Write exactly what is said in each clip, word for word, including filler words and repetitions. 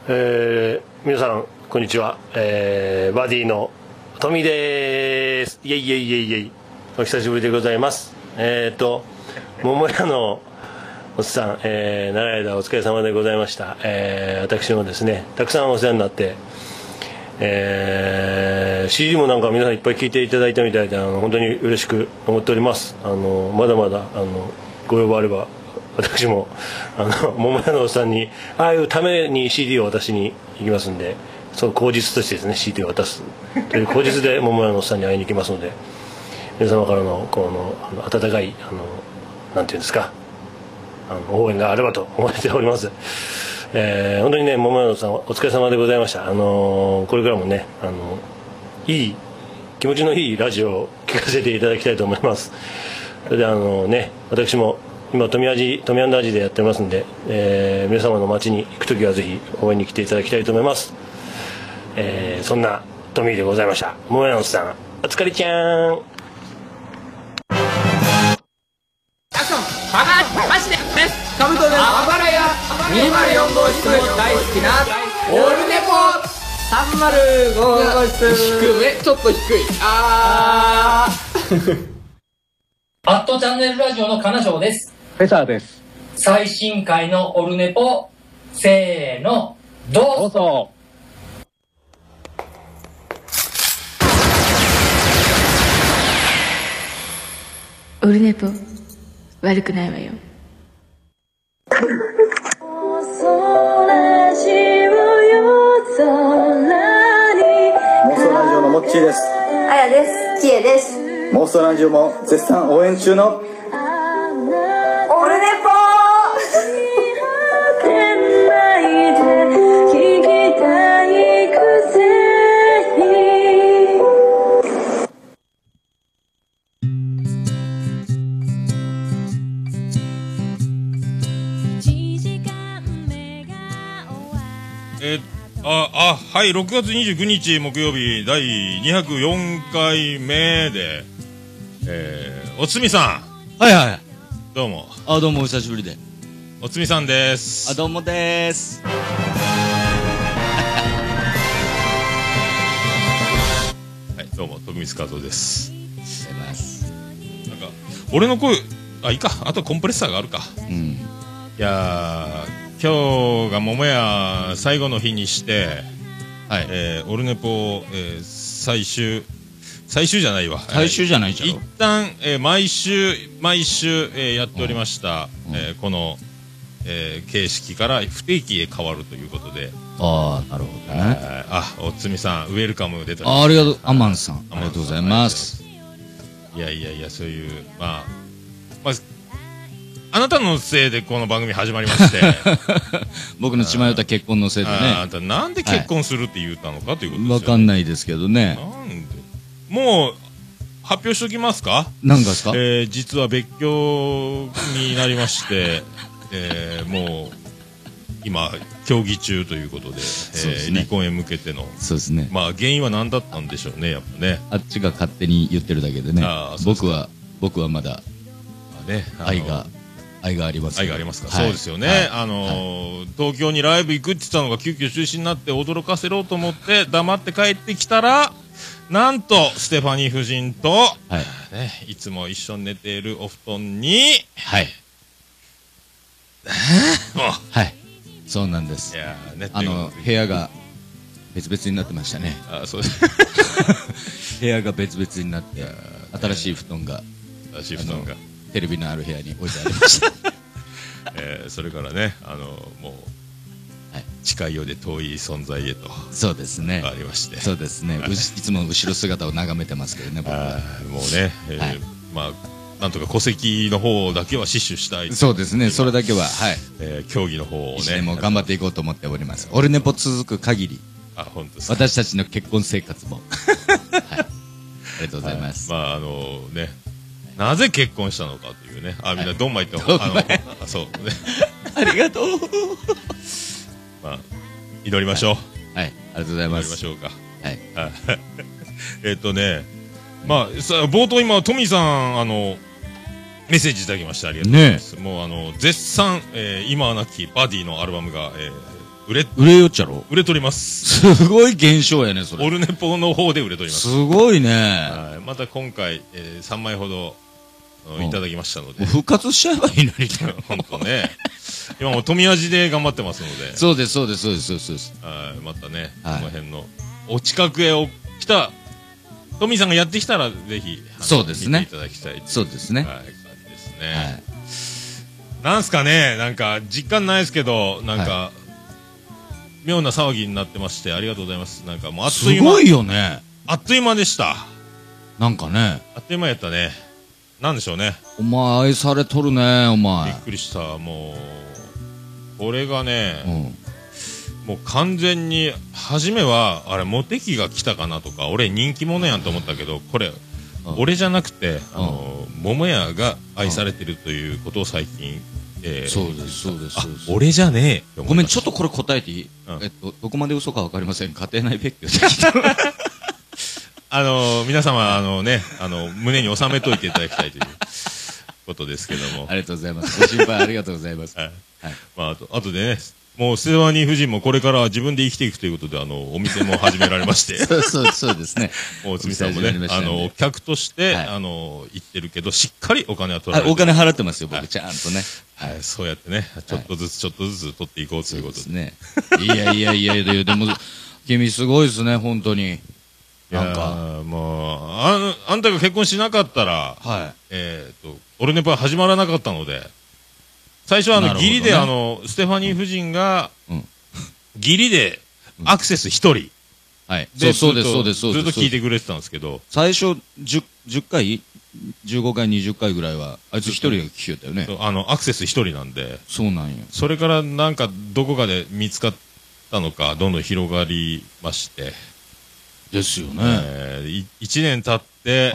えー、皆さんこんにちは、えー、バディのトミーでーす。イエイイエイイエイイエイ、お久しぶりでございます。えーと桃屋のおっさん、えー、長い間お疲れ様でございました。えー、私もですねたくさんお世話になって、えー、シーディー もなんか皆さんいっぱい聴いていただいたみたいで、あの本当に嬉しく思っております。あのまだまだあのご要望あれば私もあの桃屋のおっさんにああいうために シーディー を渡しに行きますんで、その口実としてですね シーディー を渡すという口実で桃屋のおっさんに会いに行きますので、皆様からのこのあの温かいあのなんていうんですか、あの応援があればと思っております。えー、本当にね桃屋のさんお疲れ様でございました。あのー、これからもねあのいい気持ちのいいラジオを聞かせていただきたいと思います。それであのね私も今富味富アンダージでやってますんで、えー、皆様の町に行くときはぜひ応援に来ていただきたいと思います。えー、そんなトミーでございました。桃屋のさんお疲れちゃーん。 バカマジでですカブトです。あばらやにまるよん号室大好きなオルネポさんまるご号室。低め、ちょっと低い。あーアットチャンネルラジオの金賞です。 フェザーです。 最新回のオルネポ、せーのどうぞ。 どうぞ。 オルネポ悪くないわよ。 妄想ラジオのモッチーです。 あやです。ちえです。 妄想ラジオも絶賛応援中のオルネポえー、ああはいろくがつにじゅうくにち木曜日だいにひゃくよんかいめで、えー、おつみさん、はいはい、 どうも。 あ、どうもお久しぶりで。 おつみさんです。 あ、どうもです。 はい、どうも徳光和夫です。 ありがとうございます。 なんか俺の声、あ、いいか、あとコンプレッサーがあるか。 うん。 いやー、今日が桃屋最後の日にして、はい、えー、オルネポ、えー、最終最終じゃないわ最終じゃないじゃん。 一旦、えー、毎週毎週、えー、やっておりました、うん、えー、この、えー、形式から不定期へ変わるということで。 ああ、なるほどね。 あ、おつみさんウェルカム出てあ、ありがとう。アマンさんありがとうございます。 いやいやいや、そういうまあまああなたのせいでこの番組始まりまして僕の血迷った結婚のせいでね。 ああんたなんで結婚するって言ったのかということですよね。 わかんないですけどね。 なんでもう発表しときますか。 何ですか。 えー、実は別居になりまして、えー、もう今協議中ということで、えーね、離婚へ向けての。 そうですね。 まあ原因は何だったんでしょうね、やっぱね。 あっちが勝手に言ってるだけでね。僕は僕はまだ、まあね、愛が愛があります。 愛がありますか。 はい、 そうですよね。 はい、 あのーはい、 東京にライブ行くって言ったのが急遽中止になって驚かせろうと思って黙って帰ってきたら、なんとステファニー夫人と、はいね、いつも一緒に寝ているお布団に、 はい、 もうはい、そうなんです。 いやね、 あの部屋が別々になってましたね。 あ、そうです部屋が別々になって新しい布団が新しい布団がテレビのある部屋に置いてありました。 えー、それからね、あのもう、はい、近いようで遠い存在へと。 そうですね。 ありまして。 そうですね。いつも後ろ姿を眺めてますけどね。僕はもうね、えーはい、まあなんとか戸籍の方だけは死守したい。 そうですね。それだけははい。 えー、競技の方をね、 もう頑張っていこうと思っております。オルネポ続く限り、 あ、本当です。 私たちの結婚生活も。はい。ありがとうございます。 まああのね。なぜ結婚したのかというね。あ、みんなドンマイってあのあそうね。 ありがとう。 まあ祈りましょう。 はい、はい、ありがとうございます。 祈りましょうか。 はい。 えっとね、まあさ冒頭今トミーさんあのメッセージいただきましてありがとうございます。ね、もうあの絶賛、えー、今はなきバディのアルバムが、えー、 売れ、 売れよっちゃろ。 売れとります。 すごい現象やね、それ。 オルネポの方で売れとります。 すごいね。 はい。また今回、えー、さんまいほど、いただきましたので。 復活しちゃえばいいのに。 本当ね。今も富味で頑張ってますので。 そうです、そうです、そうです、そうです。 はい。またね、この辺の、お近くへ来た、トミーさんがやってきたら、ぜひ、 そうですね。 見ていただきたい。 そうですね。 はい、感じですね。はい。なんすかね、なんか、実感ないですけど、なんか、はい、妙な騒ぎになってまして、ありがとうございます。なんかもう、あっという間。 すごいよね。 あっという間でした。 なんかね。 あっという間やったね。なんでしょうね。 お前、愛されとるね、お前。 びっくりした、もう。これがね、うん、もう完全に、初めは、あれ、モテ期が来たかなとか、俺人気者やんと思ったけど、これ、うん、俺じゃなくて、あの、うん、桃屋が愛されてるということを最近、えー、 そうです、そうです、そうです。 俺じゃねえ。 ごめん、ちょっとこれ答えていい、うん、えっと、どこまで嘘かわかりません。家庭内別居あのー、皆様、あのね、あの、胸に収めといていただきたいということですけども。 ありがとうございます。ご心配ありがとうございます。はい。 はい、まあ、あと、あとでね、もう、ステファニー夫人もこれから自分で生きていくということで、あの、お店も始められまして。 そうそう、そうですね。 もう、つみさんもね、あの、客として、はい、あの、行ってるけど、しっかりお金は取られてる。 お金払ってますよ、僕、はい、ちゃんとね。 はい、そうやってね、ちょっとずつ、ちょっとずつ取っていこうということですね。いやいやいやいや、でも、君すごいですね、本当に。 なんか、もう、あ、あんたが結婚しなかったら、はい。えっと、オルネポは始まらなかったので、最初はあの、義理であの、ステファニー夫人が、義理でアクセス一人。 はい。そうそうです、そうです、そうです。 ずっと聞いてくれてたんですけど。 最初、じゅっかい ?じゅうごかい、にじゅっかいぐらいは、あいつ一人が聞きよったよね。 あの、アクセス一人なんで。 そうなんよ。 それからなんか、どこかで見つかったのか、どんどん広がりまして。 ですよね。 えー、一年経って、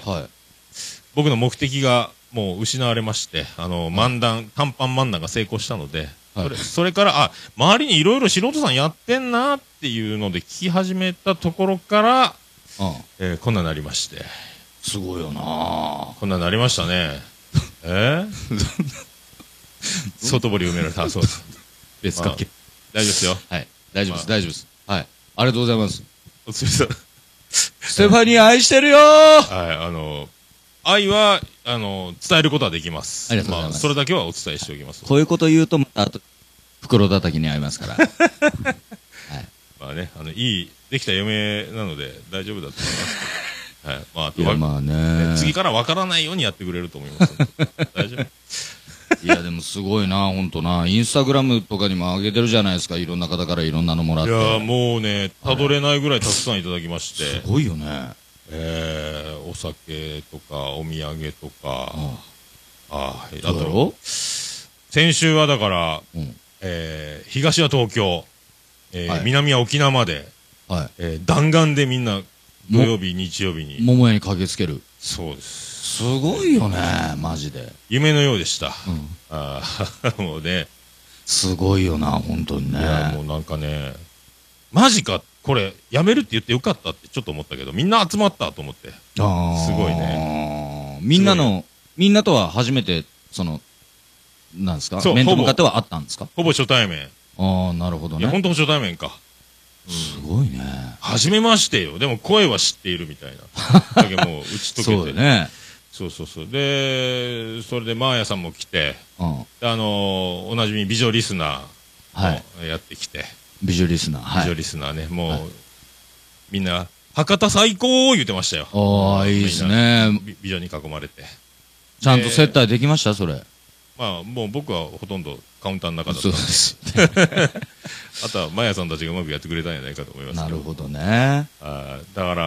はい、僕の目的がもう失われまして、あの、漫談、短パン漫談が成功したので、はい、それ、それから、あ、周りにいろいろ素人さんやってんなっていうので聞き始めたところから、ああえー、こんなになりまして。 すごいよなこんなになりましたね。えー、外堀埋められた。そうです。 別かけ、まあ。大丈夫ですよ。 はい。大丈夫です、まあ、大丈夫です。はい。ありがとうございます。 おつみさん。 ステファニー愛してるよー。 はい、あの、愛は、あの、伝えることはできます。 ありがとうございます。まあ、 それだけはお伝えしておきます。 こういうこと言うと、あと、袋叩きに合いますから。はい。 まあね、あの、いい、できた嫁なので大丈夫だと思いますけど。はい。まあ、あとは、 まあね、 次から分からないようにやってくれると思います。大丈夫。 いや、でもすごいな、ほんとな。インスタグラムとかにも上げてるじゃないですか。いろんな方からいろんなのもらって。 いや、もうね、たどれないぐらいたくさんいただきまして。 すごいよね。 えー、お酒とか、お土産とか。ああ、 あと、 先週はだから、うん、えー、東は東京、えーはい、南は沖縄まで、はいえー、弾丸でみんな、土曜日、日曜日に。 桃屋に駆けつける。 そうです。 すごいよね、マジで。 夢のようでした。うん、ああ、もうね。 すごいよな、本当にね。いや、もうなんかね、マジか、これ、やめるって言ってよかったってちょっと思ったけど、みんな集まったと思って。ああ。すごいね。 みんなの、みんなとは初めて、その、なんですか面と向かってはあったんですかほぼ初対面。 ああ、なるほどね。 いや、本当初対面か。 うん、すごいね。 初めましてよ。でも声は知っているみたいな。だけもう打ち解けて。 そうね。 そうそうそう。で、それで、マーヤさんも来て、うん、あのー、おなじみ美女リスナーもやってきて。はい、 美女リスナー。 美女リスナーね。もう、はい、みんな、博多最高言ってましたよ。 ああ、いいですね。 美女に囲まれて。 ちゃんと接待できましたそれ。 まあ、もう僕はほとんどカウンターの中だったんで。そうです。 あとは、マヤさんたちがうまくやってくれたんじゃないかと思いますけど。 なるほどね。 あだから、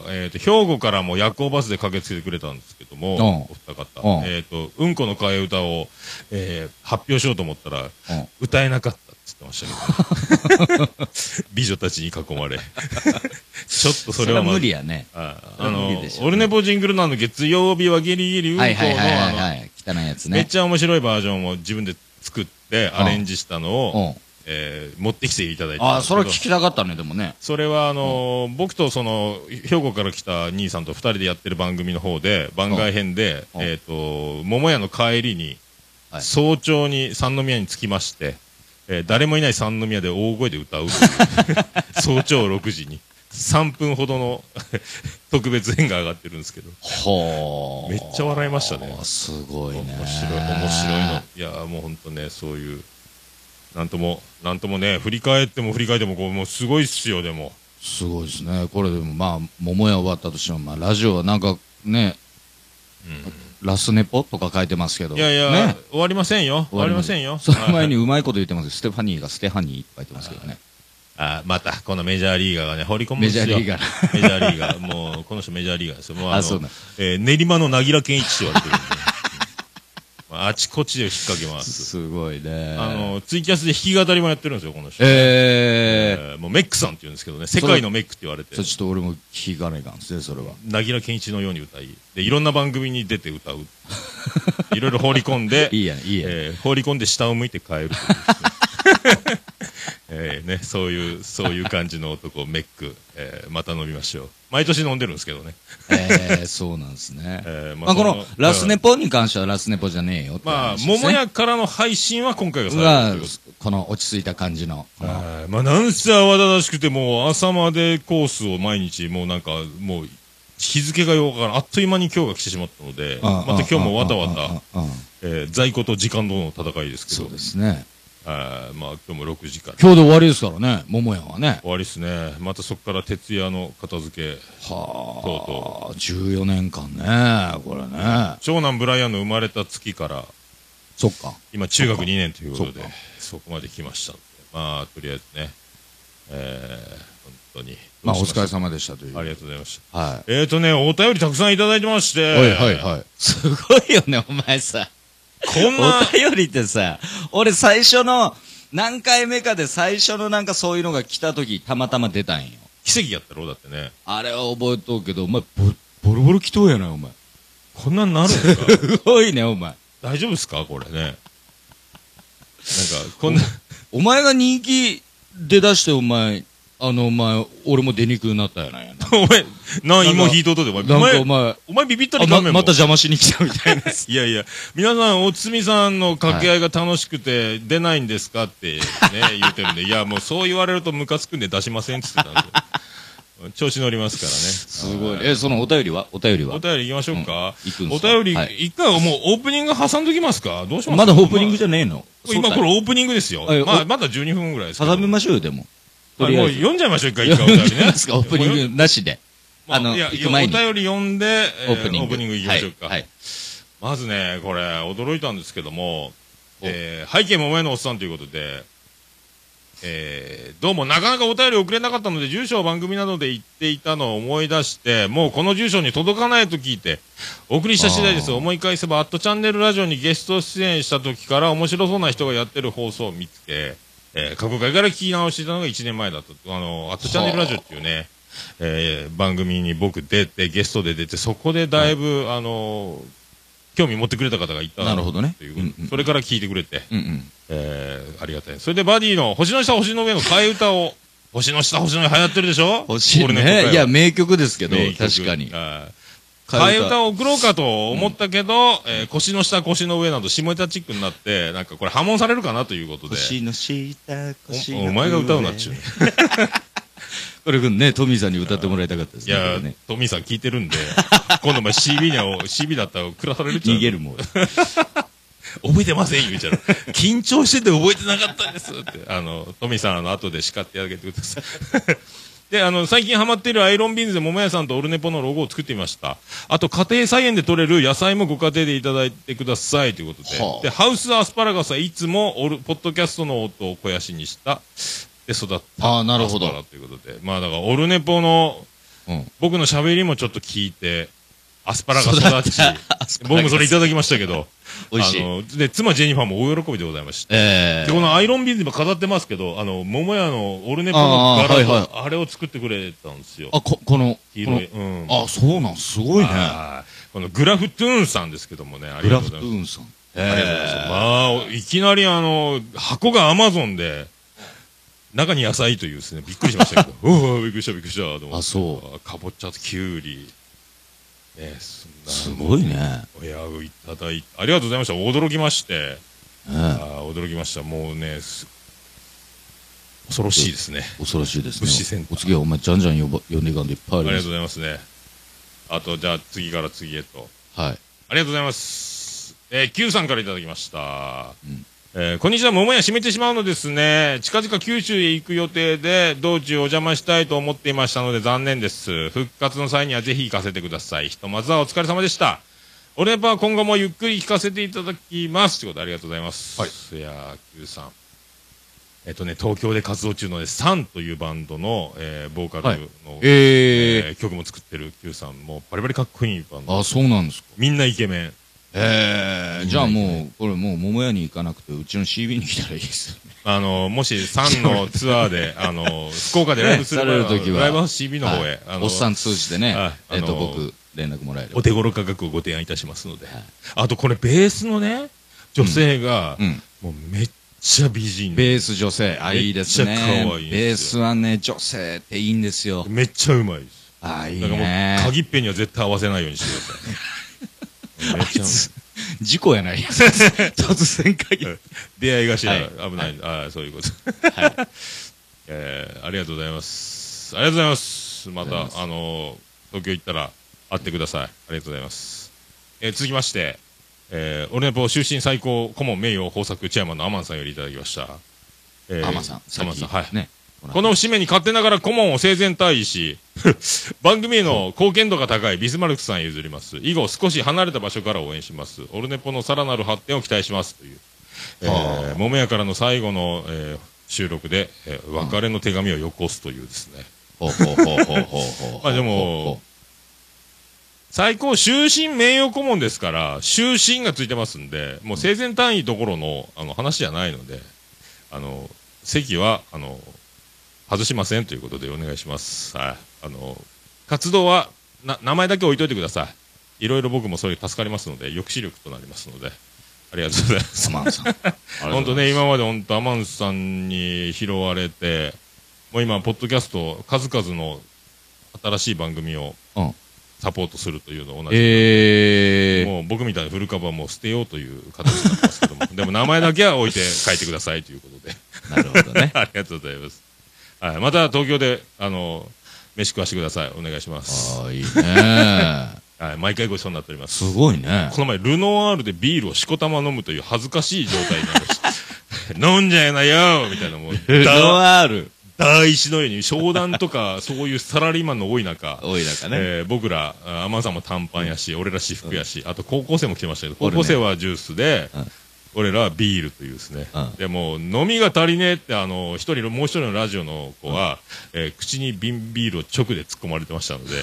えっ、ー、と、兵庫からも夜行バスで駆けつけてくれたんですけども、お二方。えっ、ー、と、うんこの替え歌を、えー、発表しようと思ったら、歌えなかったって言ってましたけど、美女たちに囲まれ。ちょっとそれは、 まあ、無理やね。 あ, あの、ね、オルネポジングルのあの月曜日はギリギリうんこの、あの、 汚いやつね。 めっちゃ面白いバージョンを自分で作ってアレンジしたのを、えー、持ってきていただいて。 ああ、それは聞きたかったね、でもね。 それは、あのー、僕とその、兵庫から来た兄さんと二人でやってる番組の方で、番外編で、えっと、桃屋の帰りに、はい、早朝に三宮に着きまして、 えー誰もいない三宮で大声で歌うという早朝ろくじにさんぷんほどの特別編が上がってるんですけど、 はあ。 めっちゃ笑いましたね。 すごいね。 面白い、面白いの。いやーもうほんとね、そういう、なんとも、なんともね、振り返っても振り返っても、こう、もうすごいっすよ、でも。 すごいですね。これでもまあ、桃屋終わったとしても、まあ、ラジオはなんかね、うん、ラスネポとか書いてますけど。 いやいや、 ね、 終わりませんよ。終わりませんよ。 その前にうまいこと言ってます。ステファニーがステファニーって書いてますけどね。 あまた、このメジャーリーガーがね、放り込むんですよ。 メジャーリーガー。 メジャーリーガー。もう、この人メジャーリーガーですよ。もうあの、 あ、そうだ。 えー、練馬のなぎら健一って言われてるんで。あちこちで引っ掛けます。 すごいね。 あの、ツイキャスで弾き語りもやってるんですよ、この人。 えー、 えー、もうメックさんって言うんですけどね、世界のメックって言われて。 それちょっと俺も聞かないかんですね、それは。 なぎら健一のように歌い、で、いろんな番組に出て歌う。いろいろ放り込んで、 いいや、いいや。 えー、放り込んで下を向いて帰る。えーね、そういう、そういう感じの男、メック、えー、また飲みましょう。毎年飲んでるんですけどね。 えー、そうなんですね。 えー、 まあ、この、ラスネポに関してはラスネポじゃねえよって、ね。 まあ、桃屋からの配信は今回が最後ということ。 この落ち着いた感じの。 あまあ、なんせ慌ただしくて、もう朝までコースを毎日、もうなんか、もう、日付がようからあっという間に今日が来てしまったので、また今日もわたわた、えー、在庫と時間との戦いですけど。 そうですね。 あまあ、今日もろくじから。 今日で終わりですからね、桃屋はね。 終わりですね。またそこから徹夜の片付け。 はあ。 とうとう。じゅうよねんかんね、これね。 長男ブライアンの生まれた月から、 そっか。 今中学にねんということで、そこまで来ましたので、まあ、とりあえずね、えー、本当に。 まあ、お疲れ様でしたという。 ありがとうございました。 はい。 えーとね、お便りたくさんいただいてまして。 はいはいはい。すごいよね、お前さ。 こんな。 お便りってさ、俺最初の、何回目かで最初のなんかそういうのが来た時、たまたま出たんよ。 奇跡やったろだってね。 あれは覚えとうけど、お前、ボボロボロ来とうやな、お前。 こんなんなるんですかすごいね、お前。 大丈夫ですかこれね。なんか、こんな。 お前が人気出だして、お前、あの、お前、俺も出にくくなったやないやな。 お前、な、芋引いとうとで、お前、 なんかお前、 お前ビビったりダメもん。 また邪魔しに来たみたいな。 いやいや、皆さん、おつみさんの掛け合いが楽しくて、出ないんですかってね、言うてるんで、いや、もうそう言われるとムカつくんで出しませんって言ってたんで。調子乗りますからね。 すごい。え、そのお便りはお便りはお便り行きましょうか。 うん、 お便り、一回もうオープニング挟んどきますかどうしますかまだオープニングじゃねえの今これオープニングですよ。まあ、まだじゅうにふんぐらいですけど。 挟みましょうよ、でも。 もう読んじゃいましょう、一回一回お便りね。 オープニングなしで。 あの、行く前に。お便り読んで、オープニング。オープニング行きましょうか。はい。まずね、これ、驚いたんですけども、えー、背景桃屋のおっさんということで、えー、どうもなかなかお便り送れなかったので、住所を番組などで言っていたのを思い出して、もうこの住所に届かないと聞いて、お送りした次第です。思い返せば、アットチャンネルラジオにゲスト出演した時から面白そうな人がやってる放送を見つけ、えー、過去回から聞き直していたのがいちねんまえだった。あの、アットチャンネルラジオっていうね、えー、番組に僕出て、ゲストで出て、そこでだいぶ、はい、あの、興味持ってくれた方がいた。 なるほどね。 うんうん、それから聞いてくれて、 うんうん、 えー、ありがたい。それでバディの星の下星の上の替え歌を、星の下星の上流行ってるでしょ星ね。いや、名曲ですけど、確かに。 替え歌を送ろうかと思ったけど、うん、えー、腰の下腰の上など下ネタチックになって、なんかこれ破門されるかなということで。 腰の下腰の上。 お, お前が歌うなっちゅうね。 これね、トミーさんに歌ってもらいたかったですね。 いや、ね、トミーさん聞いてるんで、今度お前 シービー には、シービー だったら暮らされるっちゃう。 逃げるもん。 覚えてません言うちゃう。緊張してて覚えてなかったんですって。あの、トミーさんあの後で叱ってあげてください。で、あの、最近ハマっているアイロンビーンズで桃屋さんとオルネポのロゴを作ってみました。あと、家庭菜園で採れる野菜もご家庭でいただいてくださいということで。はあ、で、ハウスアスパラガスはいつもオル、ポッドキャストの音を肥やしにした、で育った。 ああ、なるほど。 アスパラということで。まあだから、オルネポの、うん、僕の喋りもちょっと聞いて、アスパラが育ち、僕もそれいただきましたけど、 美味しい。 あの、で、妻ジェニファーも大喜びでございまして。 えー、 で、このアイロンビーズも飾ってますけど、あの、桃屋のオルネポの柄と、あ,、はいはい、あれを作ってくれたんですよ。 あ、こ、この、 黄色い。うん。 あ、そうなん、すごいね。 このグラフトゥーンさんですけどもね、ありがとうございます。 グラフトゥーンさん。 えー、ありがとうございます。まあ、いきなりあの、箱がアマゾンで、中に野菜というですね、びっくりしましたけど、おおびっくりしたびっくりしたと思って。 あ、そう。 かぼちゃときゅうり。ね、 すごいね。 おやういただいて、ありがとうございました。驚きまして。 ええ、 あ驚きました。もうね、 恐ろしいですね。 恐ろしいですね。 物資センター。 お次はお前じゃんじゃん呼ば呼んでいかんでいっぱいあります。 ありがとうございますね。あと、じゃあ次から次へと。 はい。 ありがとうございます。えー、Q さんからいただきました。 うんえー、こんにちは、桃屋閉めてしまうのですね。近々九州へ行く予定で、道中お邪魔したいと思っていましたので残念です。復活の際にはぜひ行かせてください。ひとまずはお疲れ様でした。オルネポは今後もゆっくり聞かせていただきます。ということでありがとうございます。はい。いやー、Q さん。えっとね、東京で活動中のね、サンというバンドの、えー、ボーカルの、はい、 えーえー、曲も作ってる Q さんもバリバリかっこいいバンド。 あ、そうなんですか。 みんなイケメン。 えー、じゃあもう、これもう桃屋に行かなくて、うちの シービー に来たらいいですよね。 あの、もしサンのツアーで、あの、福岡でライブするときは、 ライブハウス シービー の方へ、 はい、あのおっさん通じてね、えっと、僕、連絡もらえる。 お手頃価格をご提案いたしますので。はい、あと、これ、ベースのね、女性が、うんうん、もうめっちゃ美人。 ベース女性、あ、いいですね。 めっちゃ可愛い。 ベースはね、女性っていいんですよ。 めっちゃうまいです。 あ、いいね。 だからもう、鍵っぺんには絶対合わせないようにしてください。めっちゃ。 事故やない突然鍵。 出会い頭、はい、危ない、はい、ああ、そういうこと。はい。えー、ありがとうございます。ありがとうございます。また、あのー、東京行ったら会ってください。ありがとうございます。えー、続きまして、えー、オルネポ終身最高顧問名誉豊作チェアマンのアマンさんよりいただきました。 えー、アマンさん。 アマンさん、はい。 ね。 この節目に勝手ながら顧問を生前退位し、番組への貢献度が高いビスマルクさんへ譲ります。以後少し離れた場所から応援します。オルネポのさらなる発展を期待します。という、えー、桃屋からの最後の、えー、収録で、えー、別れの手紙をよこすというですね。 ほうほうほうほうほうほう。 まあでも、最高終身名誉顧問ですから、終身がついてますんで、もう生前単位どころの、あの話じゃないので、あの、席は、あの、外しませんということでお願いします。はい。あの、活動は、な、名前だけ置いといてください。いろいろ僕もそれ助かりますので、抑止力となりますので、ありがとうございます。 アマンさん。 本当ね、今まで本当アマンさんに拾われて、もう今、ポッドキャスト、数々の新しい番組をサポートするというのを同じ、えー、もう僕みたいな古株はもう捨てようという形になってますけども、でも名前だけは置いて書いてくださいということで。 なるほどね。 ありがとうございます。はい、また東京で、あの、飯食わしてください。お願いします。 ああ、いいね。 はい、毎回ごちそうになっております。 すごいね。 この前、ルノワールでビールをしこたま飲むという恥ずかしい状態になりました。飲んじゃいなよみたいなもう。 ルノワール大石のように、商談とか、そういうサラリーマンの多い中、 多い中ね。 えー、僕ら、アマンさんも短パンやし、うん、俺ら私服やし、うん、あと高校生も来てましたけど、高校生はジュースで、うん俺らはビールというですね。うん、でも、飲みが足りねえって、あの、一人、もう一人のラジオの子は、うん、えー、口に瓶ビールを直で突っ込まれてましたので、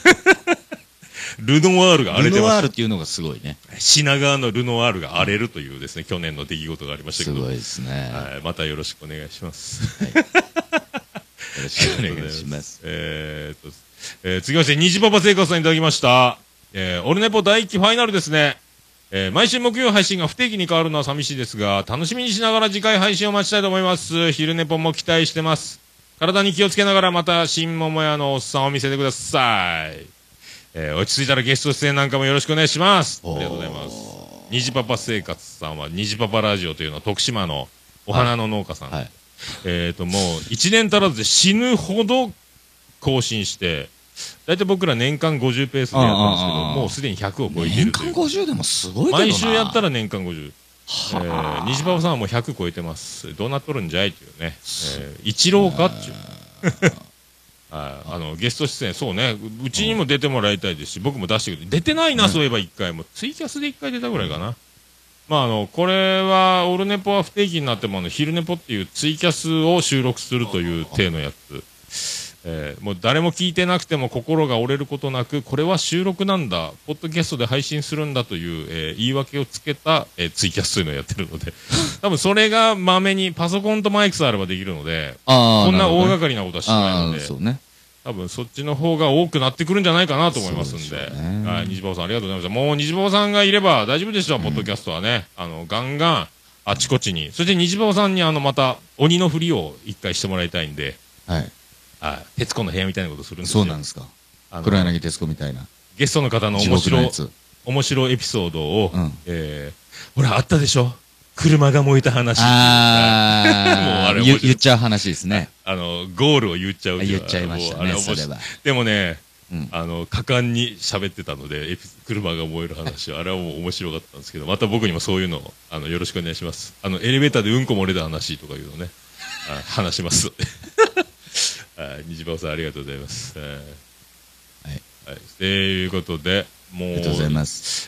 ルノワールが荒れてました。 ルノワールっていうのがすごいね。 品川のルノワールが荒れるというですね、去年の出来事がありましたけど。 すごいですね。 はい。またよろしくお願いします。はい、 よろしくお願いします。 えーっと、えー、次まして、虹パパ生活さんいただきました。えー、オルネポ第一期ファイナルですね。えー、毎週木曜配信が不定期に変わるのは寂しいですが、楽しみにしながら次回配信を待ちたいと思います。昼寝ぽも期待してます。体に気をつけながらまた新桃屋のおっさんを見せてください。えー、落ち着いたらゲスト出演なんかもよろしくお願いします。ありがとうございます。虹パパ生活さんは虹パパラジオというのは徳島のお花の農家さん。はいはい、えっと、もういちねん足らずで死ぬほど更新して、大体僕ら年間ごじゅうペースでやったんですけど、もうすでにひゃくを超えているという。 年間ごじゅうでもすごいけどな。 毎週やったら年間ごじゅう。えー、虹パパさんはもうひゃく超えてます。どうなっとるんじゃいっていうね。えー、一郎かっていう。ああの、ゲスト出演、そうね。うちにも出てもらいたいですし、僕も出してくれ。出てないな、そういえば一回も。ツイキャスで一回出たぐらいかな。まあ、あの、これは、オルネポは不定期になっても、あの、昼ネポっていうツイキャスを収録するという体のやつ。えー、もう誰も聞いてなくても心が折れることなく、これは収録なんだ、ポッドキャストで配信するんだという、えー、言い訳をつけた、えー、ツイキャスというのをやってるので、多分それがまめにパソコンとマイクさえあればできるので、こんな大掛かりなことはしないので、そうね、多分そっちの方が多くなってくるんじゃないかなと思いますんで、はい、虹パパさんありがとうございました。もう虹パパさんがいれば大丈夫でしょう、うん、ポッドキャストはね、あの、ガンガンあちこちに、そして虹パパさんにあの、また鬼のふりを一回してもらいたいんで、はい。あ、徹子の部屋みたいなことするんですよ。 そうなんですか。黒柳徹子みたいな。 ゲストの方の面白い、面白いエピソードを、うん、えー、ほら、あったでしょ車が燃えた話っていう。 あもうああ、 れ言言っちゃう話ですね。 あの、ゴールを言っちゃう。 言っちゃいましたね、それは。 でもね、 うん、 あの、果敢に喋ってたので、エピ車が燃える話は、あれはもう面白かったんですけど、また僕にもそういうのを、あの、よろしくお願いします。あの、エレベーターでうんこ漏れた話とかいうのね、あ話します。虹場さんありがとうございます。はい。はい。ということで、もう。 ありがとうございます。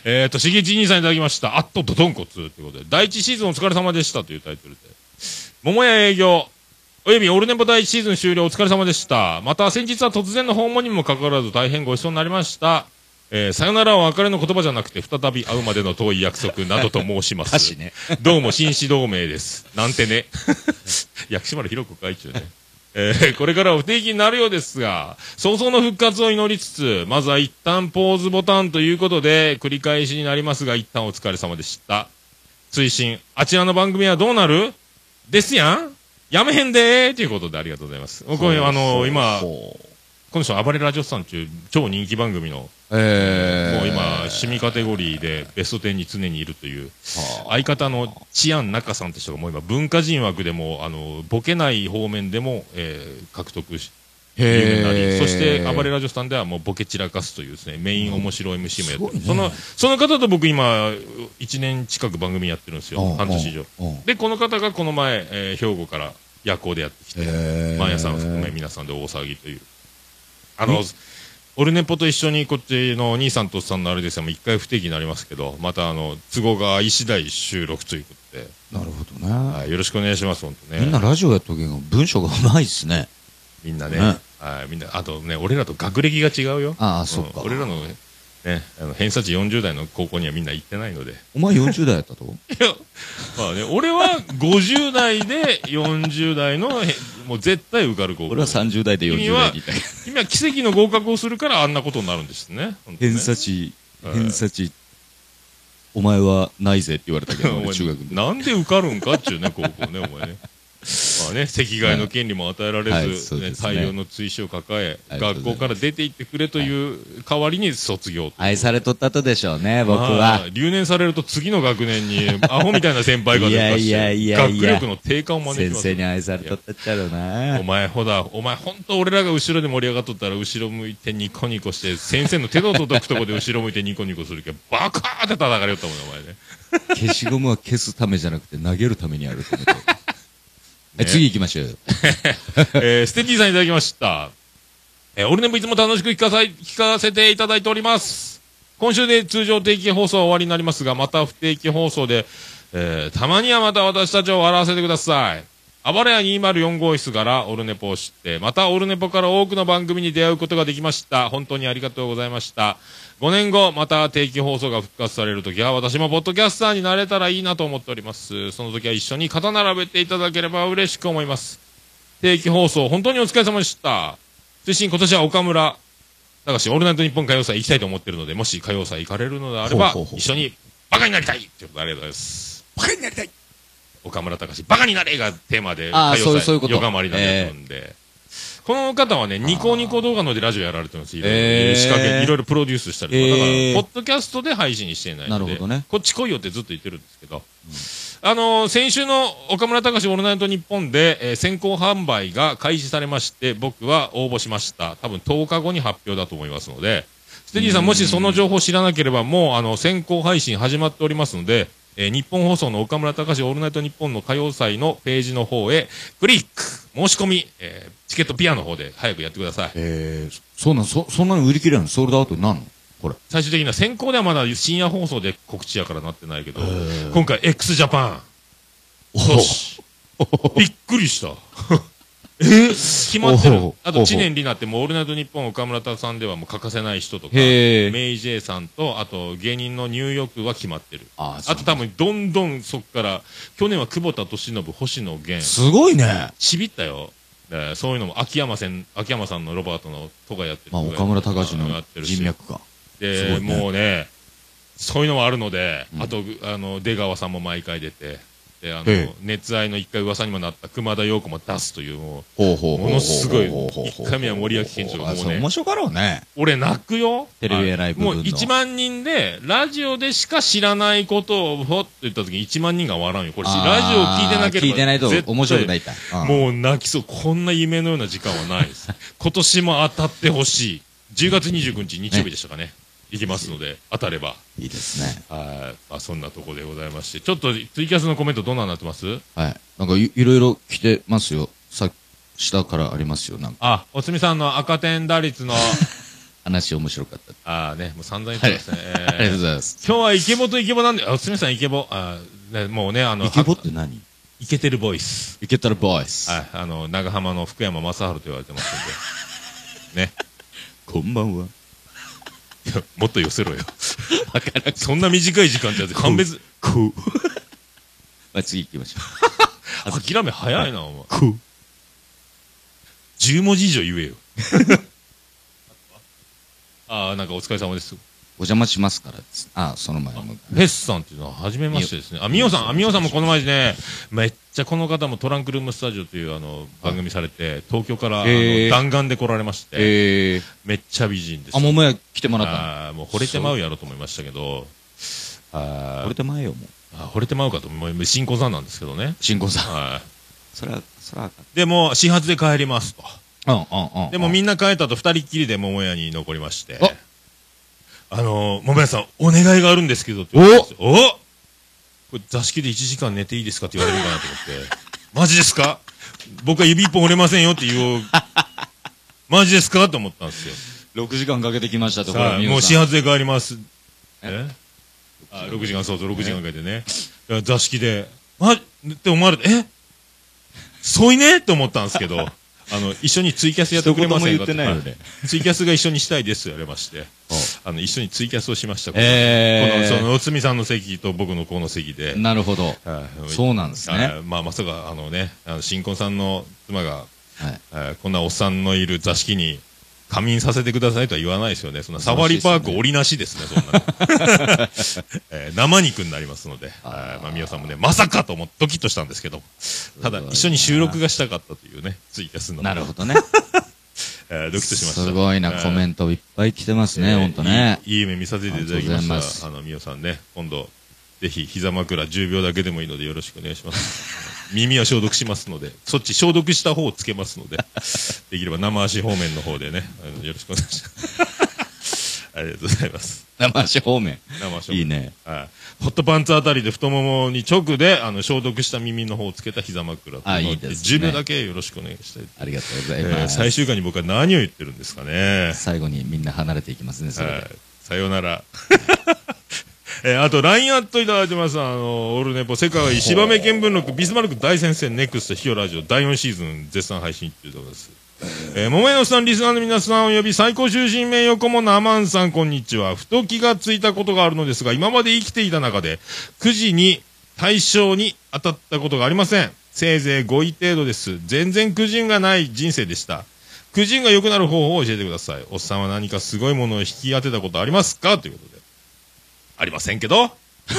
えっと、しげち兄さんいただきました。あっとドドンコツということで、第一シーズンお疲れ様でしたというタイトルで。桃屋営業。およびオルネポ第一シーズン終了お疲れ様でした。また先日は突然の訪問にもかかわらず大変ごちそうになりました。えー、さよならは別れの言葉じゃなくて再び会うまでの遠い約束などと申します。 ね、 どうも紳士同盟です。なんてね。薬師丸ひろ子会長ね。えー、これからは不定期になるようですが、早々の復活を祈りつつ、まずは一旦ポーズボタンということで、繰り返しになりますが、一旦お疲れ様でした。追伸、あちらの番組はどうなるですやんやめへんでーということでありがとうございます。僕は、あのー、今、この人、暴れラジオさんという超人気番組の、えー、もう今、趣味カテゴリーでベストじゅうに常にいるという、相方のチアン中さんって人がもう今、文化人枠でも、あの、ボケない方面でも、えー、獲得し、有名になり、そして、暴れラジオさんではもうボケ散らかすというですね、メイン面白い エムシー もやってる。その、その方と僕今、いちねん近く番組やってるんですよ、半年以上。で、この方がこの前、えー、兵庫から夜行でやってきて、毎朝含め皆さんで大騒ぎという。あの、オルネポと一緒にこっちの兄さんとおっさんのあれですよ、もう一回不定期になりますけど、またあの、都合が合い次第収録ということで。 なるほどね。 はい、よろしくお願いします、本当ね。 みんなラジオやっとけが文章がうまいっすね。 みんなね。ねはい、みんな、あとね、俺らと学歴が違うよ。 ああ、そっか。 俺らのね、ね、あの偏差値よんじゅう代の高校にはみんな行ってないので。 お前よんじゅう代やったといや、まあね、俺はごじゅう代でよんじゅう代の、もう絶対受かる高校。 俺はさんじゅう代でよんじゅう代にいた。 君は奇跡の合格をするからあんなことになるんですね。ね偏差値、偏差値、お前はないぜって言われたけど、中学で。 なんで受かるんかっちゅうね、高校ね、お前ね。まあね、席替えの権利も与えられず、はいね、大量の追試を抱え、学校から出て行ってくれという代わりに卒業。 愛されとったとでしょうね、僕は。 まあ、留年されると次の学年にアホみたいな先輩が出まして、いやいやいやいや学力の低下を招きます。 先生に愛されとったっちゃろうな。 お前ほだ、お前ほんと俺らが後ろで盛り上がっとったら後ろ向いてニコニコして、先生の手の届くとこで後ろ向いてニコニコするけど、バカーって叩かれよったもんね、お前ね。 消しゴムは消すためじゃなくて投げるためにあると思って。ね、次行きましょう。 えー、ステディさんいただきました。えー、オルネポいつも楽しく聞かさ、聞かせていただいております。今週で通常定期放送は終わりになりますが、また不定期放送で、えー、たまにはまた私たちを笑わせてください。あばれやにまるよん号室からオルネポを知って、またオルネポから多くの番組に出会うことができました。本当にありがとうございました。ごねんご、また定期放送が復活されるときは、私もポッドキャスターになれたらいいなと思っております。その時は一緒に肩並べていただければ嬉しく思います。定期放送、本当にお疲れ様でした。推進、今年は岡村、たかし、オールナイトニッポン歌謡祭行きたいと思っているので、もし歌謡祭行かれるのであれば、ほうほうほう一緒にバカになりたいということでありがとうございます。バカになりたい岡村隆史、バカになれがテーマで、歌謡祭、ヨガマリナでやるんで、えー、この方はね、ニコニコ動画のでラジオやられてるんですよ。いろいろ仕掛け、いろいろプロデュースしたりとか、えー、だから、ポッドキャストで配信していないので、なるほどね、こっち来いよってずっと言ってるんですけど、うん、あのー、先週の岡村隆史オールナイトニッポンで、えー、先行販売が開始されまして、僕は応募しました。多分とおかごに発表だと思いますので、ステディさんもしその情報知らなければ、もうあの、先行配信始まっておりますので、えー、日本放送の岡村隆史オールナイトニッポンの歌謡祭のページの方へクリック申し込み、えー、チケットピアの方で早くやってください。 えー、そうなん、そ、そんなに売り切れるの？ソールドアウトになるの？これ。 最終的には先行ではまだ深夜放送で告知やからなってないけど、今回 x ジャパン。よし。びっくりした。えー、決まってる。あと、知念里奈ってもうオールナイトニッポン岡村さんではもう欠かせない人とか、メイジェイさんと、あと芸人のニューヨークは決まってる。あ, あと多分どんどんそっから、去年は久保田利伸、星野源。 すごいね。 ちびったよ。そういうのも秋山さん、秋山さんのロバートのとかやってる。 まあ、岡村隆史の人脈か。 で、ね、もうね、そういうのもあるので、うん、あと、あの、出川さんも毎回出て、 、あの、 ええ熱愛の一回噂にもなった熊田曜子も出すという、もほうほうほうほうものすごい、 ほうほうほう一回目は森脇健児があ、 もうねそう面、白かろうね。 俺泣くよ。 テレビエライブ分のもういちまん人で、ラジオでしか知らないことを、ほっと言った時にいちまん人が笑うよ。これ、ラジオを聞いてなければ。 聞いてないと絶対面白くないか。うんもう泣きそう。こんな夢のような時間はないです。今年も当たってほしい。じゅうがつにじゅうくにち日曜日でしたかね。行きますので、当たれば。 いいですね。 はい。まあ、そんなとこでございまして。ちょっと、ツイキャスのコメントどんなになってます？ はい。なんかい、いろいろ来てますよ。さ、下からありますよ。なんか、 あ、おつみさんの赤点打率の、 話面白かった。 ああね、もう散々言ってますね。えーありがとうございます。 今日はイケボとイケボなんで、あ、おつみさんイケボ。あーね、もうね、あの、 イケボって何？ イケてるボイス。 イケたらボイス。 はい。あの、長浜の福山雅治と言われてますんで。ね。 こんばんは。 いや、もっと寄せろよ。そんな短い時間じゃ、判別。 こう。まあ、次行きましょう。 諦め早いな、お前。 こう。 じゅう文字以上言えよ。ああ、なんかお疲れ様です。 お邪魔しますからです。あ、その前も。 フェスさんっていうのは初めましてですね。あ、みおさん、あ、みおさんもこの前ね、めっちゃこの方もトランクルームスタジオというあの、番組されて、東京から、あの、 えー弾丸で来られまして、 えー。 めっちゃ美人です。 あ、桃屋来てもらったの？ ああ、もう惚れてまうやろと思いましたけど、あこれで前よ、もう。 あ、惚れてまうかと思い、新婚さんなんですけどね。 新婚さん。 はい。 それは、それはあかん。 でも、始発で帰りますと。 うんうんうん。 でもみんな帰った後二人っきりで桃屋に残りまして。 ああのー、桃屋さん、お願いがあるんですけどって言われたんですよ。おこれ座敷でいちじかん寝ていいですかって言われるかなと思って。マジですか僕は指一本折れませんよって言おう。マジですかと思ったんですよ。 ろくじかんかけてきましたとこさあ、 ろ、 もう始発で帰ります。 ええあ、ろくじかん、そうそう、ろくじかんかけてね。だから座敷で、ま、って思われて、えそういねって思ったんですけど、あの、一緒にツイキャスやってくれませんか一言も言ってないよねはいツイキャスが一緒にしたいですと言われまして、あの、一緒にツイキャスをしました。 えーこの、その、おつみさんの席と僕のこの席で。 なるほど。 はいそうなんですねはいまあ、まさか、あのね、あの新婚さんの妻が、 はい。 えーこんなおっさんのいる座敷に仮眠させてくださいとは言わないですよね。そんなサファリパーク折りなしですね、そんなの、えー生肉になりますので、 あーまあ、みおさんもね、まさかと思ってドキッとしたんですけど、ただ一緒に収録がしたかったというね、ツイキャスの。 なるほどね。 えードキッとしました。 すごいな、 えーコメントいっぱい来てますね、 えーほんとね。 いい。いい夢見させていただきまありがとうございましすた。あの、みおさんね、今度、ぜひ膝枕じゅうびょうだけでもいいのでよろしくお願いします。耳は消毒しますので、そっち消毒した方をつけますので、できれば生足方面の方でね、あのよろしくお願いします。ありがとうございます。 生足方面。 生足方面。 いいね。 はい。ホットパンツあたりで太ももに直で、あの、消毒した耳の方をつけた膝枕とあいいですねじゅうびょうだけよろしくお願いしたい。 ありがとうございえーます。 最終回に僕は何を言ってるんですかね。 最後にみんな離れていきますね、それはいで。 さようなら。えーあと、ラインアットいただいてます。あの、オールネポ、世界芝目見聞録、ビスマルク大先生、ネクスト、ヒヨラジオ、だいよんシーズン、絶賛配信中でございます。えー、桃屋のさん、リスナーの皆さんを呼び、最高終身名誉顧問のアマンさん、こんにちは。ふと気がついたことがあるのですが、今まで生きていた中で、くじに対象に当たったことがありません。せいぜいごい程度です。全然苦人がない人生でした。苦人が良くなる方法を教えてください。おっさんは何かすごいものを引き当てたことありますかということで。ありませんけど。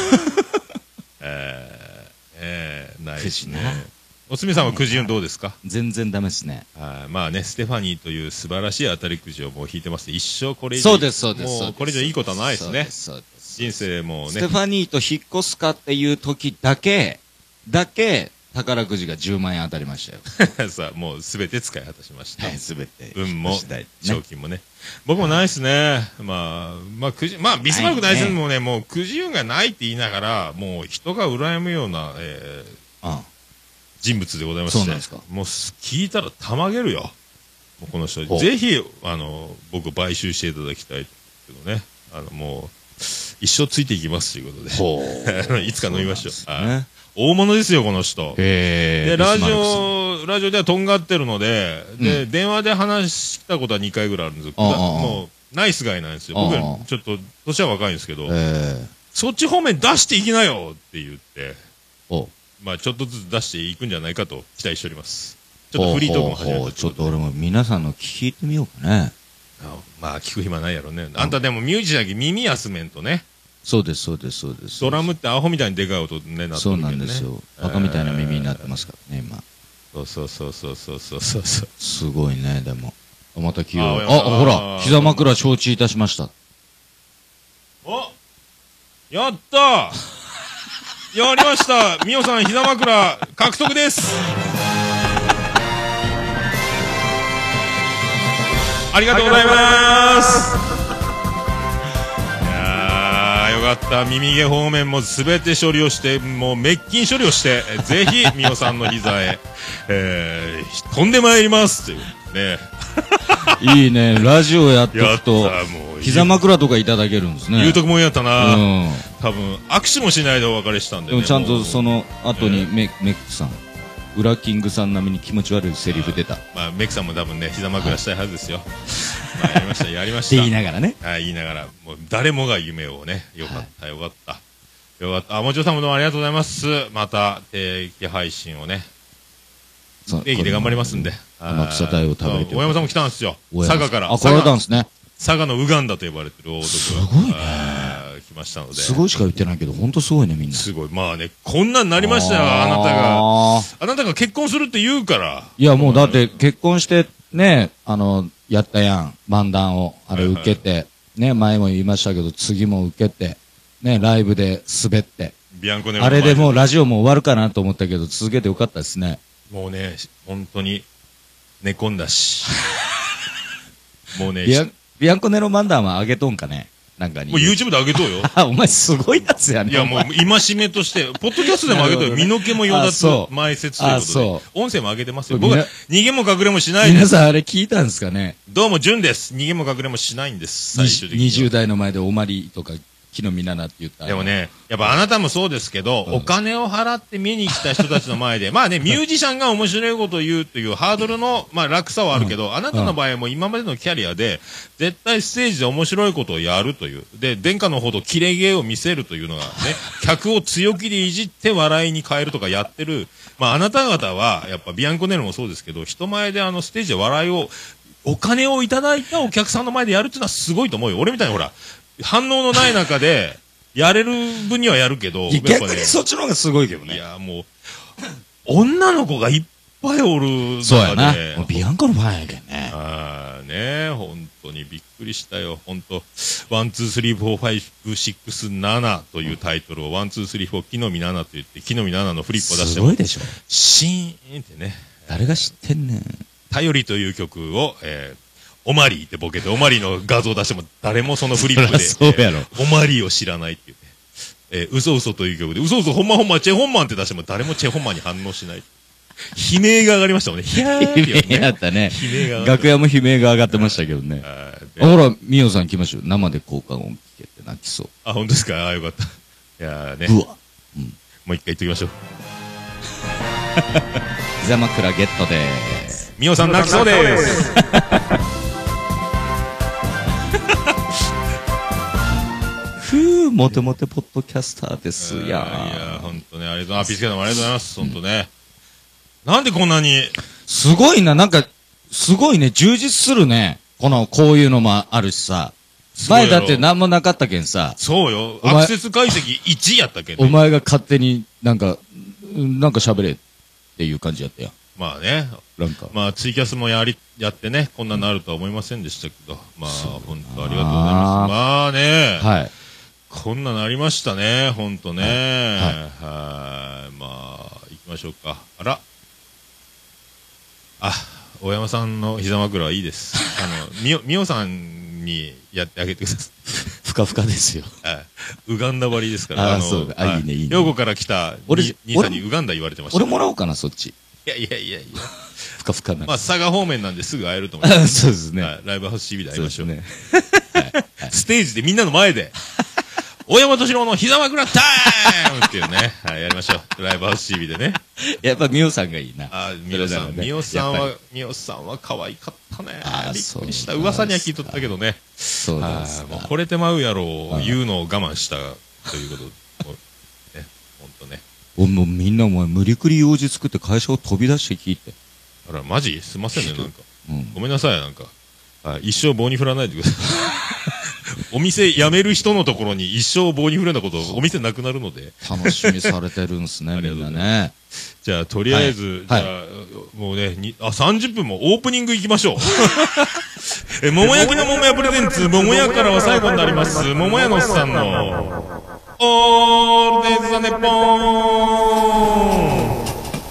えー、えー、ないですねくじな。 おつみさんはくじ運どうですか？ 全然ダメですね。 あーまあね、ステファニーという素晴らしい当たりくじをもう引いてます。一生これ以上。 そうです、そうです。 もうこれ以上いいことはないですね。 そうです。 人生もね。 ステファニーと引っ越すかっていう時だけ、だけ、宝くじがじゅうまんえん当たりましたよ。 さあ、もうすべて使い果たしました。 はい、すべて。 運も、 ね賞金もね。僕もないですね。まあ、まあ、くじ、まあ、ビスマルク大戦もね、もうくじ運がないって言いながら、もう人が羨むような、えー、 あ人物でございまして。 そうなんですか。 もう聞いたらたまげるよ。もうこの人。 ほうぜひ、あの、僕買収していただきたいけどね。あの、もう、一生ついていきますということで。 ほいつか飲みましょう。 そうなんですねはい大物ですよ、この人。 へで、ラジオ、ラジオではとんがってるので、で、電話で話したことはにかいぐらいあるんですよ。 ああもう、ナイスガイなんですよ。僕ああちょっと、年は若いんですけど、 えそっち方面出していきなよって言って、 おまあ、ちょっとずつ出していくんじゃないかと期待しております。ちょっとフリートークも始めたほうほうちょっと俺も皆さんの聞いてみようかね。 あまあ、聞く暇ないやろね。あんたでもミュージシャンに耳休めんとね。 そうです、そうです、そうです。 ドラムってアホみたいにでかい音ね、なってるけどね。 そうなんですよ。バカみたいな耳になってますからね、今。 そうそうそうそうそうそうそうそう。 すごいね、でも。また清い。 ああ、ほら、膝枕承知いたしました。 おやったーやりましたみおさん、膝枕獲得です。ありがとうございます。いやー、よかった。耳毛方面もすべて処理をして、もう滅菌処理をして、ぜひみおさんの膝へ、えー、飛んでまいりますというね。 いいね、ラジオやっとくと膝枕とかいただけるんですね。 言うとくもんやったな、 うん、 多分握手もしないでお別れしたんで、ね、 でもちゃんとその後にメ,、えー、メックさん、ウラキングさん並みに気持ち悪いセリフ出た。 まあメックさんも多分ね膝枕したいはずですよ、はい、まあ、やりましたやりましたって言いながらね、 はい、言いながらもう誰もが夢をね、よかった、はい、よかったよかった。あ、もちろさんもどうもありがとうございます。また定期配信をね定期で頑張りますんで、 天草鯛を食べて、 大山さんも来たんですよ、佐賀から。 あ、来られたんですね。 佐賀のウガンダと呼ばれてる大男がすごいね、 来ましたので。 すごいしか言ってないけど本当すごいね、みんなすごい。まあね、こんなんなりましたよ。あなたがあなたが結婚するって言うから。 いやもうだって結婚してね、あのやったやん、漫談をあれ受けて、はいはい、ね、前も言いましたけど次も受けてね、ライブで滑って、 ビアンコネあれでもうラジオも終わるかなと思ったけど続けてよかったですね。 もうね、本当に寝込んだしもうね、 ビアビアンコネロ漫談は上げとんかね、なんかに。 もう YouTube で上げとうよ。 あ、お前すごいやつやね。 いやもう今しめとしてポッドキャストでも上げとうよ。身の毛もよだつ前説ということで音声も上げてますよ。僕は逃げも隠れもしないです。 皆さんあれ聞いたんですかね。 どうも潤です。逃げも隠れもしないんです。最終的ににじゅう代の前でおまりとか木の実奈々って言った。 でもね、やっぱあなたもそうですけど、うん、お金を払って見に来た人たちの前で、まあね、ミュージシャンが面白いことを言うというハードルの、まあ落差はあるけど、うん、あなたの場合はもう今までのキャリアで、絶対ステージで面白いことをやるという。で、殿下のほどキレゲーを見せるというのがね、客を強気でいじって笑いに変えるとかやってる。まああなた方は、やっぱビアンコネロもそうですけど、人前であのステージで笑いを、お金をいただいたお客さんの前でやるっていうのはすごいと思うよ。俺みたいにほら、反応のない中で、やれる分にはやるけど、 逆にそっちの方がすごいけどね。 いや、もう、女の子がいっぱいおる中で。 そうやな。もうビアンコのファンやけんね。 ああ、ね、本当にびっくりしたよ。本当、ワン、ツー、スリー、フォー、ファイブ、シックス、ナナというタイトルを、ワン、ツー、スリー、フォー、木の実ナナと言って、木の実ナナのフリップを出しても。 すごいでしょ。 シーンってね。 誰が知ってんねん。 頼りという曲を、えー、オマリーってボケて、オマリーの画像出しても誰もそのフリップで、 そうやろ、 えー、オマリーを知らないっていうね。えー、嘘嘘という曲で、嘘嘘ほんまほんまチェホンマンって出しても誰もチェホンマンに反応しない。悲鳴が上がりましたもんね。 悲鳴だったね。悲鳴が上がった。楽屋も悲鳴が上がってましたけどね。あ、ほら、みおさん来ましょう。生で効果音聞けって泣きそう。 あ、本当ですか。あ、よかった。いやーね。 うわ。 うん。もう一回言っときましょう。 膝枕ゲットでーす。 みおさん泣きそうでーす。 ふう、モテモテポッドキャスターです。いやー。いやー、ほんとね、ありがとうございます。ピースケートもありがとうございます。ほんとね。なんでこんなに。 すごいな、なんか、すごいね、充実するね。この、こういうのもあるしさ。前だって何もなかったけんさ。 そうよ。アクセス解析いちいやったけんね。 お前が勝手になんか、なんか喋れっていう感じやったよ。 まあね。 なんか。 まあ、ツイキャスもやり、やってね、こんなになるとは思いませんでしたけど。まあ、ほんとありがとうございます。まあね。 はい。 こんななりましたね、ほんとね。はい。はい。まあ、行きましょうか。あら。あ、大山さんの膝枕はいいです。あの、みお、みおさんにやってあげてください。 ふかふかですよ。 はい。ウガンダ張りですから。 ああ、そうだ。あ、いいね、いいね。 兵庫から来た兄さんにウガンダ言われてました。 俺もらおうかな、そっち。 いやいやいやいや。 ふかふかな。 まあ、佐賀方面なんですぐ会えると思います。 そうですね。 ライブハウス シービー で会いましょう。ね。ステージでみんなの前で。大山敏郎の膝枕タイムっていうね、はい、やりましょう。ライブハウス シービー でね。 やっぱみおさんがいいな。 あ、みおさん、みおさんは、みおさんは可愛かったね。びっくりした。噂には聞いとったけどね。 そうです。 もう惚れてまうやろう、言うのを我慢したということ。ね、ほんとね。 もうみんなお前無理くり用事作って会社を飛び出して聞いて。 あら、マジすいませんね、なんか。ごめんなさい、なんか。一生棒に振らないでください。 お店辞める人のところに一生棒に振るようなこと、お店なくなるので。 楽しみされてるんすね、みんなね。 じゃあ、とりあえず、じゃあ、もうね、あ、さんじゅっぷんもオープニング行きましょう。え、桃焼きの桃屋プレゼンツ、桃屋からは最後になります、桃屋のおっさんの、オールデイズ・ザ・ネッポン。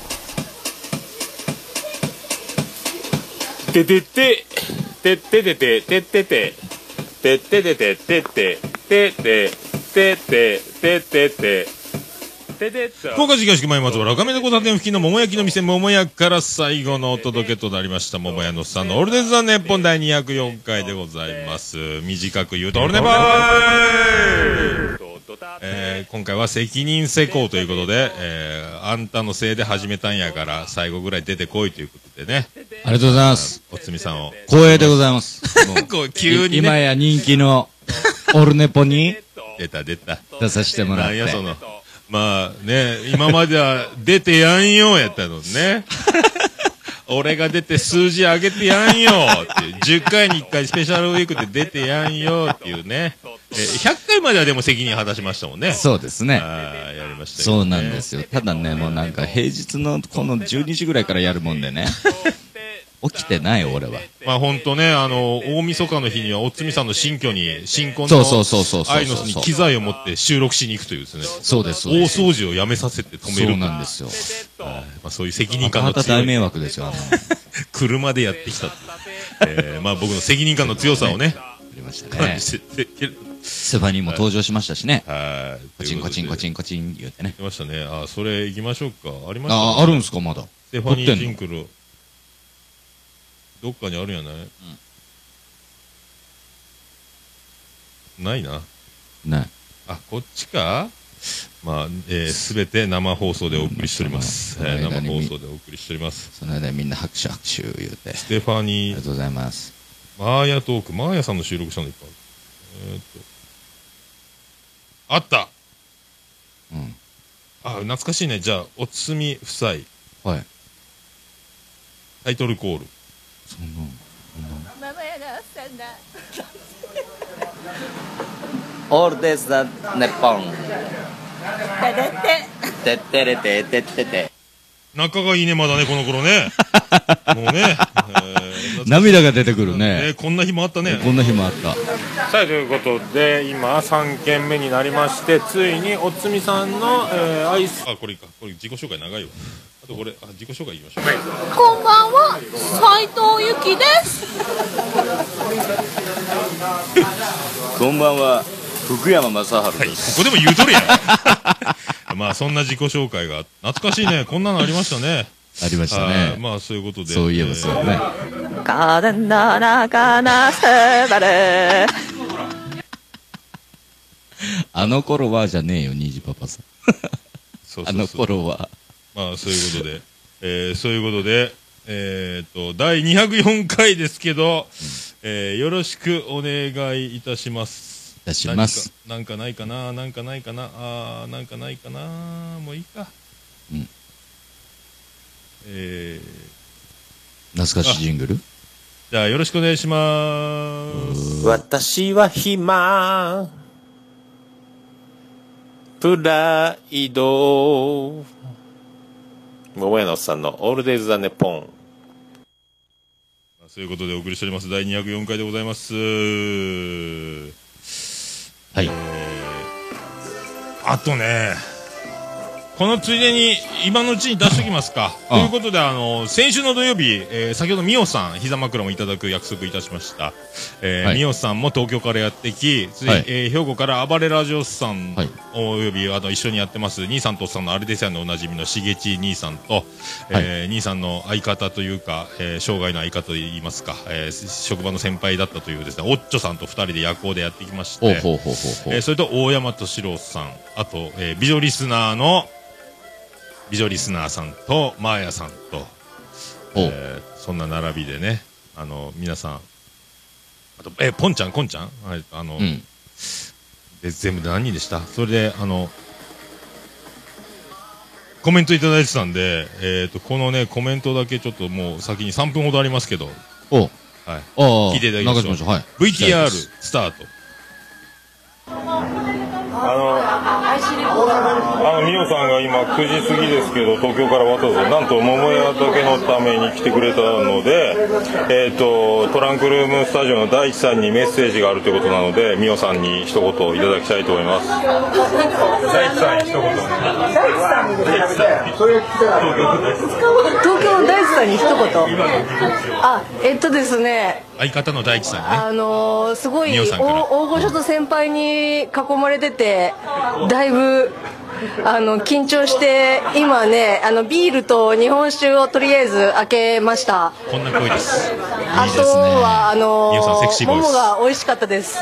ててて、てててて、ててて、てててて、ててて、ててて、てててて、 福岡市東区前松原赤目の交差点付近の桃焼きの店桃屋から最後のお届けとなりました桃屋のさんのオールデイズ・ザ・ネッポン第にひゃくよんかいでございます。短く言うとオールネポー、えー、今回は責任施行ということで、えー、あんたのせいで始めたんやから最後ぐらい出てこいということでね。 ありがとうございます。 おつみさんを光栄でございます。 こう急にね、 今や人気のオルネポに出た出た出させてもらって。 なんやそのまあね、今までは出てやんよやったのね。俺が出て数字上げてやんよっていう、じゅっかいにいっかいスペシャルウィークで出てやんよっていうね。えひゃっかいまではでも責任果たしましたもんね。 そうですね。 ああ、やりましたそうなんですよ。ただね、もうなんか平日のこのじゅうにじぐらいからやるもんでね。起きてない俺は。 まあ本当ね、あの、大晦日の日にはおつみさんの新居に、新婚のそうそうそうそうそうアイノスに機材を持って収録しに行くというですね。 そうです。 大掃除をやめさせて止める。 そうなんですよ。 まあそういう責任感の強い。大迷惑ですよ、あの。 車でやってきた。えー、まあ僕の責任感の強さをね。 ありましたね。ステファニーも登場しましたしね。はい。コチンコチンコチンコチン言うてね。 出ましたね。あ、それ行きましょうか。ありましたね。 あ、あるんすか、まだ。 ステファニー・ジンクル。どっかにあるんやない、うん、ないな。 ない。 あ、こっちか。まあ、えー、すべて生放送でお送りしております。えー、生放送でお送りしております。 その間みんな拍手拍手言うて。 ステファニー。 ありがとうございます。 マーヤトーク。マーヤさんの収録したのいっぱいある。えー、っと。あった。うん。あ、懐かしいね。じゃあ、おつみ夫妻。 はい。 タイトルコール。そんな、 ママやなおっさんだ。 オールデイズ・ザ・ネッポン。 てててってれててってて。 仲がいいね、まだね、この頃ね。もうね、 えー、涙が出てくるね。 ね、こんな日もあったね。 こんな日もあった。 さあ、ということで、今、さんけんめになりまして、ついに、おつみさんの、えー、アイス。 あ、これいいか。これ自己紹介長いわ。あとこれ、あ、自己紹介言いましょう。はい、 こんばんは、斉藤由貴です。 こんばんは、福山雅治です。 はい、ここでも言うとるやん。まあ、そんな自己紹介が、懐かしいね。こんなのありましたね。 ありましたね。 まあ、そういうことで。 そういえばそうね。 家電の中なすばる。 あの頃はじゃねえよ、虹パパさん。 そうそうそう、 あの頃は。 まあ、そういうことで。えー、そういうことで、えー、っと、だいにひゃくよんかいですけど、うん、えー、よろしくお願いいたします。 いたします。 なんかないかな、なんかないかな、あー、なんかないかな、もういいか。うん。えー、懐かしいジングル？ じゃあよろしくお願いしまーす。 私は暇プライド桃屋のおっさんのオールデイズ・ザ・ネッポン。 そういうことでお送りしておりますだいにひゃくよんかいでございます。 はい、えー、 あとね、このついでに今のうちに出しておきますか。ということで、あの先週の土曜日、えー、先ほどみおさん膝枕もいただく約束いたしました。えーはい、みおさんも東京からやってき、つい、はい、えー、兵庫から暴れラジオスさん、はい、およびあと一緒にやってます兄さんとおっさんのあれですやのおなじみのしげち兄さんと、はい、えー、兄さんの相方というか、えー、生涯の相方といいますか、えー、職場の先輩だったというですね、おっちょさんとふたりで夜行でやってきまして、えー、それと大山敏郎さん、あと、えー、美女リスナーの美女リスナーさんとマーヤさんと、えー、そんな並びでね、あの皆さん、あとえポンちゃんコンちゃん、はい、あの、うん、で全部で何人でした？それであのコメントいただいてたんで、えーとこのねコメントだけちょっともう先にさんぷんほどありますけど、 お、 はい、聞いていただきましょう。はい、ブイティーアール スタート。 あの、みおさんが今くじ過ぎですけど、東京からわざわざ、なんと桃屋竹のために来てくれたので、えっと、トランクルームスタジオの大地さんにメッセージがあるということなので、みおさんに一言いただきたいと思います。大地さん、一言。大地さんにそれを聞きたい。 東京の大地さんに一言。あ、えっとですね。 相方の大地さんね。 あのー、すごい大御所と先輩に囲まれてて、だいぶあの緊張して今ね、あのビールと日本酒をとりあえず開けました。 こんな声です。 あとはあのー、桃が美味しかったです。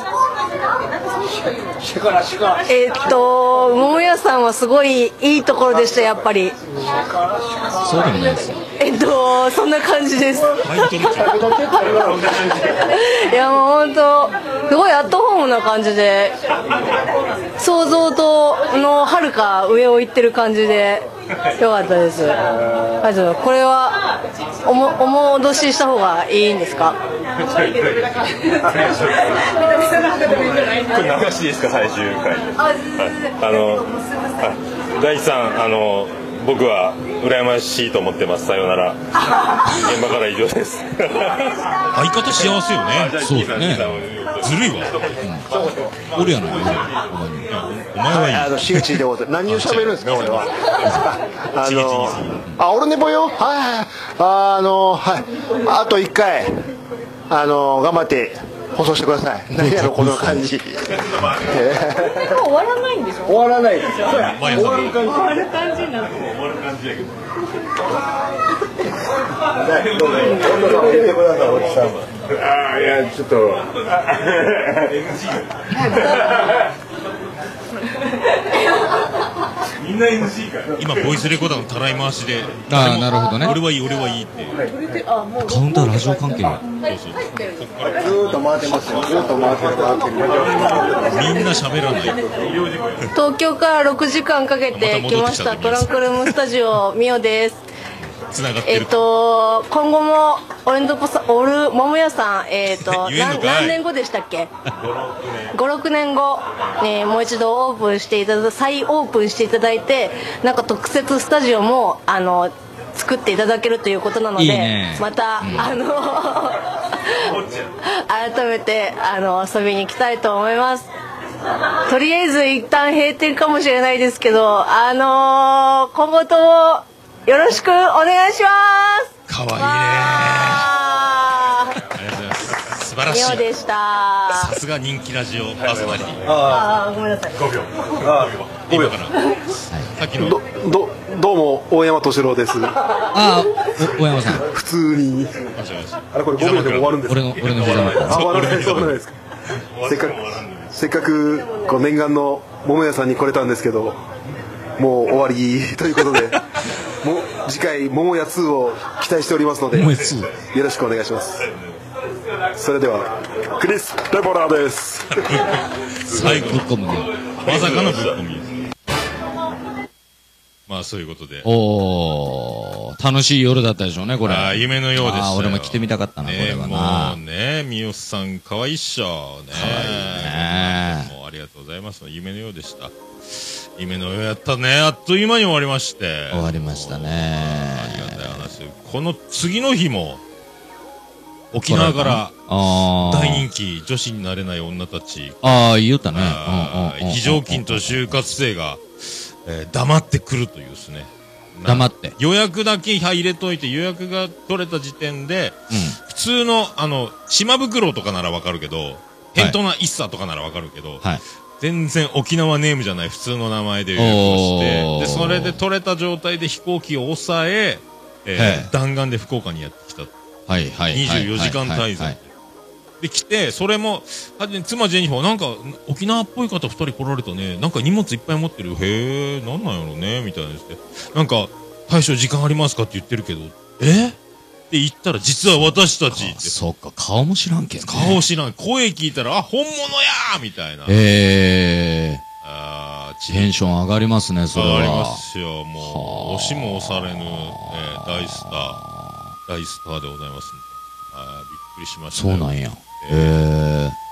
えっと桃屋さんはすごいいいところでした、やっぱり。 そうでもないですよ。 えっとそんな感じです。いやもう本当すごいアットホームな感じで、想像とのはるか上を行ってる感じでよかったです。あとこれはおもお戻しした方がいいんですか？ これ流しですか、最終回。あの大地さん、あの僕は羨ましいと思ってます。さようなら。現場から以上です。 相方幸せよね。 そうだね。 ずるいわ。 俺やない。 お前はいい。 あの真打ちでございます。何を喋るんですか、俺は。あのあ、俺ねぼよ。はいはい。あのはい。あと一回あの頑張って放送してください。何やろこの感じ。 もう終わらないんでしょ？ 終わらないですよ。終わる感じ。 終わる感じになってる。 終わる感じやけど。ああ、いやちょっと。みんな エヌジー か。 今ボイスレコーダーのたらい回しで。 ああ、なるほどね。 俺はいい、俺はいいって。 カウンターラジオ関係や。 ずーっと回ってますよ。ずーっと回ってる回ってる。 みんな喋らない。 東京からろくじかんかけて来ましたトランクルームスタジオみおです。えっと今後もオレンドポサオル桃屋さん、えっと何年後でしたっけ？ごろくねんご、ね、もう一度オープンしていただ再オープンしていただいて、なんか特設スタジオもあの作っていただけるということなので、いいね、また、うん、あの改めてあの遊びに行きたいと思います。とりあえず一旦閉店かもしれないですけど、あのー、今後ともよろしくお願いします。 かわいいね。ありがとうございます。素晴らしい。 みおでした。 さすが人気ラジオパーソナリティ。 ああ、ごめんなさい。 ごびょう。 ごびょうかな。さっきのどどどうも大山敏郎です。 ああ、大山さん。 普通に。あれこれごびょうでも終わるんですか？ 俺の俺の膝枕。 あ、終わらないそうなんですか。せっかくせっかくこう念願の桃屋さんに来れたんですけど、もう終わりということで。も次回桃屋ツーを期待しておりますのでよろしくお願いします。それではクリス・レボラーです。 最後ぶっ込むね。まさかのぶっ込み。まあそういうことで。 おー、楽しい夜だったでしょうねこれ。 ああ、夢のようでしたよ。 俺も来てみたかったな、これはな。 もうね、みおさん可愛いっしょね。 可愛いね。 もうありがとうございます。夢のようでした。夢のようやったね。あっという間に終わりまして。 終わりましたね。 ありがたい話。この次の日も沖縄から大人気女子になれない女たち。 ああ、言ったね。 非常勤と就活生が、えー、黙ってくるというですね。 黙って予約だけ入れといて予約が取れた時点で、うん、普通のあの島袋とかならわかるけど、ヘントナイッサとかならわかるけど、はい、全然沖縄ネームじゃない普通の名前で予約をして、でそれで取れた状態で飛行機を抑え、えー、弾丸で福岡にやってきた。 はいはい。 にじゅうよじかん滞在で来て、それも妻ジェニファーなんか沖縄っぽい方ふたり来られたね、なんか荷物いっぱい持ってる、へえなんなんやろねみたいなして、なんか大将時間ありますかって言ってるけど、えって言ったら実は私たちって。 そっか、顔も知らんけど、ね、 顔知らん、声聞いたらあ本物やーみたいな。 へえ。 あーテンション上がりますね、それは。 上がりますよ、もう押しも押されぬ、えー、大スター大スターでございます、ね、あーびっくりしました、ね、 そうなんや。へえ。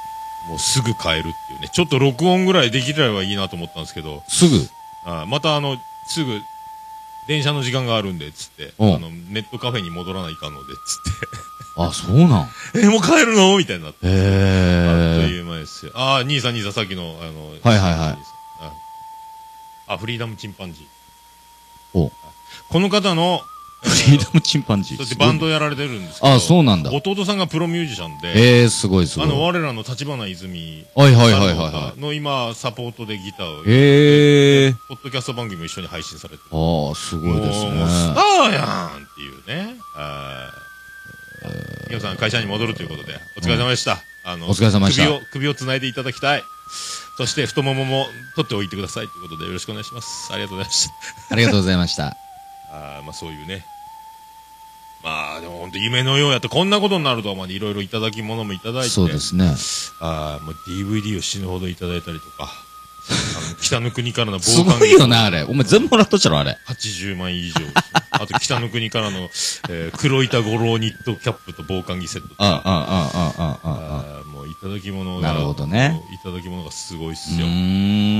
もうすぐ帰るっていうね。ちょっと録音ぐらいできればいいなと思ったんですけど。 すぐあまたあの、すぐ、電車の時間があるんで、つって。あうんの、ネットカフェに戻らないかんので、つって。 あ、そうなん。 え、もう帰るのみたいになって。 へー。 あっという間ですよ。ああ、兄さん兄さん、さっきの、あの、 はいはいはい。 あ、あフリーダムチンパンジー。 おこの方の、 フリーダムチンパンジー。 だってバンドやられてるんですけど。 あ、そうなんだ。 弟さんがプロミュージシャンで。 ええ、すごいすごい。 あの、我らの立花泉。 はいはいはいはいはい。 の今、サポートでギターを。 へえ。 ポッドキャスト番組も一緒に配信されてる。 ああ、すごいですね。 もうスターやんっていうね。ああ。皆さん会社に戻るということで、お疲れ様でした。あの、 お疲れ様でした。 首を、首を繋いでいただきたい。そして太ももも取っておいてくださいということでよろしくお願いします。ありがとうございました。 ありがとうございました。 あまあそういうね。まあでも本当夢のようやってこんなことになるとはまあいろいろいただき物もいただいて。 そうですね。 あもう ディーブイディー を死ぬほどいただいたりとか。あの北の国からのすごいよな、あれ。お前全部もらっとっちゃろ、あれ。 はちじゅうまん以上。あと北の国からの、えー、黒板五郎ニットキャップと防寒着セットとか。 ああ、ああ、ああ、ああ。もういただき物が。 なるほどね。 いただき物がすごいっすよ。 うん。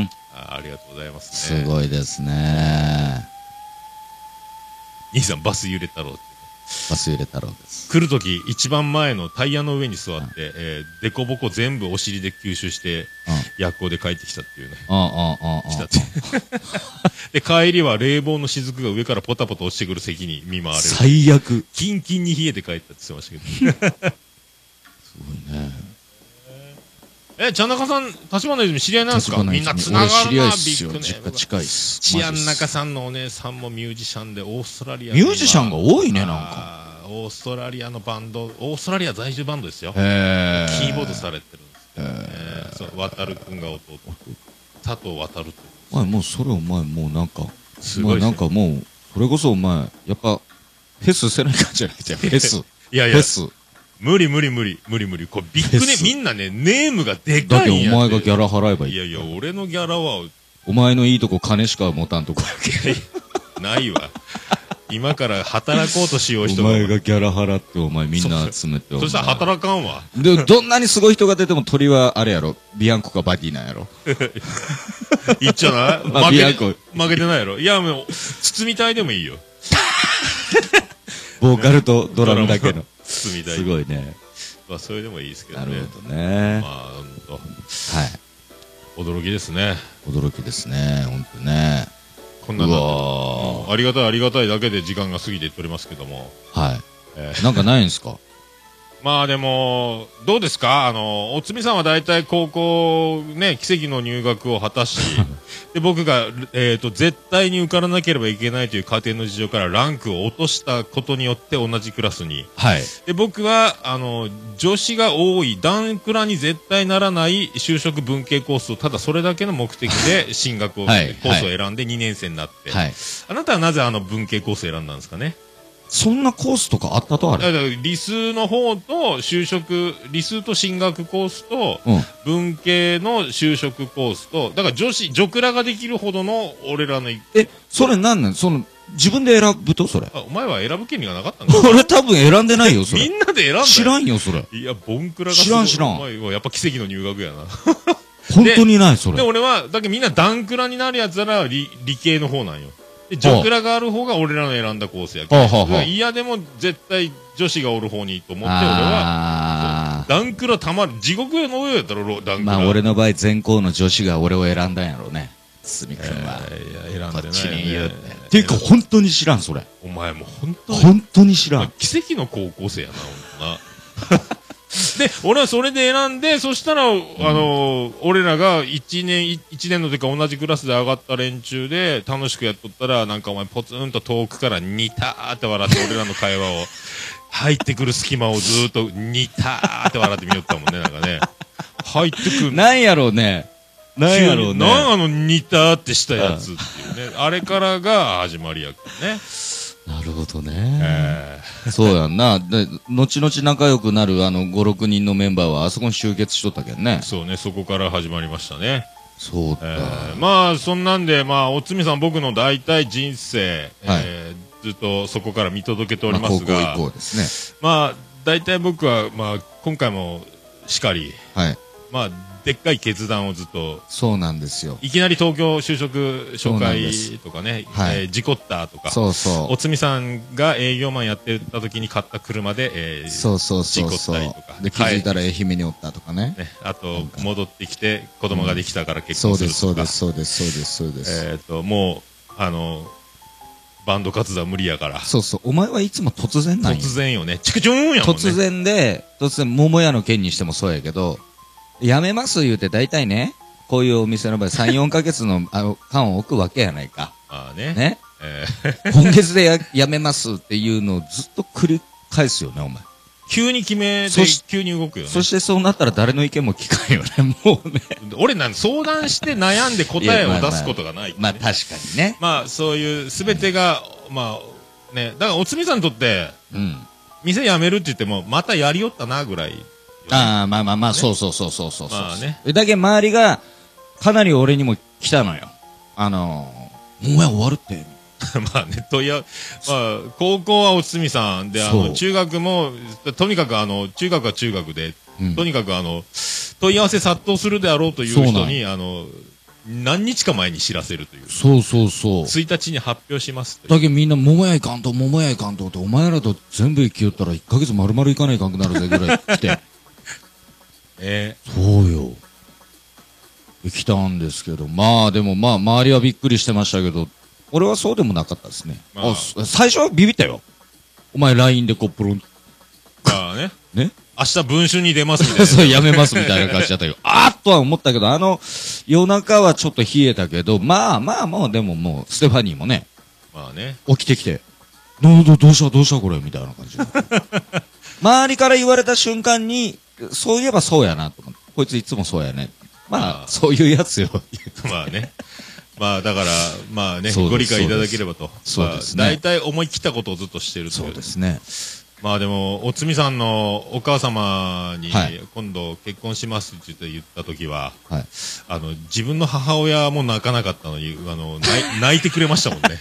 あ。ありがとうございますね。 すごいですね。 兄さん、バス揺れ太郎って。 バス揺れ太郎です。 来るとき、一番前のタイヤの上に座って、えー、デコボコ全部お尻で吸収して、夜行で帰ってきたっていうね。 ああ、ああ、 来たって。で、帰りは冷房の雫が上からポタポタ落ちてくる席に見舞われる。 最悪。 キンキンに冷えて帰ったって言ってましたけど。 すごいね。 え、ちゃんなかさん、立花泉知り合いなんですか？みんな繋がるな、 知り合いっすよ。 ビッグね。 実家近いっす。 ちやんなかさんのお姉さんもミュージシャンで、オーストラリアミュージシャンが多いね、なんか。 オーストラリアのバンド、オーストラリア在住バンドですよ。 へキーボードされてるんですけどね。そう、渡るくんが弟。佐藤渡るって。 お前もうそれお前もうなんか、 すごい。 なんかもう、それこそお前、やっぱ、フェスせないかんじゃないじゃん、フェス。 いやいや。フェス。無理無理無理無理無理。これビッグネ、みんなね、ネームがでかいんや。 だってお前がギャラ払えばいい。 いやいや、俺のギャラは。 お前のいいとこ金しか持たんとこ。 ないわ。今から働こうとしよう人が。お前がギャラ払ってお前みんな集めて。 そしたら働かんわ。 で、どんなにすごい人が出ても鳥はあれやろ。ビアンコかバディなんやろ。 いっちゃない、 まあ、ビアンコ。 負けてないやろ。いや、もう、包みたいでもいいよ。 ボーカルとドラムだけの。 包みたい。 すごいね。 まあ、それでもいいですけどね。 なるほどね。 まあ、ほんと。はい。驚きですね。 驚きですね。ほんとね。 こんなの。ありがたいありがたいだけで時間が過ぎていっておりますけども。 はい。えー、なんかないんですか？ まあでも、どうですかあの、おつみさんは大体高校、ね、奇跡の入学を果たし、で、僕が、えっと、絶対に受からなければいけないという家庭の事情からランクを落としたことによって同じクラスに。 はい。 で、僕は、あの、女子が多い、ダンクラに絶対ならない就職文系コースを、ただそれだけの目的で進学を、はい、コースを選んでにねん生になって。はい。あなたはなぜあの文系コースを選んだんですかね？ そんなコースとかあったとある？理数の方と就職、理数と進学コースと、文系の就職コースと、だから女子、女クラができるほどの俺らの。 え、それなんなんその、自分で選ぶとそれ。 あ、お前は選ぶ権利がなかったんだ。 俺多分選んでないよ、それ。 みんなで選んだ。 知らんよ、それ。 いや、ボンクラが知らん知らん。 お前はやっぱ奇跡の入学やな。 本当にない、それ。 で、俺は、だけどみんなダンクラになるやつなら理、理系の方なんよ。で、女クラがある方が俺らの選んだコースやけど、いやでも絶対女子がおる方にと思って俺は、ダンクラたまる、地獄の上やったらダンクラ。 まあ俺の場合全校の女子が俺を選んだんやろうね。すみくんは。 いや、選んでない。こっちに言うって。ていうか本当に知らん、それ。 お前も本当に。 本当に知らん。 奇跡の高校生やな、ほんとな。で、俺はそれで選んで、そしたら、うん、あの、俺らが一年、一年の時か同じクラスで上がった連中で楽しくやっとったら、なんかお前ポツンと遠くからニターって笑って俺らの会話を、入ってくる隙間をずーっとニターって笑ってみよったもんね、なんかね。入ってくる。 なんやろうね。なんやろうね。 なんあのニターってしたやつっていうね。あれからが始まりやからね。 なるほどね。えー、そうやんな。で、後々仲良くなるあのご、ろくにんのメンバーはあそこに集結しとったけんね。 そうね、そこから始まりましたね。 そうだ。 えー、まあ、そんなんで、まあ、おつみさん僕の大体人生、はい、えー、ずっとそこから見届けておりますが、 まあ、高校以降ですね。 まあ、大体僕は、まあ、今回もしかり、 はい。 まあでっかい決断をずっと。 そうなんですよ。 いきなり東京就職紹介とかね、 はい、 えー、事故ったとか、 そうそう。 おつみさんが営業マンやってた時に買った車で、えー、 そうそうそうそう。 事故ったりとか。 で、気づいたら愛媛におったとかね。 ね、あと、戻ってきて子供ができたから結婚するとか。 そうです、そうです、そうです、そうです。 えっと、もう、あの、バンド活動は無理やから。 そうそう。お前はいつも突然なんよ。 突然よね。チクチューンやもんね。 突然で、突然、桃屋の件にしてもそうやけど、やめます言うて大体ね、こういうお店の場合さん、よんかげつのあの間を置くわけやないか。 ああね。 ね。 えー、今月で や, やめますっていうのをずっと繰り返すよね、お前。 急に決めて、急に動くよね。 そしてそうなったら誰の意見も聞かんよね、もうね。 俺なん相談して悩んで答えを出すことがない、ね。 まあ、まあ、まあ確かにね。 まあそういうすべてが、うん、まあね、だからおつみさんにとって、うん、店辞めるって言っても、またやりよったなぐらい、ね。 ああ、まあまあまあ、ね、そうそうそうそうそうそう。 まあね。 だけ周りが、かなり俺にも来たのよ。あのー、もうや終わるって。 まあね、問い合わ、まあ、高校はおつみさんで、あの、中学も、とにかくあの、中学は中学で、うん、とにかくあの、問い合わせ殺到するであろうという人に、あの、何日か前に知らせるという。 そうそうそう。 ついたちに発表しますだけどみんな、桃屋いかんと、桃屋いかんとって、お前らと全部行きよったらいっかげつ丸々行かないかんくなるぜぐらい来て。 えー、 そうよ。来たんですけど、まあでもまあ周りはびっくりしてましたけど、俺はそうでもなかったですね。まあ、あ最初はビビったよ。お前 ライン でこっぷろん。 まあね。 ね。 明日文春に出ますみたいな。 そう、やめますみたいな感じだったけど、あーっとは思ったけど、あの、夜中はちょっと冷えたけど、まあまあもうでももう、ステファニーもね。 まあね。 起きてきて、どうどうどうしたどうしたこれみたいな感じで。周りから言われた瞬間に、そういえばそうやなと思って。こいついつもそうやね。まあ、そういうやつよ。 まあね。まあだから、まあね、ご理解いただければと。 そうですね。 大体思い切ったことをずっとしてるという。 そうですね。 まあでも、おつみさんのお母様に、今度結婚しますって言った時は、はい、あの、自分の母親も泣かなかったのに、あの、泣いてくれましたもんね。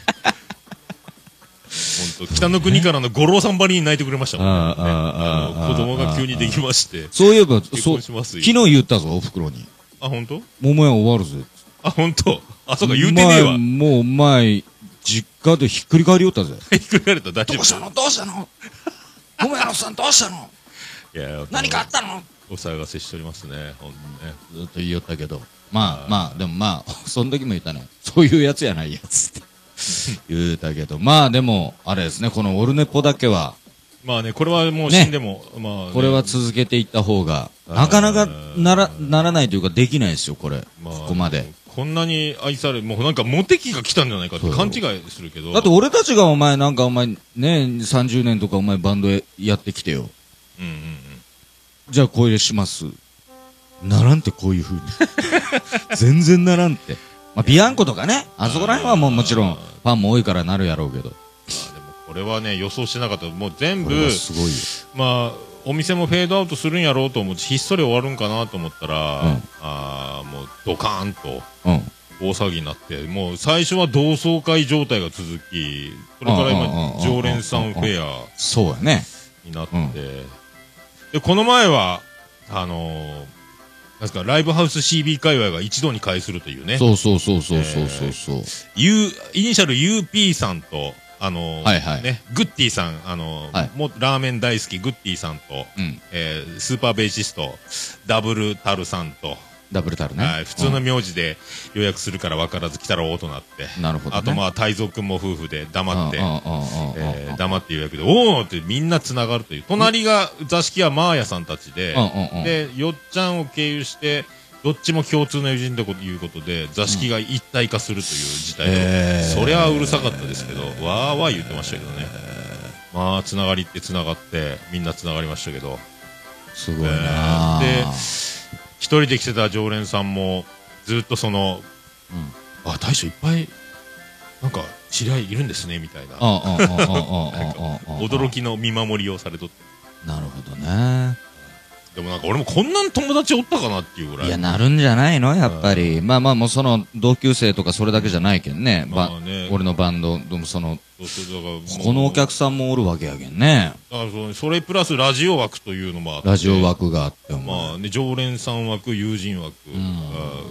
本当北の国からの五郎さんばりに泣いてくれましたもんね。子供が急にできまして。 そういえば、そう、昨日言ったぞ、お袋に。 あ、本当？ 桃屋終わるぜ。 あ、本当？あ、そうか、言うてねえわ。 もう、お前、実家でひっくり返りよったぜ。 ひっくり返ると大丈夫。 どうしたのどうしたの桃屋のさんどうしたのいや、何かあったのお騒がせしておりますね、ほんとね。 ずっと言いよったけど。まあまあ、でもまあ、その時も言ったね。そういうやつやないやつって。言うたけど。まあでも、あれですね、このオルネポだけは。 まあね、これはもう死んでも、ね、まあ、ね、 これは続けていった方が、なかなかなら、ならないというかできないですよ、これ。まあ、ここまで。 こんなに愛され、もうなんかモテ期が来たんじゃないかって勘違いするけど。 だって俺たちがお前なんかお前ね、さんじゅうねんとかお前バンドやってきてよ。 うんうんうん。 じゃあこれします。ならんってこういう風に。全然ならんって。まあビアンコとかね、あそこら辺はもうもちろんファンも多いからなるやろうけど。 まあでもこれはね、予想してなかった。もう全部、 すごいよ。 まあ、お店もフェードアウトするんやろうと思ってひっそり終わるんかなと思ったら、うん、あもうドカーンと大騒ぎになって、もう最初は同窓会状態が続き、それから今常連さんフェアそうやねになって、うん、でこの前はあのー、なんですかライブハウス シービー 界隈が一堂に会するというね、 そうそうそうそうそうそうそう、えー、 U イニシャル ユーピー さんとあのーはいはいね、グッティさん、あのーはい、もラーメン大好きグッティさんと、うんえー、スーパーベーシストダブルタルさんとダブルタルね、 はい、普通の名字で予約するから分からず来たらおーとなって、 なるほどね、 あとまあ泰造君も夫婦で黙ってえー黙って予約でおーってみんなつながるという、隣が座敷はマーヤさんたちで、でよっちゃんを経由してどっちも共通の友人ということで座敷が一体化するという事態で、えー、そりゃうるさかったですけどわーわー言ってましたけどね、えー、まあつながりってつながってみんなつながりましたけどすごいな、 えー、で一人で来てた常連さんもずっとその、うん、あ大将いっぱいなんか知り合いいるんですねみたいな驚きの見守りをされとって、 なるほどね、 でもなんか俺もこんなに友達おったかなっていうぐらい。 いや、なるんじゃないのやっぱり。まあまあもうその同級生とかそれだけじゃないけんね。 まあね、 俺のバンド、でもその、 そうそうだからこのお客さんもおるわけやけんね。 だからそそれプラスラジオ枠というのもあって。 ラジオ枠があって。 まあね、常連さん枠、友人枠、うん、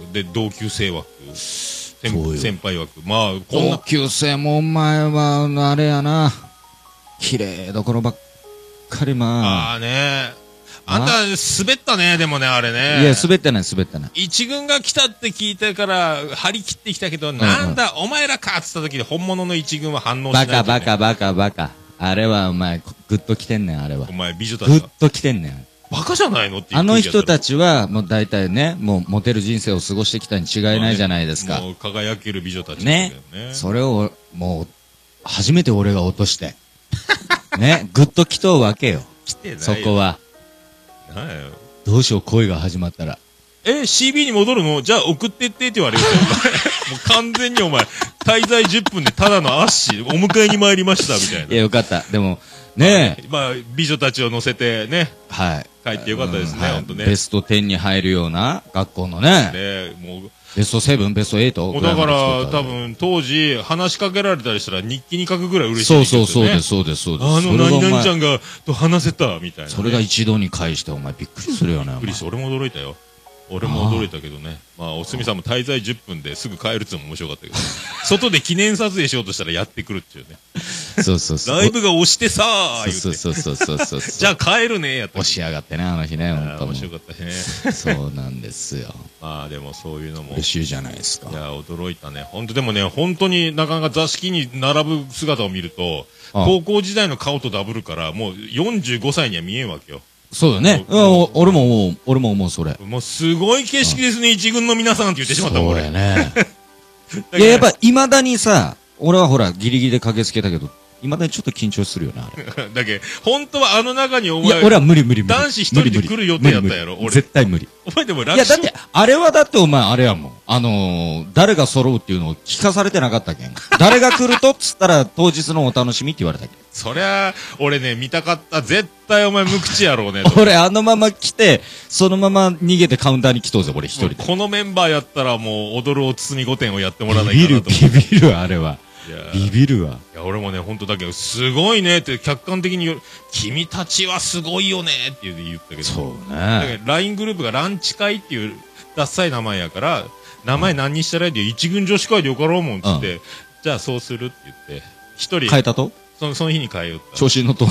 で、同級生枠、先, 先輩枠。まあ、 こんな。同級生もお前は、あれやな。綺麗どころばっかりまあ。 ああね。あんた、滑ったね、でもね、あれね。 いや、滑ってない、滑ってない。 一軍が来たって聞いてから、張り切ってきたけど、うんうん、なんだ、お前らかっつった時に本物の一軍は反応しない、ね。 バカバカバカバカ。あれはお前、ぐっと来てんねん、あれは。 お前、美女たちは。 ぐっと来てんねん。 バカじゃないのって言う。あの人たちは、もう大体ね、もうモテる人生を過ごしてきたに違いないじゃないですか。 もう輝ける美女たちね。ね。それを、もう、初めて俺が落として。ね。ぐっと来とうわけよ。 来てないよ。 そこは。どうしよう、恋が始まったら。 え、シービー に戻るの？じゃあ送ってってって言われるよ。もう完全にお前、滞在じゅっぷんでただのアッシー、お迎えに参りましたみたいな。 いや、よかった。でも、ねえ。 まあ、美女たちを乗せてね。 はい。 帰ってよかったですね、ほんとね。 ベストじゅうに入るような学校のね。 ねもう。 ベストセブン、ベストエイト？ もうだから、多分、当時、話しかけられたりしたら日記に書くぐらい嬉しい、 ね。そうそうそうです、そうです、そうです。 あの、何々ちゃんが、と話せた、みたいな、ね。 それが一度に返して、お前びっくりするよね。 びっくりして、俺も驚いたよ。俺も驚いたけどね。まあ、おすみさんも滞在じゅっぷんですぐ帰るっていうのも面白かったけど、外で記念撮影しようとしたらやってくるっていうね。 そうそうそう。 ライブが押してさー、 そうそうそうそうそう。 じゃあ帰るねやった。 押しやがってね、あの日ね、本当面白かったね。 そうなんですよ。 まあでもそういうのも。 嬉しいじゃないですか。 いや、驚いたね。本当でもね、本当になかなか座敷に並ぶ姿を見ると、高校時代の顔とダブるから、もうよんじゅうごさいには見えんわけよ。 そうだね。俺も思う、俺も思う、それ。 もうすごい景色ですね、一軍の皆さんって言ってしまったもん、俺。 そうやね。いや、やっぱ、未だにさ、俺はほら、ギリギリで駆けつけたけど、未だにちょっと緊張するよね、あれ。 だけど、本当はあの中にお前、 いや、俺は無理無理無理。 男子一人で来る予定やったやろ、俺。 絶対無理。 お前でもラッシュ。いや、だって、あれはだってお前、あれやもん。あのー、誰が揃うっていうのを聞かされてなかったけん。誰が来るとっつったら、当日のお楽しみって言われたけん。 そりゃ、俺ね、見たかった。絶対お前無口やろうね。 俺、あのまま来て、そのまま逃げてカウンターに来とうぜ、俺一人で。 このメンバーやったらもう、踊るお包み御殿をやってもらわないかなと思う。 ビビる、ビビる、あれは。ビビるわ。 いや、俺もね、本当だけど、すごいねって、客観的に、君たちはすごいよねって言ったけど。 そうね。 だけど、ライン グループがランチ会っていう、ダッサい名前やから、名前何にしたらいいで、一軍女子会でよかろうもんっつって、うん、じゃあそうするって言って、一人。 変えたとその、その日に変えよった。 調子に乗っと。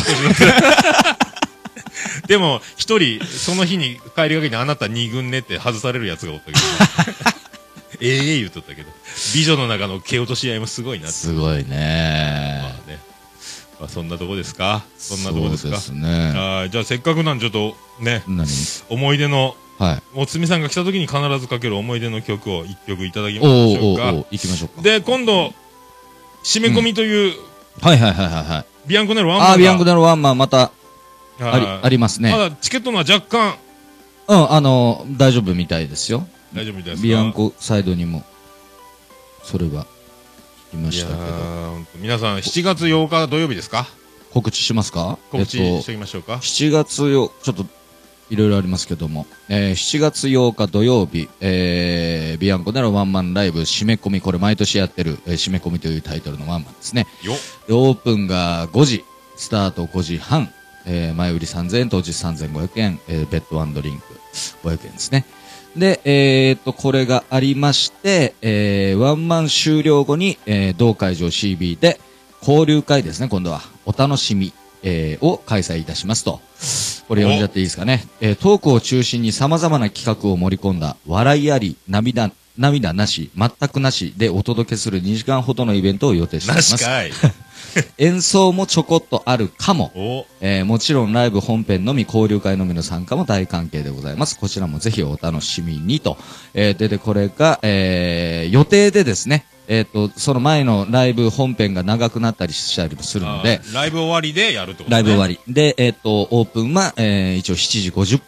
でも、一人、その日に帰りがけにあなた二軍ねって外されるやつがおったけど。ええ言うとったけど、美女の中の蹴落とし合いもすごいなって。 すごいね。 まあね。まあそんなとこですかそんなとこですか。 そうですね。 あじゃあせっかくなんでちょっとね、 何思い出の、 はい。 おつみさんが来た時に必ずかける思い出の曲を一曲いただきましょうか。 おーおーおー行きましょうか。 で、今度、締め込みという、 うん、はいはいはいはい。 ビアンコネロワンマン。 あ、ビアンコネロワンマンまた、あり、ありますね。 まだチケットのは若干。 うん、あの、大丈夫みたいですよ。 大丈夫みたいですか。 ビアンコサイドにも、それは、聞きましたけど。 皆さん、しちがつようか土曜日ですか？ 告知しますか？ 告知しておきましょうか。 しちがつようか、ちょっと、いろいろありますけども、えー、しちがつようか土曜日、えー、ビアンコネロワンマンライブ締め込み、これ毎年やってる、えー、締め込みというタイトルのワンマンですね。 よでオープンがごじ、スタートごじはん、えー、前売りさんぜんえん、当日さんぜんごひゃくえん、えー、ベッド&ドリンクごひゃくえんですね。で、えー、っと、これがありまして、えー、ワンマン終了後に、えー、同会場 シービー で交流会ですね、今度は。お楽しみ、えー、を開催いたしますと。これ読んじゃっていいですかね。えー、トークを中心に様々な企画を盛り込んだ、笑いあり、涙、涙なし、全くなしでお届けするにじかんほどのイベントを予定しています。 なしかい。 演奏もちょこっとあるかも、えー、もちろんライブ本編のみ交流会のみの参加も大歓迎でございます。こちらもぜひお楽しみにと、えー、ででこれが、えー、予定でですね、えっ、ー、とその前のライブ本編が長くなったりしたりもするので、 ライブ終わりでやるってことね。 ライブ終わりで、えっ、ー、とオープンは、えー、一応しちじごじゅっぷん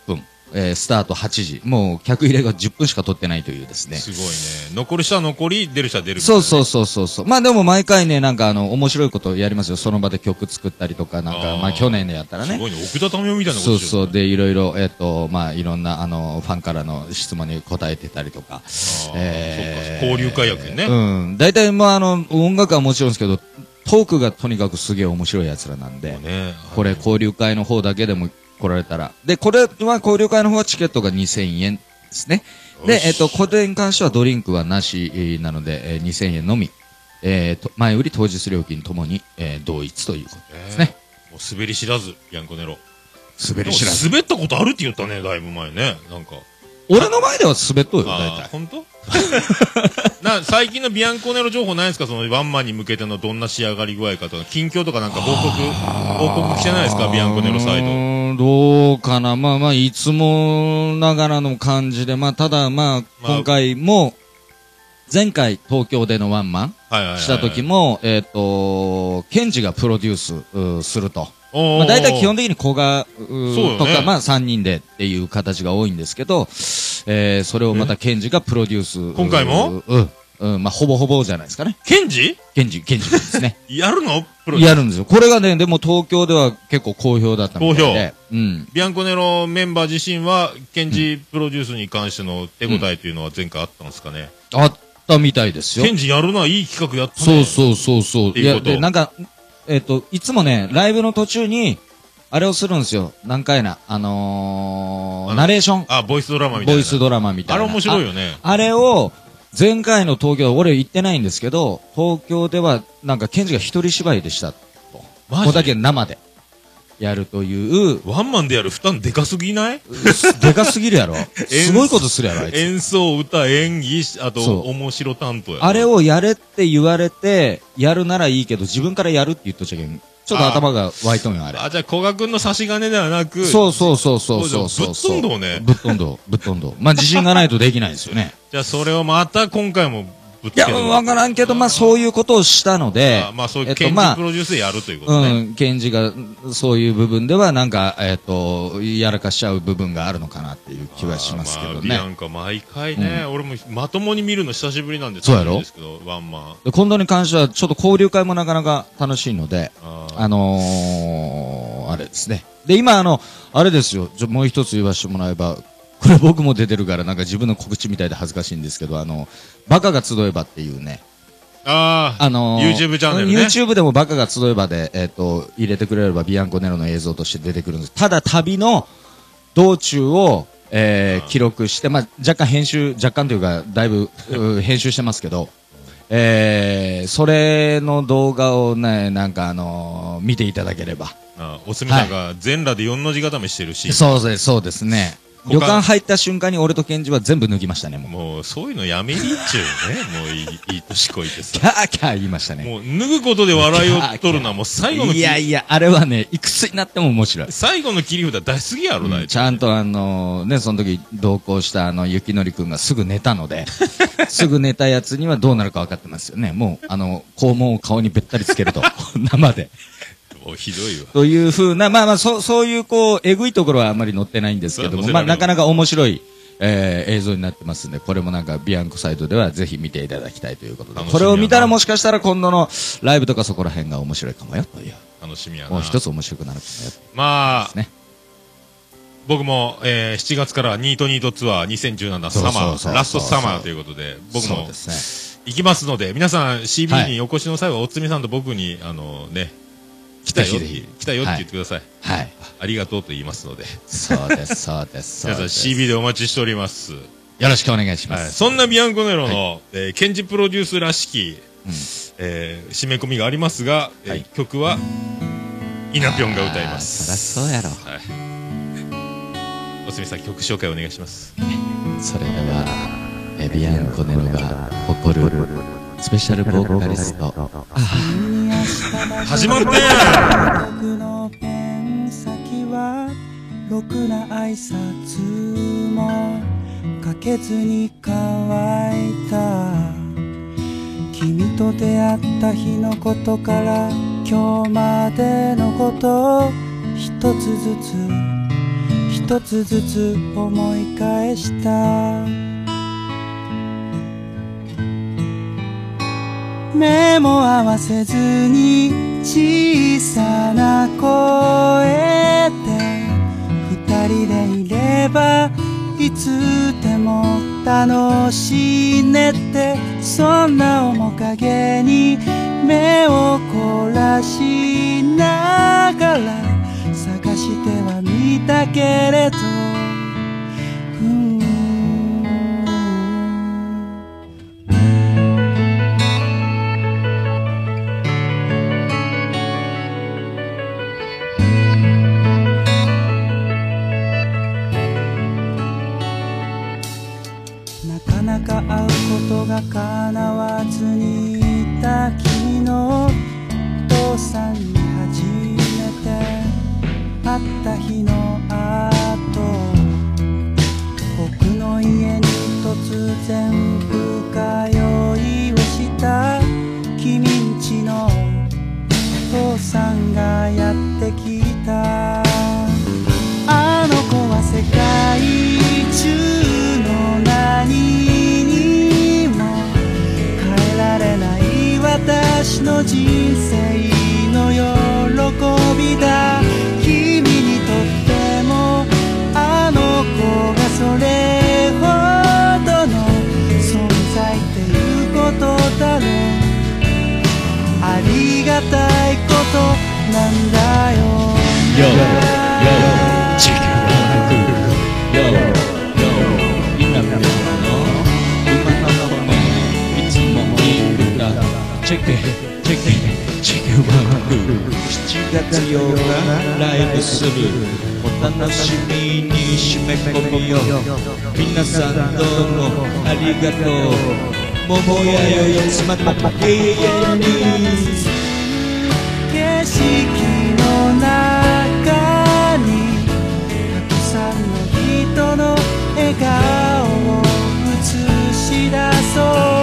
えー、スタートはちじ。もう客入れがじゅっぷんしか取ってないというですね。 すごいね。残る人は残り、出る人は出るみたいな、 そうそうそうそうそう。まあでも毎回ね、なんかあの、面白いことやりますよ。その場で曲作ったりとか、なんか、まあ去年でやったらね。 すごいね。奥田民生みたいなことそうそう。で、いろいろ、えっと、まあいろんな、あの、ファンからの質問に答えてたりとか。 えー、交流会やけんね。 うん。大体、まああの、音楽はもちろんですけど、トークがとにかくすげえ面白い奴らなんで、 ね、 これ交流会の方だけでも来られたら。で、これは交流会の方はチケットがにせんえんですね。で、えっと、これに関してはドリンクはなしなので、えー、にせんえんのみ。えー、と、前売り当日料金ともに、えー、同一ということですね。 えー、もう滑り知らず、ビアンコネロ。 滑り知らず。 滑ったことあるって言ったね、だいぶ前ね。なんか。 俺の前では滑っとるよ、大体。 本当？な、最近のビアンコネロ情報ないですか？そのワンマンに向けてのどんな仕上がり具合かとか、近況とかなんか報告、報告来てないですか？ビアンコネロサイド。 うーん、どうかな。まあまあ、いつもながらの感じで、まあ、ただまあ、今回も、前回東京でのワンマンした時も、えっと、ケンジがプロデュースすると。まあ大体基本的に古賀とか、まあさんにんでっていう形が多いんですけど、えー、それをまたケンジがプロデュース。 今回もうん。うん、まあほぼほぼじゃないですかね。 ケンジケンジ、ケンジですね。 やるのプロデュース。 やるんですよ。これがね、でも東京では結構好評だったみたいで。 好評。うん。ビアンコネロメンバー自身は、ケンジプロデュースに関しての手応えというのは前回あったんですかね。 うん、あったみたいですよ。 ケンジやるな、いい企画やったね。 そうそうそうそう。 いや、 で、なんか、えっと、いつもね、ライブの途中に、あれをするんですよ。何回な。あのー、ナレーション。 あ、ボイスドラマみたいな。 ボイスドラマみたいな。 あれ面白いよね。 あ, あれを、前回の東京、俺行ってないんですけど、東京では、なんか、ケンジが一人芝居でしたと。 マジ？ ここだけ生で。やるという。 ワンマンでやる負担でかすぎない？ でかすぎるやろ。すごいことするやろ、あいつ。 演奏、歌、演技、あと、面白担当や。 あれをやれって言われて、やるならいいけど、自分からやるって言っとっちゃけん。ちょっと頭が湧いとんよ、あれ。 あ、じゃあ、古賀くんの差し金ではなく。 そうそうそうそうそうそう。 ぶっ飛んどうね。 ぶっ飛んどう、ぶっ飛んどう。まあ、自信がないとできないですよね。 じゃあ、それをまた今回もぶっつけいや、わからんけど、まあ、そういうことをしたので。 あまあ、そういうケンジプロデュースでやるということね。 うん、ケンジが、そういう部分では、なんか、えっと、やらかしちゃう部分があるのかなっていう気はしますけどね。 ビアンカ毎回ね、俺もまともに見るの久しぶりなんですそうやろ？ ワンマン。 で、今度に関しては、ちょっと交流会もなかなか楽しいので、あのー、あれですね。で、今、あの、あれですよ、ちょもう一つ言わせてもらえば、これ僕も出てるから、なんか自分の告知みたいで恥ずかしいんですけど、あの、バカが集えばっていうね、 ああ、 あのー、 YouTube チャンネルね。 YouTube でもバカが集えばで、えっ、ー、と、入れてくれればビアンコネロの映像として出てくるんです。ただ旅の道中を、えー、記録して、まあ、若干編集、若干というか、だいぶ、編集してますけど、えー、それの動画をね、なんかあのー、見ていただければ。 ああ、おすみさんが全裸でよんの字固めしてるし。 そうです、そうですね。旅館入った瞬間に俺とケンジは全部脱ぎましたね、もう。 もう、そういうのやめにっちゅうね。もういい、いい年こいてさ。 キャーキャー言いましたね。 もう、脱ぐことで笑いを取るのはもう最後のいやいや、あれはね、いくつになっても面白い。 最後の切り札出しすぎやろな、うん、 ちゃんとあのー、ね、その時同行したあの、ゆきのりくんがすぐ寝たので、すぐ寝たやつにはどうなるか分かってますよね。もう、あの、肛門を顔にべったりつけると。生で。 ひどいわ。 というふうな、まあまあ、そう、そういうこう、えぐいところはあんまり載ってないんですけども、まあ、なかなか面白い、えー、映像になってますんで、これもなんか、ビアンコサイトではぜひ見ていただきたいということで、これを見たらもしかしたら今度のライブとかそこら辺が面白いかもよ、という。 楽しみやな。 もう一つ面白くなるかもよ。 まあ、ね、僕も、えー、しちがつからニートニートツアーにせんじゅうななサマー、ラストサマーということで、僕も、行きますので、皆さん シービー にお越しの際は、おつみさんと僕に、あのね、来たよ、来たよって言ってください。 はい。 ありがとうと言いますので。 そうです、そうです。 皆さん シービー でお待ちしております。 よろしくお願いします。 そんなビアンコネロの、えケンジプロデュースらしき、え締め込みがありますが、曲は、イナピョンが歌います。 そりゃそうやろ。 はい。おすみさん、曲紹介お願いします。 それでは、えビアンコネロが誇る、スペシャルボーカリスト。 始まって僕のペン先はろくな挨拶もかけずに乾いた。君と出会った日のことから今日までのことを一つずつ一一つずつ思い返した。目も合わせずに小さな声で二人でいればいつでも楽しいねって、そんな面影に目を凝らしながら探してはみたけれど、うんなかなか会うことが叶わずにいた君のお父さんに初めて会った日の後、僕の家に突然深酔いをした君んちのお父さんがやってきた。あの子は世界中の何にも変えられない私の人生の喜びだ。君にとってもあの子がそれほどの存在っていうことだろう。ありがたいことなんだよ。 Yo, yo, 地球が来る Yo, yo 今の馬の骨いつもいるだ。チェケチェケ地球が来る。しちがつようかライブする。お楽しみに締め込みよ。皆さんどうもありがとう。桃屋よいつまた永遠に景色の中にたくさんの人の笑顔を映し出そう。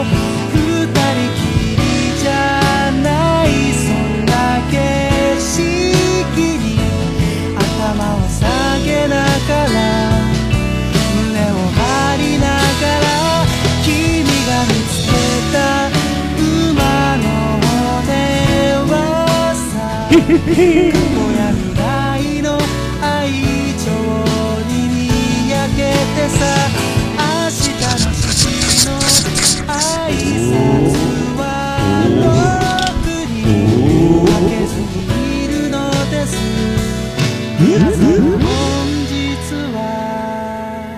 二人きりじゃないそんな景色に頭を下げながら胸を張りながら君が見つけた馬の骨はさ過去や未来の愛情ににやけてさ、明日の月の挨拶は僕にかけずにいるのです。皆さん本日は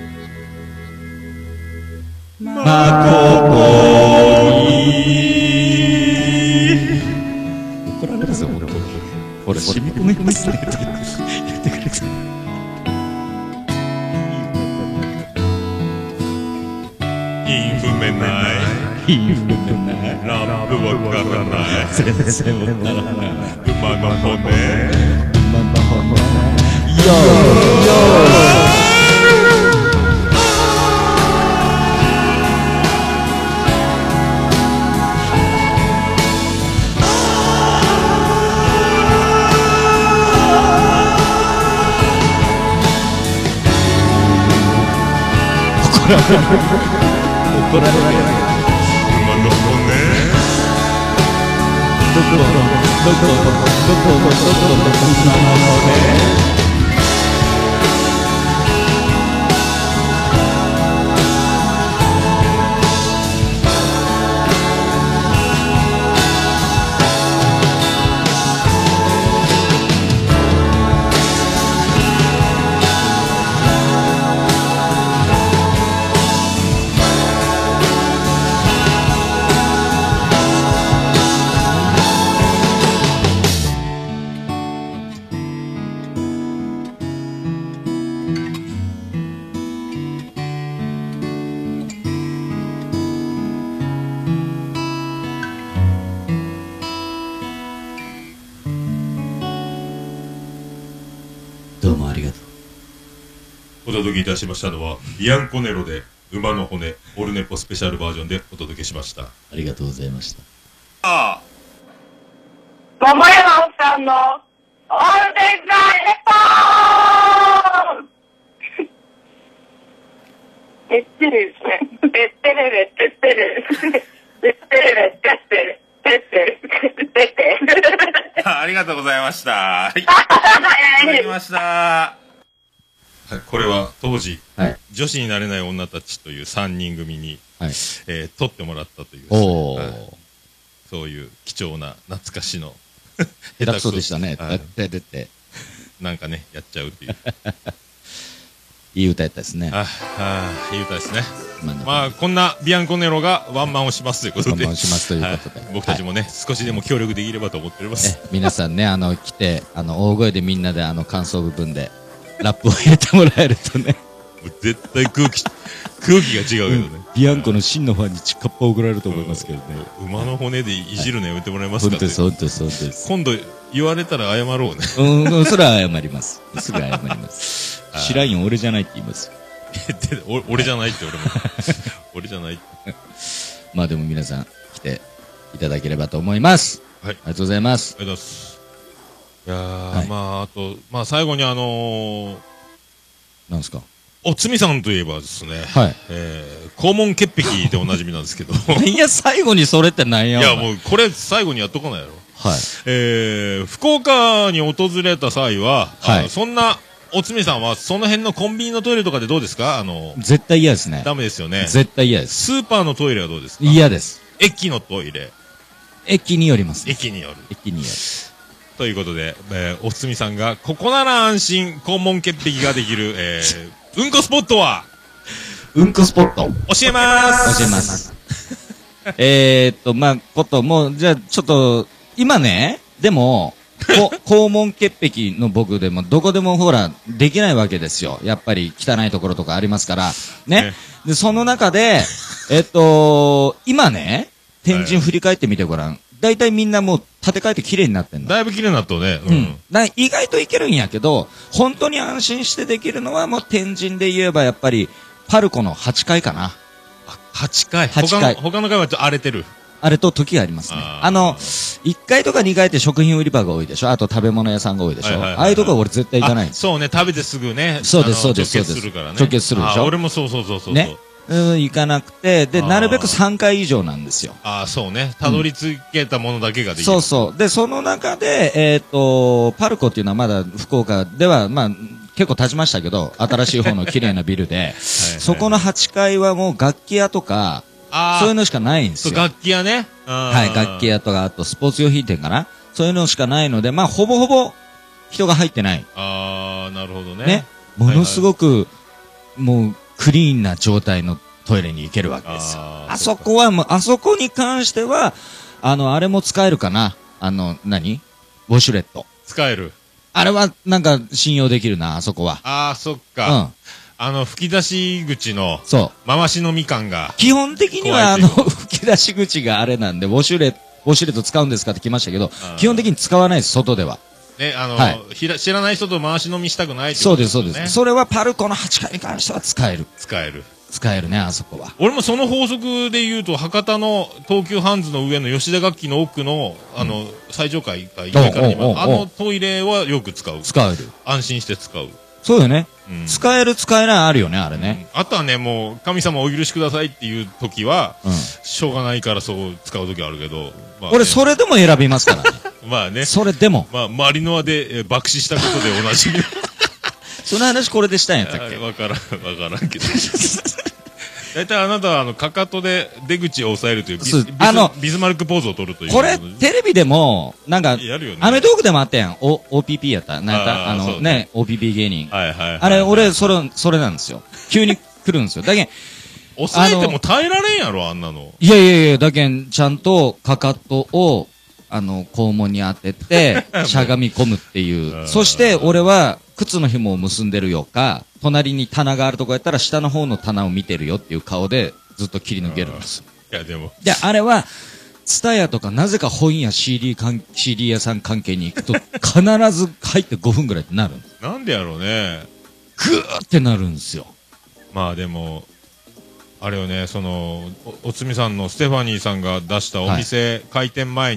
誠に怒られますよ、俺も。ほら、染み込みますねとか言ってくれて。 インフメない。 インフメない。 ラップわからない。 全然わからない。 馬の骨。 馬の骨。よーよー。怒られない。怒られない。 馬の骨。 どこどこどこどこどこどこ馬の骨。 どうもありがとう。 お届けいたしましたのはビアンコネロで馬の骨オルネポスペシャルバージョンでお届けしました。 ありがとうございました。 あ桃山さんのオールデンザイレポートる。てってれれってってれ。てってれれってってれ。てってれってってれ。 ありがとうございました。はい。いただきました。はい、これは当時、はい、女子になれない女たちというさんにん組に、はい、えー、撮ってもらったという、おー、はい、そういう貴重な懐かしの下手くそでしたね。 はい、 出ててなんかね、やっちゃうっていう。 いい歌やったですね。 ああ、いい歌ですね。まあ、こんなビアンコネロがワンマンをしますということで。 ワンマンをしますということで。 僕たちもね、少しでも協力できればと思っております。 皆さんね、あの、来て、あの、大声でみんなで、あの、感想部分で、ラップを入れてもらえるとね。 絶対空気、空気が違うけどね。 ビアンコの真のファンにチカッパ送られると思いますけどね。 馬の骨でいじるのやめてもらえますか。 本当です、本当です、本当です。 今度言われたら謝ろうね。 うん、それは謝ります。すぐ謝ります。知らんよ、俺じゃないって言います。 俺じゃないって俺も。俺じゃないって。 まあでも皆さん来ていただければと思います。はい。ありがとうございます。 ありがとうございます。いやー、はい、まああと、まあ最後にあのー、 なんですか。 おつみさんといえばですね、はい。えー、肛門潔癖でおなじみなんですけど。 いや、最後にそれってなんや。 いや、もうこれ最後にやっとかないやろ。 はい。 えー、福岡に訪れた際は、はい。そんな、おつみさんはその辺のコンビニのトイレとかでどうですか？あの絶対嫌ですね。 ダメですよね。 絶対嫌です。 スーパーのトイレはどうですか？ 嫌です。 駅のトイレ。 駅によります、 ね。駅による。 駅による。 ということで、えー、おつみさんがここなら安心肛門潔癖ができる、えー、うんこスポットはうんこスポット教えます教えますえっとまあこともじゃあちょっと今ねでも肛門潔癖の僕でもどこでもほらできないわけですよ。やっぱり汚いところとかありますからね。でその中でえっと今ね天神振り返ってみてごらん。大体みんなもう建て替えて綺麗になってんの。 だいぶ綺麗になったね。 うん。うん、だ意外といけるんやけど本当に安心してできるのはもう天神で言えばやっぱりパルコのはちかいかな。 あはちかい。 はちかい。 他の他の階はちょっと荒れてる。 あれと時がありますね。あ, あの、いっかいとかにかいって食品売り場が多いでしょ。あと食べ物屋さんが多いでしょ。ああいうとこは俺絶対行かないんです。 そうね、食べてすぐね。 そうです、そうです、そうです。 直結するからね。 直結するでしょ。 俺もそうそうそうそう。 ね。うん、行かなくて、で、なるべくさんかい以上なんですよ。 ああ、そうね。たどり着けたものだけができる。 そうそう。で、その中で、えっと、パルコっていうのはまだ福岡では、まあ、結構経ちましたけど、新しい方の綺麗なビルで、そこのはちかいはもう楽器屋とか、そういうのしかないんですよ。 楽器屋ね。 はい、楽器屋とか、あとスポーツ用品店かな。そういうのしかないので、まあ、ほぼほぼ人が入ってない。 ああ、なるほどね。 ね。ものすごく、もう、クリーンな状態のトイレに行けるわけですよ。あそこはもう、あそこに関しては、あの、あれも使えるかな。あの、何？ウォシュレット。 使える。 あれは、なんか、信用できるな、あそこは。 ああ、そっか。うん。あの、吹き出し口の、 そう。 回し飲み感が。 基本的には、あの、吹き出し口があれなんで、ウォシュレット、ウォシュレット使うんですかって来ましたけど、基本的に使わないです、外では。 ね、あの、はい、ひら知らない人と回し飲みしたくないってことですよね。そうです、そうです。それはパルコのはちかいに関しては使える。 使える。 使えるね、あそこは。 俺もその法則で言うと、博多の東急ハンズの上の吉田楽器の奥の、あの、うん、最上階かいっかいからにあのトイレはよく使う。 使える。 安心して使う。 そうよね。うん、使える使えないあるよね、あれね。 うん、あとはね、もう、神様お許しくださいっていう時は、うん、しょうがないからそう使う時あるけど、 まあね、俺それでも選びますからね。 まあね。 それでも。 まあ、マリノアで、えー、爆死したことでおなじみ。 その話これでしたんやったっけ？ わからん、わからんけど。大体あなたはあのかかとで出口を押さえるというビスあのビスマルクポーズを取るという。 これテレビでもなんか、ね、アメトークでもあったやん。お オーピーピー やった。なんやったあのね, ね オーピーピー 芸人。 はいはいはいはい、 あれ俺それそれなんですよ。急に来るんですよ。だけん押さえても耐えられんやろあんなの。 いやいやいやだけんちゃんとかかとをあの肛門に当ててしゃがみ込むっていう。そして俺は靴の紐を結んでるよか。隣に棚があるとこやったら下の方の棚を見てるよっていう顔でずっと切り抜けるんですよ。 いやでも。 で、あれは、ツタヤとかなぜか本屋 シーディー かん シーディー 屋さん関係に行くと必ず入ってごふんぐらいってなるんです。 なんでやろうね。 グーってなるんですよ。 まあでも、あれよね、その、お, おつみさんのステファニーさんが出したお店、はい、開店前に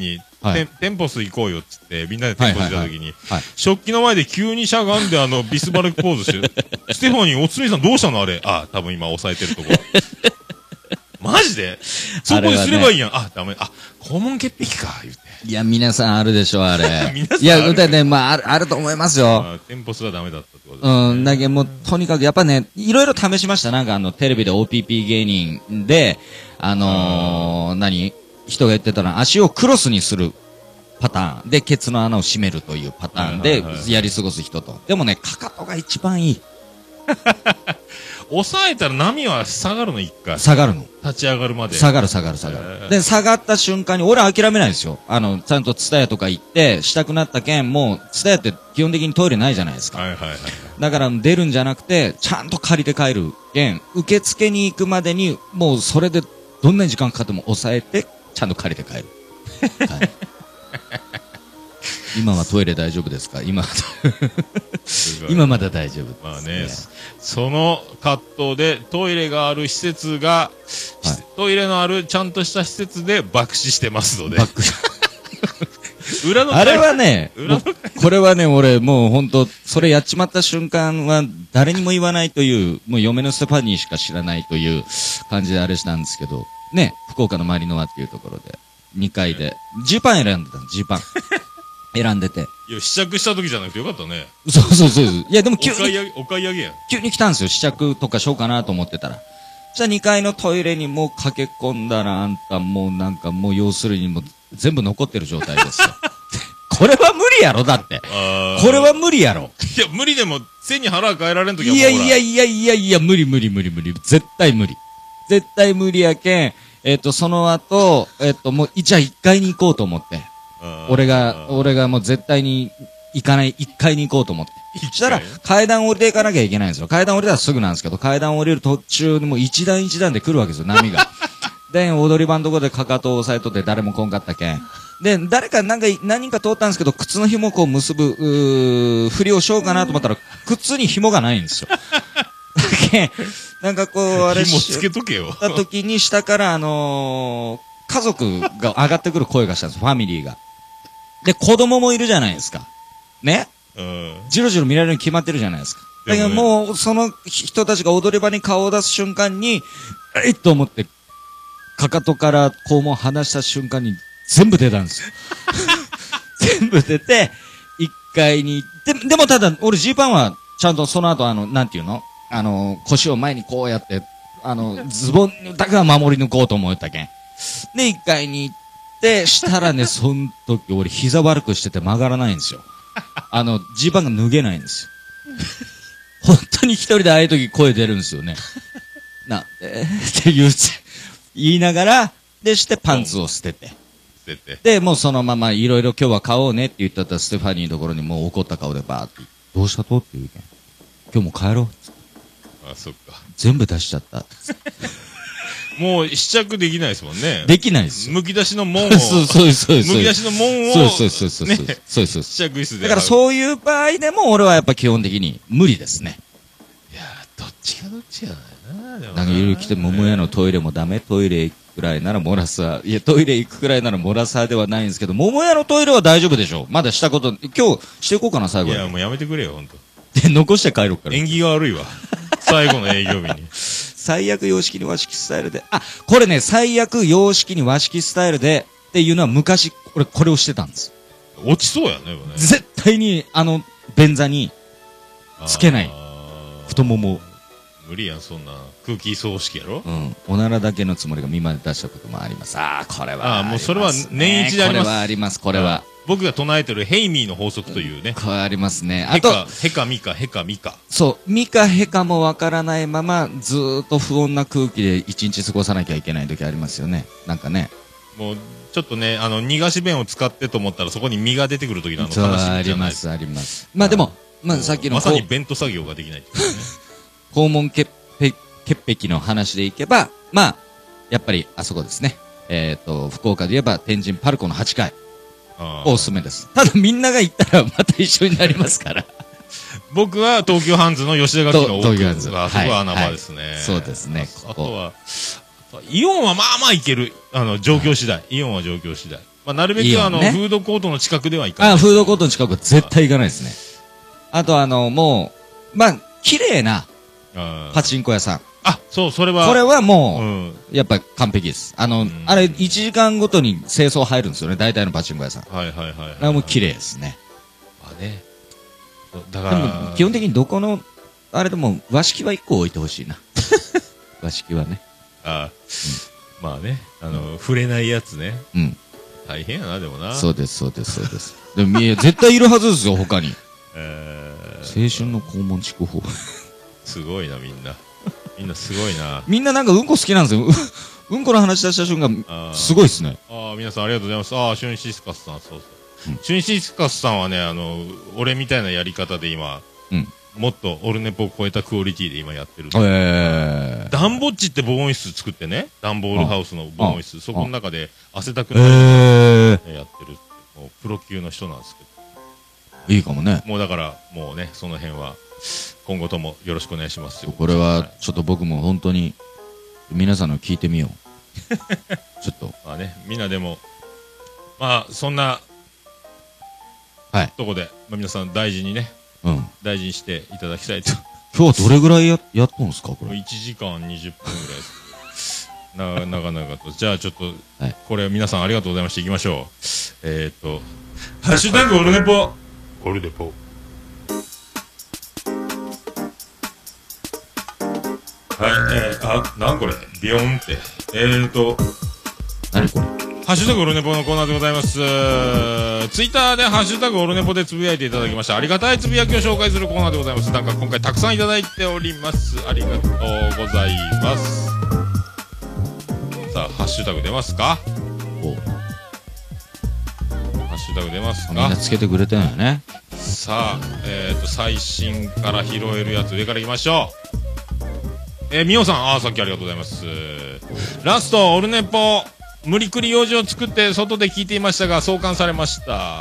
はいテンテンポス行こうよっつってみんなでテンポス行った時に、 はいはいはい食器の前で急にしゃがんであのビスマルクポーズしてステファニーおつみさんどうしたのあれあ多分今押さえてるとこマジでそこですればいいやんあ,、ね、あダメあ肛門潔癖か言っていや皆さんあるでしょあれ皆さんいや歌ねまああるあると思いますよ、 まあ、テンポスがダメだったってことですねうんだけどもうとにかくやっぱねいろいろ試しましたなんかあのテレビで オーピーピー 芸人であのー、何人が言ってたのは足をクロスにするパターンでケツの穴を閉めるというパターンでやり過ごす人とでもねかかとが一番いい押さえたら波は下がるの一回下がるの立ち上がるまで下がる下がる下がるで下がった瞬間に俺は諦めないですよあのちゃんとツタヤとか行ってしたくなったけんもうツタヤって基本的にトイレないじゃないですか、 はいはいはい、 だから出るんじゃなくてちゃんと借りて帰るけん受付に行くまでにもうそれでどんなに時間かかっても抑えてちゃんと借りて帰る、はい今はトイレ大丈夫ですか今今まだ大丈夫です、ね、 まあねその葛藤でトイレがある施設が、はい、トイレのあるちゃんとした施設で爆死してますので裏のあれはねこれはね俺もう本当それやっちまった瞬間は誰にも言わないというもう嫁のステファニーしか知らないという感じであれしたんですけどね福岡のマリノワっていうところでにかいでジーパン選んでたのジーパン選んでて。 いや、試着した時じゃなくてよかったね。 そうそうそう。いや、でも急に。 お買い上げ、お買い上げやん。 急に来たんですよ。試着とかしようかなと思ってたら。じゃあにかいのトイレにもう駆け込んだら、あんたもうなんかもう要するにもう全部残ってる状態ですよ。これは無理やろだって。これは無理やろ。 いや、無理でも、背に腹変えられんときはもういやいやいやいやいや、無理無理無理無理。絶対無理。絶対無理やけん。えっと、その後、えっと、もう、じゃあいっかいに行こうと思って。俺が、俺がもう絶対に行かない、いっかいに行こうと思って。そしたら、階段降りていかなきゃいけないんですよ。階段降りたらすぐなんですけど、階段降りる途中でもう一段一段で来るわけですよ、波が。で、踊り場のとこでかかとを押さえとって誰も来んかったけん。で、誰かなんか、何人か通ったんですけど、靴の紐をこう結ぶ、うー、振りをしようかなと思ったら、靴に紐がないんですよ。だけん、なんかこう、あれ紐つけとけよ。 た時に下から、あのー、家族が上がってくる声がしたんです、ファミリーが。で、子供もいるじゃないですか。ね、うん、じろじろ見られるに決まってるじゃないですか。だけどもう、その人たちが踊り場に顔を出す瞬間に、えいと思って、かかとから肛門離した瞬間に全部出たんですよ。全部出て、一階に行って、でもただ、俺ジーパンは、ちゃんとその後、あの、なんていうのあの、腰を前にこうやって、あの、ズボンだけは守り抜こうと思ったけん。で、一階に行って、で、したらね、その時俺膝悪くしてて曲がらないんですよ。あの、ジーパンが脱げないんですよ。本当に一人でああいう時声出るんですよね。な、えー、って言う、言いながら、でしてパンツを捨てて。 捨てて。 で、もうそのままいろいろ今日は買おうねって言ってたステファニーのところにもう怒った顔でバーって、どうしたとって言うけん。今日も帰ろう。 あ、そっか。 全部出しちゃった。 もう試着できないですもんね。 できないですよ。むき出しの門を。 そうそうそう。 むき出しの門を。 そうそうそうそう。ね、そうそう。 試着室で。 だからそういう場合でも俺はやっぱ基本的に無理ですね。 いやー、どっちかどっちやな。でもなんかいろいろ来て、桃屋のトイレもダメ、トイレ行くくらいなら漏らすわ。いや、トイレ行くくらいなら漏らすわではないんですけど、桃屋のトイレは大丈夫でしょ。まだしたこと、今日していこうかな、最後に。 いや、もうやめてくれよ、ほんと。 で、残して帰ろうから。 縁起が悪いわ。最後の営業日に。 最悪洋式に和式スタイルで。あ、これね、最悪洋式に和式スタイルでっていうのは昔、俺これをしてたんです。 落ちそうやね、ね。 絶対に、あの、便座に、つけない。太もも。 無理やん、そんな。空気葬式やろうん。おならだけのつもりが見まで出したこともあります。ああ、これはあ。 ああ、もうそれは年一であります。 これはあります、これは。 僕が唱えてるヘイミーの法則というね。 これありますね。あと、 ヘカミカ、ヘカミカ。 そう、ミカヘカもわからないまま、ずーっと不穏な空気で一日過ごさなきゃいけない時ありますよね。なんかね。 もう、ちょっとね、あの、逃がし弁を使ってと思ったらそこに身が出てくる時のあの悲しみじゃない。 あります、あります。まあでも、まあさっきの。 まさに弁当作業ができないっていうね。 肛門潔癖の話でいけば、まあ、やっぱりあそこですね。えっと、福岡で言えば天神パルコのはちかい。おすすめです。ただみんなが行ったらまた一緒になりますから。 僕は東京ハンズの吉田楽器の奥東京ハンズ。 あそこは穴場ですね、はいはい。 そうですね。 あとは、イオンはまあまあいける。あの、状況次第。イオンは状況次第。 まあ、なるべくあの、フードコートの近くではいかない。 あ、フードコートの近くは絶対行かないですね。あとあの、もう、まあ、綺麗な、パチンコ屋さん。 あ、そう、それは。 これはもう、やっぱり完璧です。あの、あれ、いちじかんごとに清掃入るんですよね、大体のパチンコ屋さん。 はいはいはい。 あれも綺麗ですね。 まあね。だから。 でも、基本的にどこの、あれでも、和式はいっこ置いてほしいな。和式はね。 ああ、まあね、あの、触れないやつね。 うん。 大変やな、でもな。 そうです、そうです、そうです。でも、絶対いるはずですよ、他に。 えー、青春の肛門筑豊。 すごいな、みんな。みんなすごいな。 みんななんかうんこ好きなんですよ。うんこの話出した瞬間、すごいですね。 ああ、皆さんありがとうございます。ああ、シュンシスカスさん、そうそう。シュンシスカスさんはね、あの、俺みたいなやり方で今、うん、もっとオルネポを超えたクオリティで今やってる。 えー、 ダンボッチって防音室作ってね、ダンボールハウスの防音室、そこの中で汗だくなる、えー、やってる。もうプロ級の人なんですけど。いいかもね。 もうだから、もうね、その辺は、今後ともよろしくお願いしますよ。 これは、ちょっと僕も本当に、皆さんの聞いてみよう。ちょっと。 まあね、みんなでも、まあ、そんな、 はい。 とこで、まあ、皆さん大事にね、 うん。 大事にしていただきたいと。 今日はどれぐらいや、やっとんですかこれ。 いちじかんにじゅっぷんぐらいです。な、長々と。じゃあちょっと、はい、これ皆さんありがとうございました。行きましょう。えー、っと、ハッシュタグオルネポ。オルネポ。はい、えー、あ、なんこれビヨンって。えーと、 何これハッシュタグオルネポのコーナーでございます。ツイッターでハッシュタグオルネポでつぶやいていただきました。ありがたいつぶやきを紹介するコーナーでございます。なんか今回たくさんいただいております。ありがとうございます。さあ、ハッシュタグ出ますか？おハッシュタグ出ますか？ みんなつけてくれてんよね。 さあ、えーと、最新から拾えるやつ上からいきましょう。えー、みおさん、あー、さっきありがとうございます。ラスト、オルネポ、無理くり用事を作って外で聞いていましたが送還されました。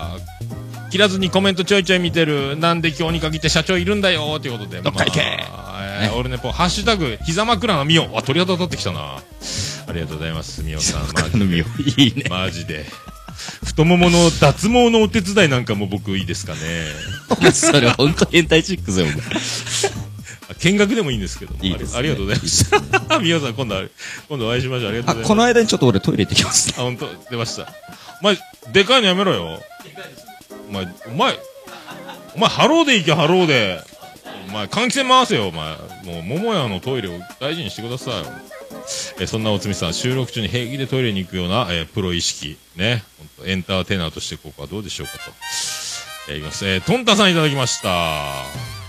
切らずにコメントちょいちょい見てる。なんで今日に限って社長いるんだよということで、 どっか行け、 まあえーね、オルネポハッシュタグ膝枕のみお、あ、鳥肌立ってきたな。ありがとうございます。みおさん、マジでいいね、 マジで太ももの脱毛のお手伝いなんかも僕いいですかね。 それ本当変態チックぜ見学でもいいんですけども。 いいですね、 ありがとうございました。みおさん、今度今度お会いしましょう。ありがとうございます。 この間にちょっと俺トイレ行ってきます、ね、 あ、本当出ました。お前でかいのやめろよ。お前お前お前ハローで行け、ハローで。お前換気扇回せよ。お前もう桃屋のトイレを大事にしてください。えそんなおつみさん、収録中に平気でトイレに行くような、えー、プロ意識ね、本当エンターテイナーとしてここはどうでしょうかと、えー、いきます。えー、トンタさんいただきました。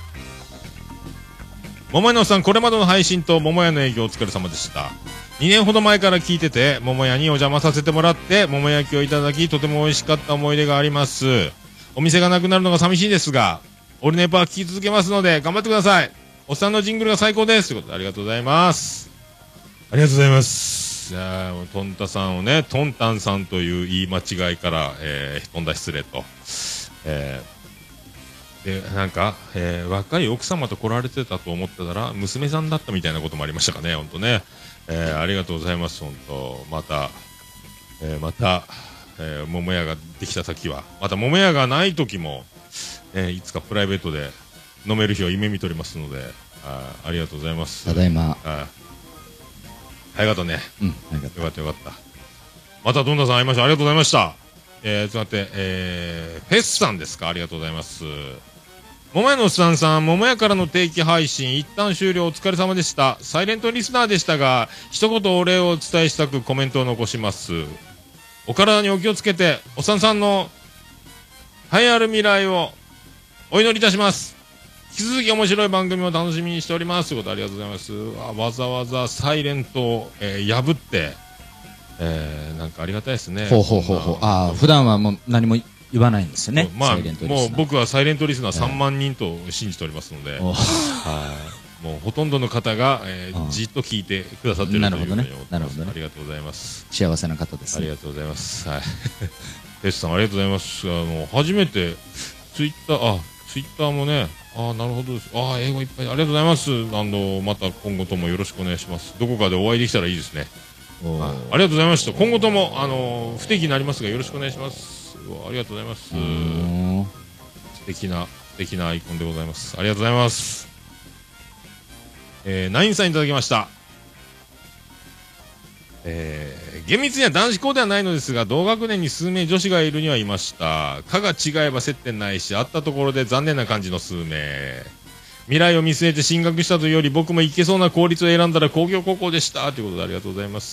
桃屋のおっさん、これまでの配信と桃屋の営業お疲れ様でした。にねんほど前から聞いてて、桃屋にお邪魔させてもらって桃焼きをいただき、とても美味しかった思い出があります。お店がなくなるのが寂しいですが、オルネポは聞き続けますので頑張ってください。おっさんのジングルが最高ですということで、ありがとうございます。ありがとうございます。じゃあトンタさんをね、トンタンさんという言い間違いから、えー、とんだ失礼と、えー、でなんか、えー、若い奥様と来られてたと思ってたら娘さんだったみたいなこともありましたかね。本当ね、えー、ありがとうございます。本当また、えー、また、えー、桃屋ができた先は、また桃屋がない時も、えー、いつかプライベートで飲める日を夢見ておりますので、あ, ありがとうございます。 ただいま。 あ早かったね。 うん、よかったよかった。またどんなさん会いました。ありがとうございました。えー、ちょっと待って、えー、フェスさんですか。ありがとうございます。桃屋のおっさんさん、桃屋からの定期配信一旦終了、お疲れ様でした。サイレントリスナーでしたが、一言お礼をお伝えしたくコメントを残します。お体にお気をつけて、おっさんさんの栄えある未来をお祈りいたします。引き続き面白い番組を楽しみにしておりますということで、ありがとうございます。あ、わざわざサイレントを、えー、破って、えー、なんかありがたいですね。 ほうほうほうほう。ああ、普段はもう何も言わないんですよね。 まあ、もう僕はサイレントリスナーさんまんにんと信じておりますので、はい、もうほとんどの方が、えー、じっと聞いてくださっているというふうに思ってます。 なるほどね。 ありがとうございます。 幸せな方ですね。 ありがとうございます。はい。テスさんありがとうございます。あの初めてツイッター、あ、ツイッターもね、ああ、なるほどです。ああ、英語いっぱいありがとうございます。あのまた今後ともよろしくお願いします。どこかでお会いできたらいいですね。 はい、ありがとうございました。今後とも、あのー、不定期になりますがよろしくお願いします。うわありがとうございます。素敵な素敵なアイコンでございます。ありがとうございます。えー、ナインさんいただきました。えー、厳密には男子校ではないのですが同学年に数名女子がいるにはいました。科が違えば接点ないし、あったところで残念な感じの数名。未来を見据えて進学したというより僕も行けそうな公立を選んだら工業高校でしたということでありがとうございます。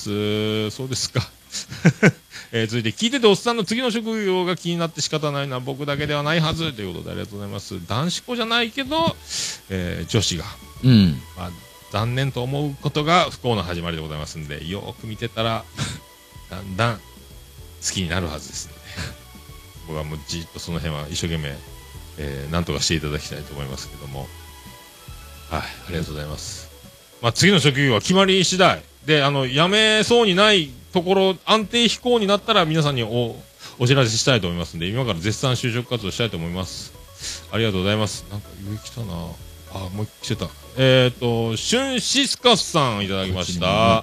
そうですか、えー、続いて聞いてておっさんの次の職業が気になって仕方ないのは僕だけではないはずということでありがとうございます。男子校じゃないけど、えー、女子が、 うんまあ残念と思うことが不幸の始まりでございますんで、よーく見てたらだんだん好きになるはずですので僕はもうじっとその辺は一生懸命、えー、なんとかしていただきたいと思いますけども、はい、ありがとうございます。まあ、次の職業は決まり次第で、あの辞めそうにないところ安定飛行になったら皆さんに お, お知らせしたいと思いますので、今から絶賛就職活動したいと思います。ありがとうございます。なんか上来たなあ、もう来てた。えっ、ー、と、シュンシスカスさんいただきました。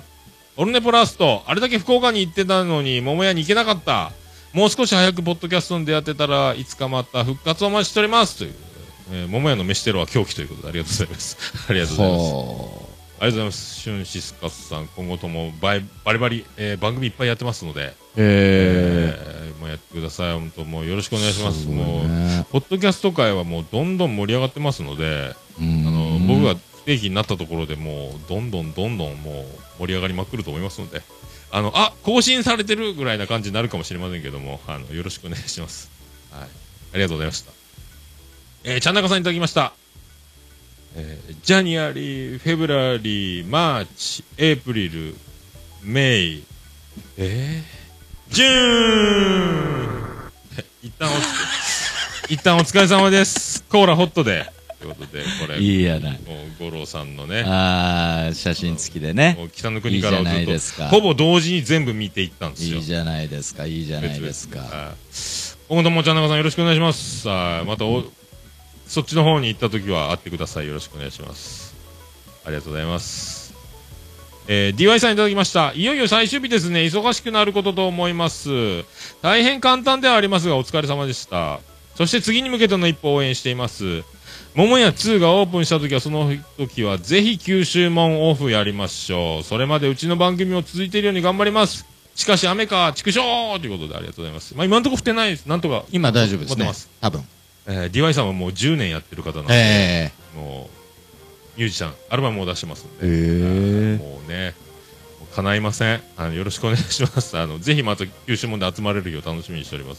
オルネポラスト、あれだけ福岡に行ってたのに、桃屋に行けなかった。もう少し早くポッドキャストに出会ってたらいつかまた復活をお待ちしております。という、えー、桃屋の飯テロは狂気ということでありがとうございます。ありがとうございます。ありがとうございます。シュンシスカスさん、今後ともバイバリバリ、えー、番組いっぱいやってますので、えーえー、もうやってください。本当もうよろしくお願いします。もう、ポッドキャスト界はもうどんどん盛り上がってますので、あの僕が不定期になったところでもうどんどんどんどんもう盛り上がりまくると思いますので、あのあ更新されてるぐらいな感じになるかもしれませんけども、あのよろしくお願いします。はい、ありがとうございました。えー、ちゃんなかさんいただきました。えー、ジャニアリー、フェブラリー、マーチ、エイプリル、メイ、えー、ジューン一旦お一旦お疲れ様です。コーラホットで。ということで、これ、 いいやない。 もう五郎さんのね、 ああ、写真付きでね。 もう北の国からをずっといいじゃないですか、 ほぼ同時に全部見ていったんですよ。 いいじゃないですか、いいじゃないですか。 今後ともちゃんなかさんよろしくお願いします。さあ、またお、そっちの方に行った時は会ってください。よろしくお願いします。ありがとうございます。えー、ディーワイ さんいただきました。いよいよ最終日ですね。忙しくなることと思います。大変簡単ではありますが、お疲れ様でした。そして次に向けての一歩を応援しています。桃屋ツーがオープンした時は、その時はぜひ九州門オフやりましょう。それまでうちの番組も続いているように頑張ります。しかし雨か、畜生ということでありがとうございます。まあ今のところ降ってないです。なんとか。 今大丈夫ですね。 ます。 多分。 えー、ディーワイ さんはもうじゅうねんやってる方なので、えー、もう、ミュージシャン、アルバムを出してますんで、えー、もうね、もう叶いません。あの、よろしくお願いします。あの、ぜひまた九州門で集まれるよう楽しみにしております。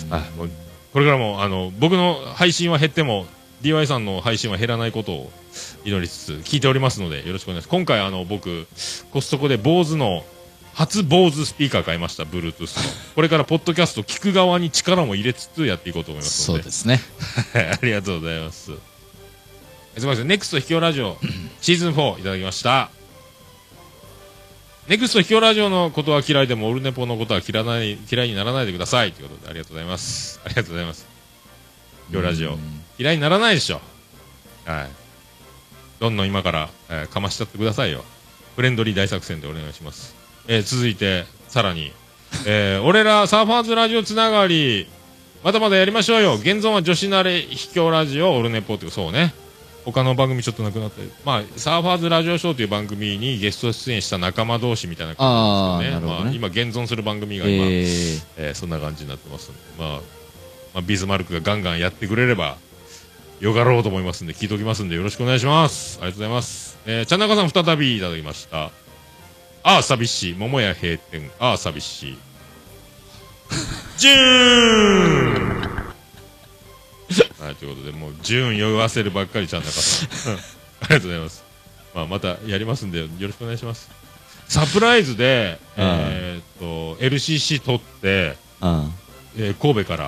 あ、もう、これからも、あの、僕の配信は減っても、ディーワイ さんの配信は減らないことを祈りつつ聞いておりますのでよろしくお願いします。今回あの僕コストコで坊主の初坊主スピーカー買いました。 Bluetooth のこれからポッドキャスト聞く側に力も入れつつやっていこうと思いますので。 そうですねありがとうございます。すみません。ネクスト秘境ラジオシーズンフォーいただきました。ネクスト秘境ラジオのことは嫌いでもオルネポのことは嫌いない嫌いにならないでくださいということでありがとうございます。ありがとうございます。秘境ラジオ嫌いにならないでしょ。はい。どんどん今から、えー、かましちゃってくださいよ。フレンドリー大作戦でお願いします。えー、続いて、さらに、えー、俺らサーファーズラジオつながり、まだまだやりましょうよ。現存は女子慣れ秘境ラジオオルネポっていう、そうね。他の番組ちょっとなくなったり、まあ、サーファーズラジオショーという番組にゲスト出演した仲間同士みたいな感じですよね。ね、まあ、今現存する番組が今、えーえー、そんな感じになってますんで、まあ、まあ、ビズマルクがガンガンやってくれれば、よがろうと思いますんで、聞いておきますんで、よろしくお願いします。ありがとうございます。えー、ちゃんなかさん再びいただきました。ああ、寂しい。桃屋閉店。ああ、寂しい。ジューンはい、ということで、もう、ジューン酔わせるばっかり、ちゃんなかさん。ありがとうございます。まあ、またやりますんで、よろしくお願いします。サプライズで、えー、っと、エルシーシー 撮って、えー、神戸から、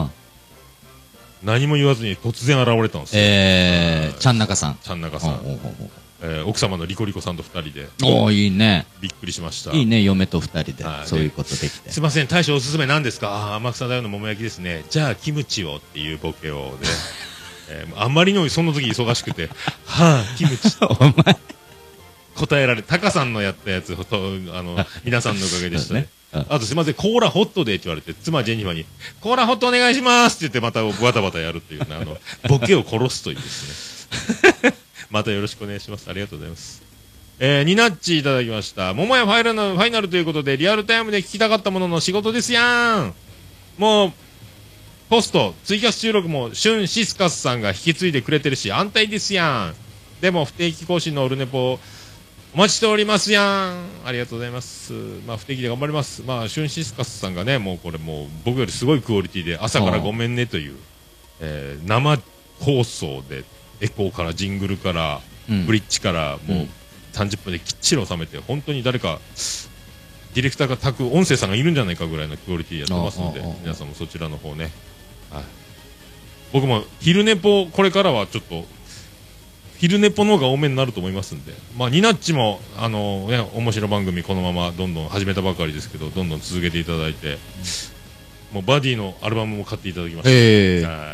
何も言わずに突然現れたんですよ。 えー、ちゃんなかさん。 ちゃんなかさん。えー、奥様のリコリコさんと二人で。 おー、いいね。 びっくりしました。 いいね、嫁と二人で。そういうことできて。 すいません、大将おすすめ何ですか？天草大王の桃焼きですね。じゃあ、キムチをっていうボケをね。えー、あんまりのその時忙しくて、はぁ、あ、キムチ。お前。 答えられ、タカさんのやったやつと、あの、皆さんのおかげでしたね。あとすいません、コーラホットでって言われて、妻ジェニファーに、コーラホットお願いしますって言ってまたバタバタやるっていうね、あの、ボケを殺すというですね。またよろしくお願いします。ありがとうございます。えー、ニナッチいただきました。桃屋ファイルのファイナルということで、リアルタイムで聞きたかったものの仕事ですやん。もう、ポスト、ツイキャス収録も、シュンシスカスさんが引き継いでくれてるし、安泰ですやん。でも、不定期更新のオルネポ、お待ちしておりますやん。ありがとうございます。まあ、不定期で頑張ります。まあ、シュンシスカスさんがね、もうこれもう、僕よりすごいクオリティで、朝からごめんねという、えー、生放送で、エコーからジングルから、うん、ブリッジから、もう、さんじゅっぷんできっちり収めて、本当に誰か、ディレクターが炊く音声さんがいるんじゃないかぐらいのクオリティやってますので、皆さんもそちらの方ね。はい、僕も、昼寝ぽ、これからはちょっと、昼寝ぽの方が多めになると思いますんで、まあ、ニナッチも、あのね、面白番組このままどんどん始めたばかりですけど、どんどん続けていただいて、もうバディのアルバムも買っていただきました。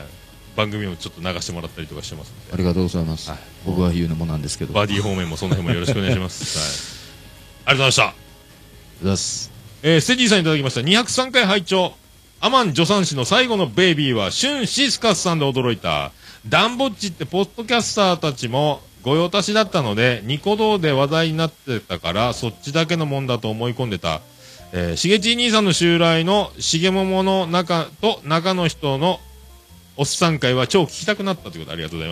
番組をちょっと流してもらったりとかしてますので。 ありがとうございます。はい、僕は言うのもなんですけど。 バディ方面もその辺もよろしくお願いします。はい、ありがとうございました。ありがとうございます。 えー、ステディさんいただきました。にひゃくさんかい拝聴。アマン助産師の最後のベイビーは、シュンシスカスさんで驚いた。ダンボッチってポッドキャスターたちも御用達だったので、ニコ動で話題になってたから、そっちだけのもんだと思い込んでた。えー、しげちい兄さんの襲来のしげももの中と中の人のおっさん会は超聞きたくなったということでありがとうございます。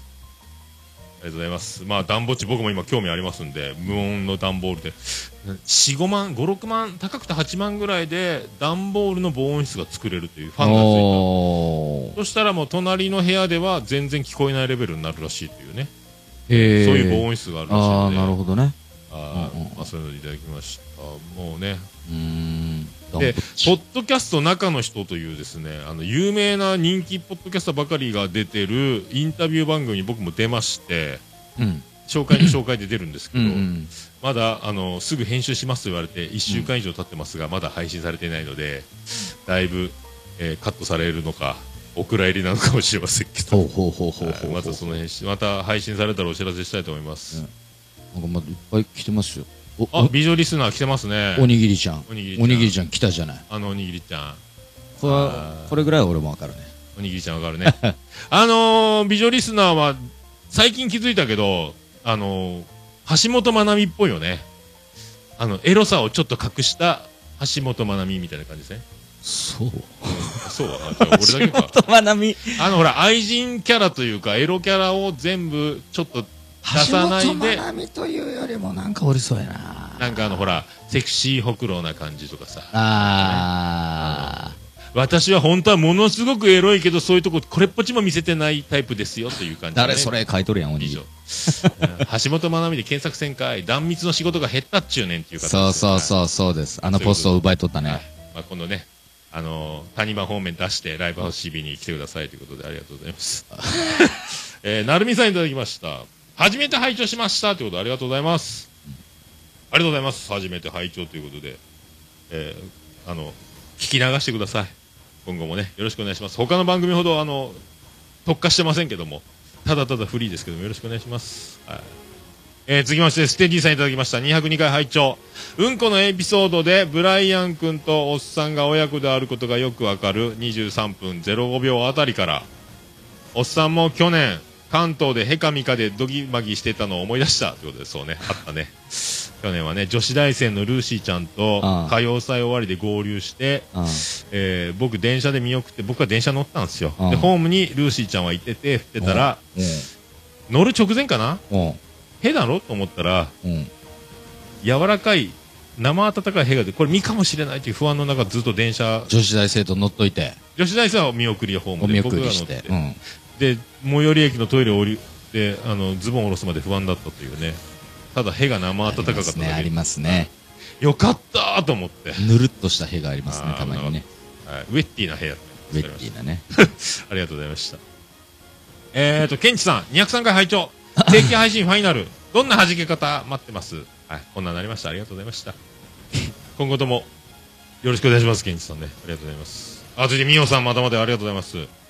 ありがとうございます。まあ、暖房地僕も今興味ありますんで、無音の段ボールで、よん、ごまん、ご、ろくまん、高くてはちまんぐらいで段ボールの防音室が作れるというファンがついた。そしたらもう隣の部屋では全然聞こえないレベルになるらしいというね。 へー、 そういう防音室があるらしいので。 ああ、なるほどね。 あ、うんうん、まあ、そういうのいただきました。もうね。 うーん。 で、ポッドキャスト中の人というですね、あの、有名な人気ポッドキャスターばかりが出てるインタビュー番組に僕も出まして、 うん、 紹介に紹介で出るんですけど、 うんうん、 まだ、あの、すぐ編集しますと言われて、いっしゅうかん以上経ってますが、うん、まだ配信されていないので、だいぶ、えー、カットされるのか、お蔵入りなのかもしれませんけど、 ほうほうほうほうほう、 またその辺、また配信されたらお知らせしたいと思います。 うん、なんかまだいっぱい来てますよ。 あ、美女リスナー来てますね。 おにぎりちゃん。 おにぎりちゃん。 おにぎりちゃん来たじゃない。 あのおにぎりちゃん。 これは、これぐらいは俺もわかるね。 おにぎりちゃんわかるね。あのー、美女リスナーは、最近気づいたけど、あのー、橋本まなみっぽいよね。あの、エロさをちょっと隠した橋本まなみみたいな感じですね。 そう。 そうは、じゃあ俺だけか。 橋本まなみ。 あの、ほら、愛人キャラというか、エロキャラを全部、ちょっと、出さないで。 橋本まなみというよりもなんかおりそうやな。 なんかあのほら、セクシーほくろな感じとかさ。 ああ、 うん。私は本当はものすごくエロいけど、そういうとここれっぽっちも見せてないタイプですよという感じ、ね。 誰それ書いとるやん、おにぎり。 橋本まなみで検索せんかい、断密の仕事が減ったっちゅうねんっていう方です。 そうそうそうそうです。あのポストを奪い取ったね。はい、 まあ今度ね、あのー、谷間方面出してライブハウス シービー に来てくださいということでありがとうございます。えー、なるみさんいただきました。初めて拝聴しましたということでありがとうございます。ありがとうございます。初めて拝聴ということで、えー、あの、聞き流してください。今後もね、よろしくお願いします。他の番組ほど、あの、特化してませんけども、ただただフリーですけども、よろしくお願いします。はい。えー、続きまして、ステディさんいただきました。にひゃくにかい拝聴。うんこのエピソードで、ブライアン君とおっさんが親子であることがよくわかるにじゅうさんぷんゼロごびょうあたりから、おっさんも去年、関東でヘカミカでドギマギしてたのを思い出したということで、そうね、あったね。去年はね、女子大生のルーシーちゃんと歌謡祭終わりで合流して、えー、僕電車で見送って、僕は電車乗ったんですよ。で、ホームにルーシーちゃんはいてて、振ってたら、乗る直前かな、へだろと思ったら、柔らかい、生温かいへがで、これ実かもしれないという不安の中ずっと電車。 女子大生と乗っといて。 女子大生は見送りやホームで、僕が乗って。 うん、 で、最寄り駅のトイレを降りて、あの、ズボンを下ろすまで不安だったというね。ただ、へが生暖かかっただけ。 ありますね。 よかったーと思って。 ぬるっとしたへがありますね、たまにね。 はい、ウェッティなへやった。 ウェッティなね。 ありがとうございました。えーと、ケンチさん、にひゃくさんかい拝聴。定期配信ファイナル。どんな弾け方待ってます。はい、こんなになりました。ありがとうございました。今後とも、よろしくお願いします、ケンチさんね。ありがとうございます。あ、続いて、みおさん、またまたありがとうございます。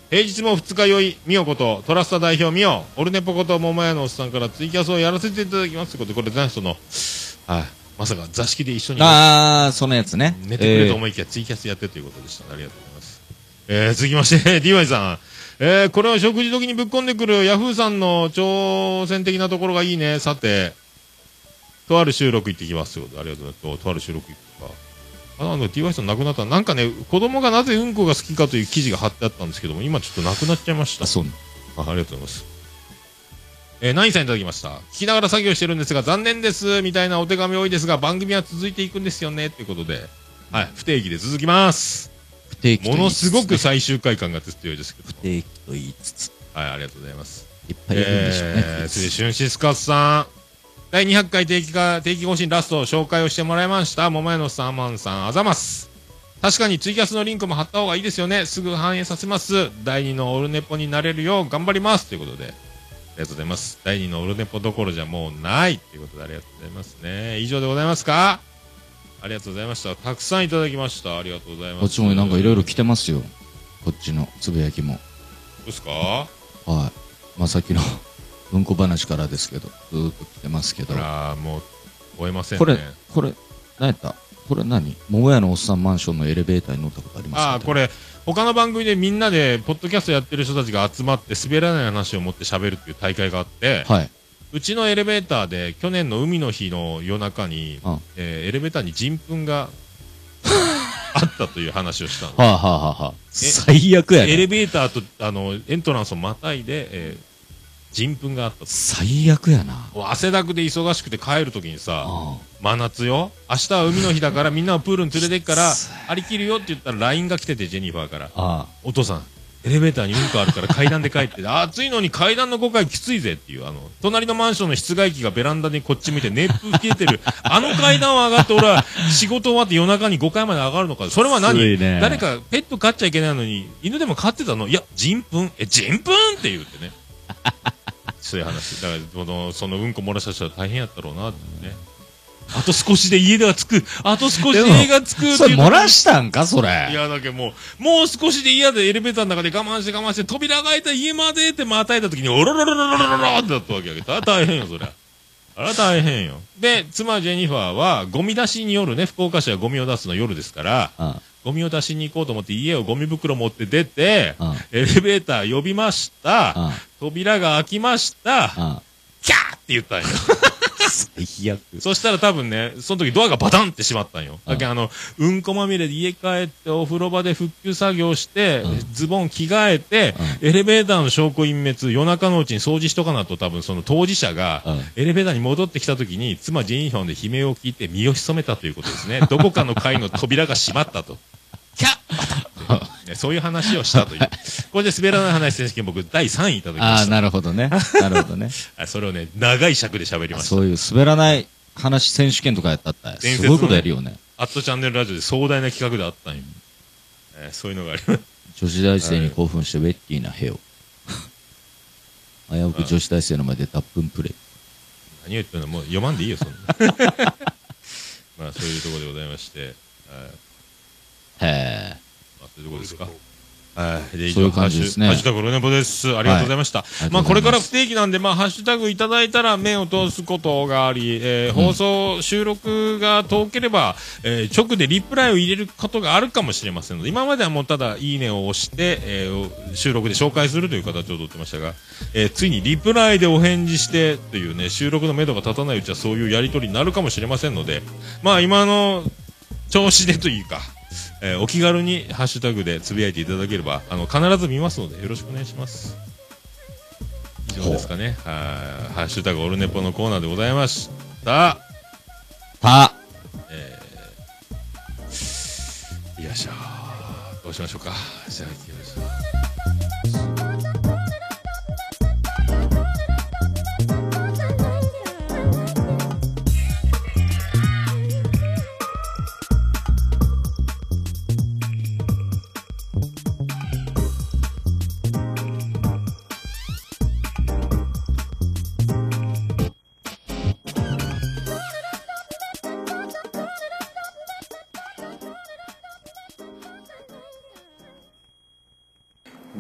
平日も二日酔い、みよこと、トラスタ代表みよ、オルネポこと桃屋のおっさんからツイキャスをやらせていただきますということで、これ、その、はい、まさか座敷で一緒に。 あー、そのやつね。 寝てくれと思いきや、ツイキャスやってということでした。ありがとうございます。えー、続きまして、ディーワイ さん。えー、これは食事時にぶっ込んでくるヤフーさんの挑戦的なところがいいね。さて、とある収録行ってきますよ。ありがとうございます。とある収録行くか。あの、ディーワイ さん亡くなった。なんかね、子供がなぜうんこが好きかという記事が貼ってあったんですけども、今ちょっとなくなっちゃいました。 あ、そうね。 あ、ありがとうございます。えー、ナインさんいただきました。聞きながら作業してるんですが、残念です。みたいなお手紙多いですが、番組は続いていくんですよね。ということで、はい、不定期で続きます。 不定期と言いつつ、ね、 ものすごく最終回感が強いですけど。 不定期と言いつつ。 はい、ありがとうございます。 いっぱいいるんでしょうね。 えー、次、シュンシスカスさん。だいにひゃっかい定期化、定期更新ラスト紹介をしてもらいました。桃屋のさんまんさん、あざます。確かにツイキャスのリンクも貼った方がいいですよね。すぐ反映させます。だいにのオルネポになれるよう頑張ります。ということで、ありがとうございます。だいにのオルネポどころじゃもうない。ということでありがとうございますね。以上でございますか？ありがとうございました。たくさんいただきました。ありがとうございます。 こっちもなんかいろいろ来てますよ。こっちのつぶやきも。 どうですか？ はい。まあさっきのうんこ話からですけど、ずーっと来てますけど。 ああ、もう、終えませんね。 これ、これ、何やったこれ何桃屋のおっさんマンションのエレベーターに乗ったことありますか？ ああ、これ、他の番組でみんなで、ポッドキャストやってる人たちが集まって、滑らない話を持って喋るっていう大会があって、 はい。 うちのエレベーターで、去年の海の日の夜中に、 あえー、エレベーターに人糞があったという話をしたの。 はあ、はあはあ、最悪やね。 エレベーターと、あの、エントランスをまたいで、えー人糞があったと。 最悪やな。 汗だくで忙しくて帰るときにさ、真夏よ。明日は海の日だからみんなをプールに連れてくから、張り切るよって言ったら ライン が来てて、ジェニファーから。 ああお父さん、エレベーターにうんこあるから階段で帰って、暑いのに階段のごかいきついぜっていう、あの、隣のマンションの室外機がベランダにこっち見て熱風吹き出てる、あの階段を上がって俺は仕事終わって夜中にごかいまで上がるのか。それは何、ね、誰かペット飼っちゃいけないのに、犬でも飼ってたの？いや、人糞え、人糞って言ってね。そういう話。だから、その、そのうんこ漏らした人は大変やったろうなってね。あと少しで家では着く。あと少しで家が着くっていう。 それ漏らしたんかそれ。 いや、だけどもう、もう少しで嫌でエレベーターの中で我慢して我慢して扉が開いた家までってまたいた時に、おろろろろろろろってなったわけやけど、あら大変よ、そりゃ。あら大変よ。で、妻ジェニファーは、ゴミ出しに夜ね、福岡市はゴミを出すの夜ですから、ああゴミを出しに行こうと思って家をゴミ袋持って出て、ああエレベーター呼びました。ああ扉が開きました。ああキャーって言ったんよ。 最悪。 そしたら多分ね、その時ドアがバタンって閉まったんよ。だけどあの、うんこまみれで家帰ってお風呂場で復旧作業して、ズボン着替えて、エレベーターの証拠隠滅、夜中のうちに掃除しとかなと多分その当事者が、エレベーターに戻ってきた時に、妻ジェニファーの悲鳴を聞いて身を潜めたということですね。どこかの階の扉が閉まったと。キャッね、そういう話をしたという。これで滑らない話選手権僕だいさんいいただきました。 ああ、なるほどね。なるほどね。 それをね、長い尺で喋りました。 そういう滑らない話選手権とかやったったら、すごいことやるよね。 アットチャンネルラジオで壮大な企画であったんよ。えー、そういうのがあります。 女子大生に興奮してウェッティなヘを。危うく女子大生の前で脱粉プレイ。 何を言ってんのもう読まんでいいよ、そんな。まあ、そういうところでございまして。へえ。 まあ、そういうところですか。はい。 で、そういう感じですね。 ハッシュタグロネポです。ありがとうございました。はい、まあ、これから不定期なんで、まあ、ハッシュタグいただいたら目を通すことがあり、えー、放送、収録が遠ければ、えー、直でリプライを入れることがあるかもしれませんので、今まではもうただ、いいねを押して、えー、収録で紹介するという形をとってましたが、えー、ついにリプライでお返事してというね、収録の目処が立たないうちはそういうやりとりになるかもしれませんので、まあ、今の調子でというか、えー、お気軽にハッシュタグでつぶやいていただければあの必ず見ますのでよろしくお願いします。以上ですかね。はハッシュタグオルネポのコーナーでございました。 た、 えー、よいしょ、どうしましょうか。じゃあ行きましょう。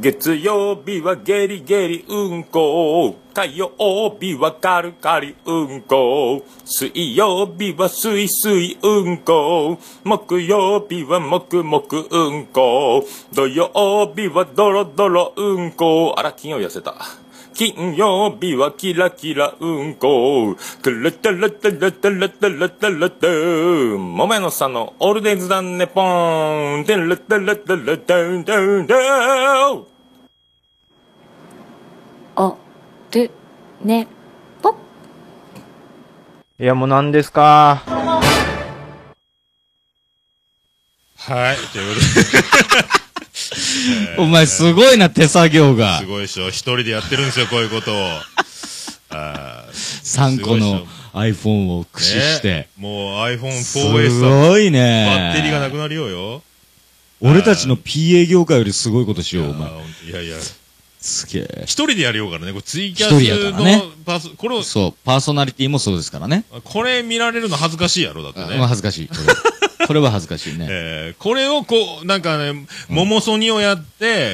月曜日はゲリゲリうんこ、火曜日はカルカリうんこ、水曜日はスイスイうんこ、木曜日はもくもくうんこ、土曜日はドロドロうんこ、あら金曜痩せた、金曜日はキラキラうんこ、トゥルトゥルトゥルトゥルトゥルトゥルトゥ、桃屋のさんのオールデイズだねポーン、トゥルトゥルトゥルトゥトゥトゥ。 お、る、ね、ぽ。 いや、もう何ですか。 はい、ということで。 お前すごいな、手作業が。 すごいでしょ。一人でやってるんですよ、こういうことを。あさんこの iPhone を駆使して。 ね、もう アイフォンフォーエスすごいね。 バッテリーがなくなるようよ。 俺たちの ピーエー 業界よりすごいことしよう、お前。 いやいや。 すげえ。 一人でやるようからね。これツイキャ一人やからねスのパス、これを。 そう、パーソナリティもそうですからね。 これ見られるの恥ずかしいやろ、だってね。 恥ずかしい。これは恥ずかしいね。 えー、これをこう、なんかね、モモソニをやって、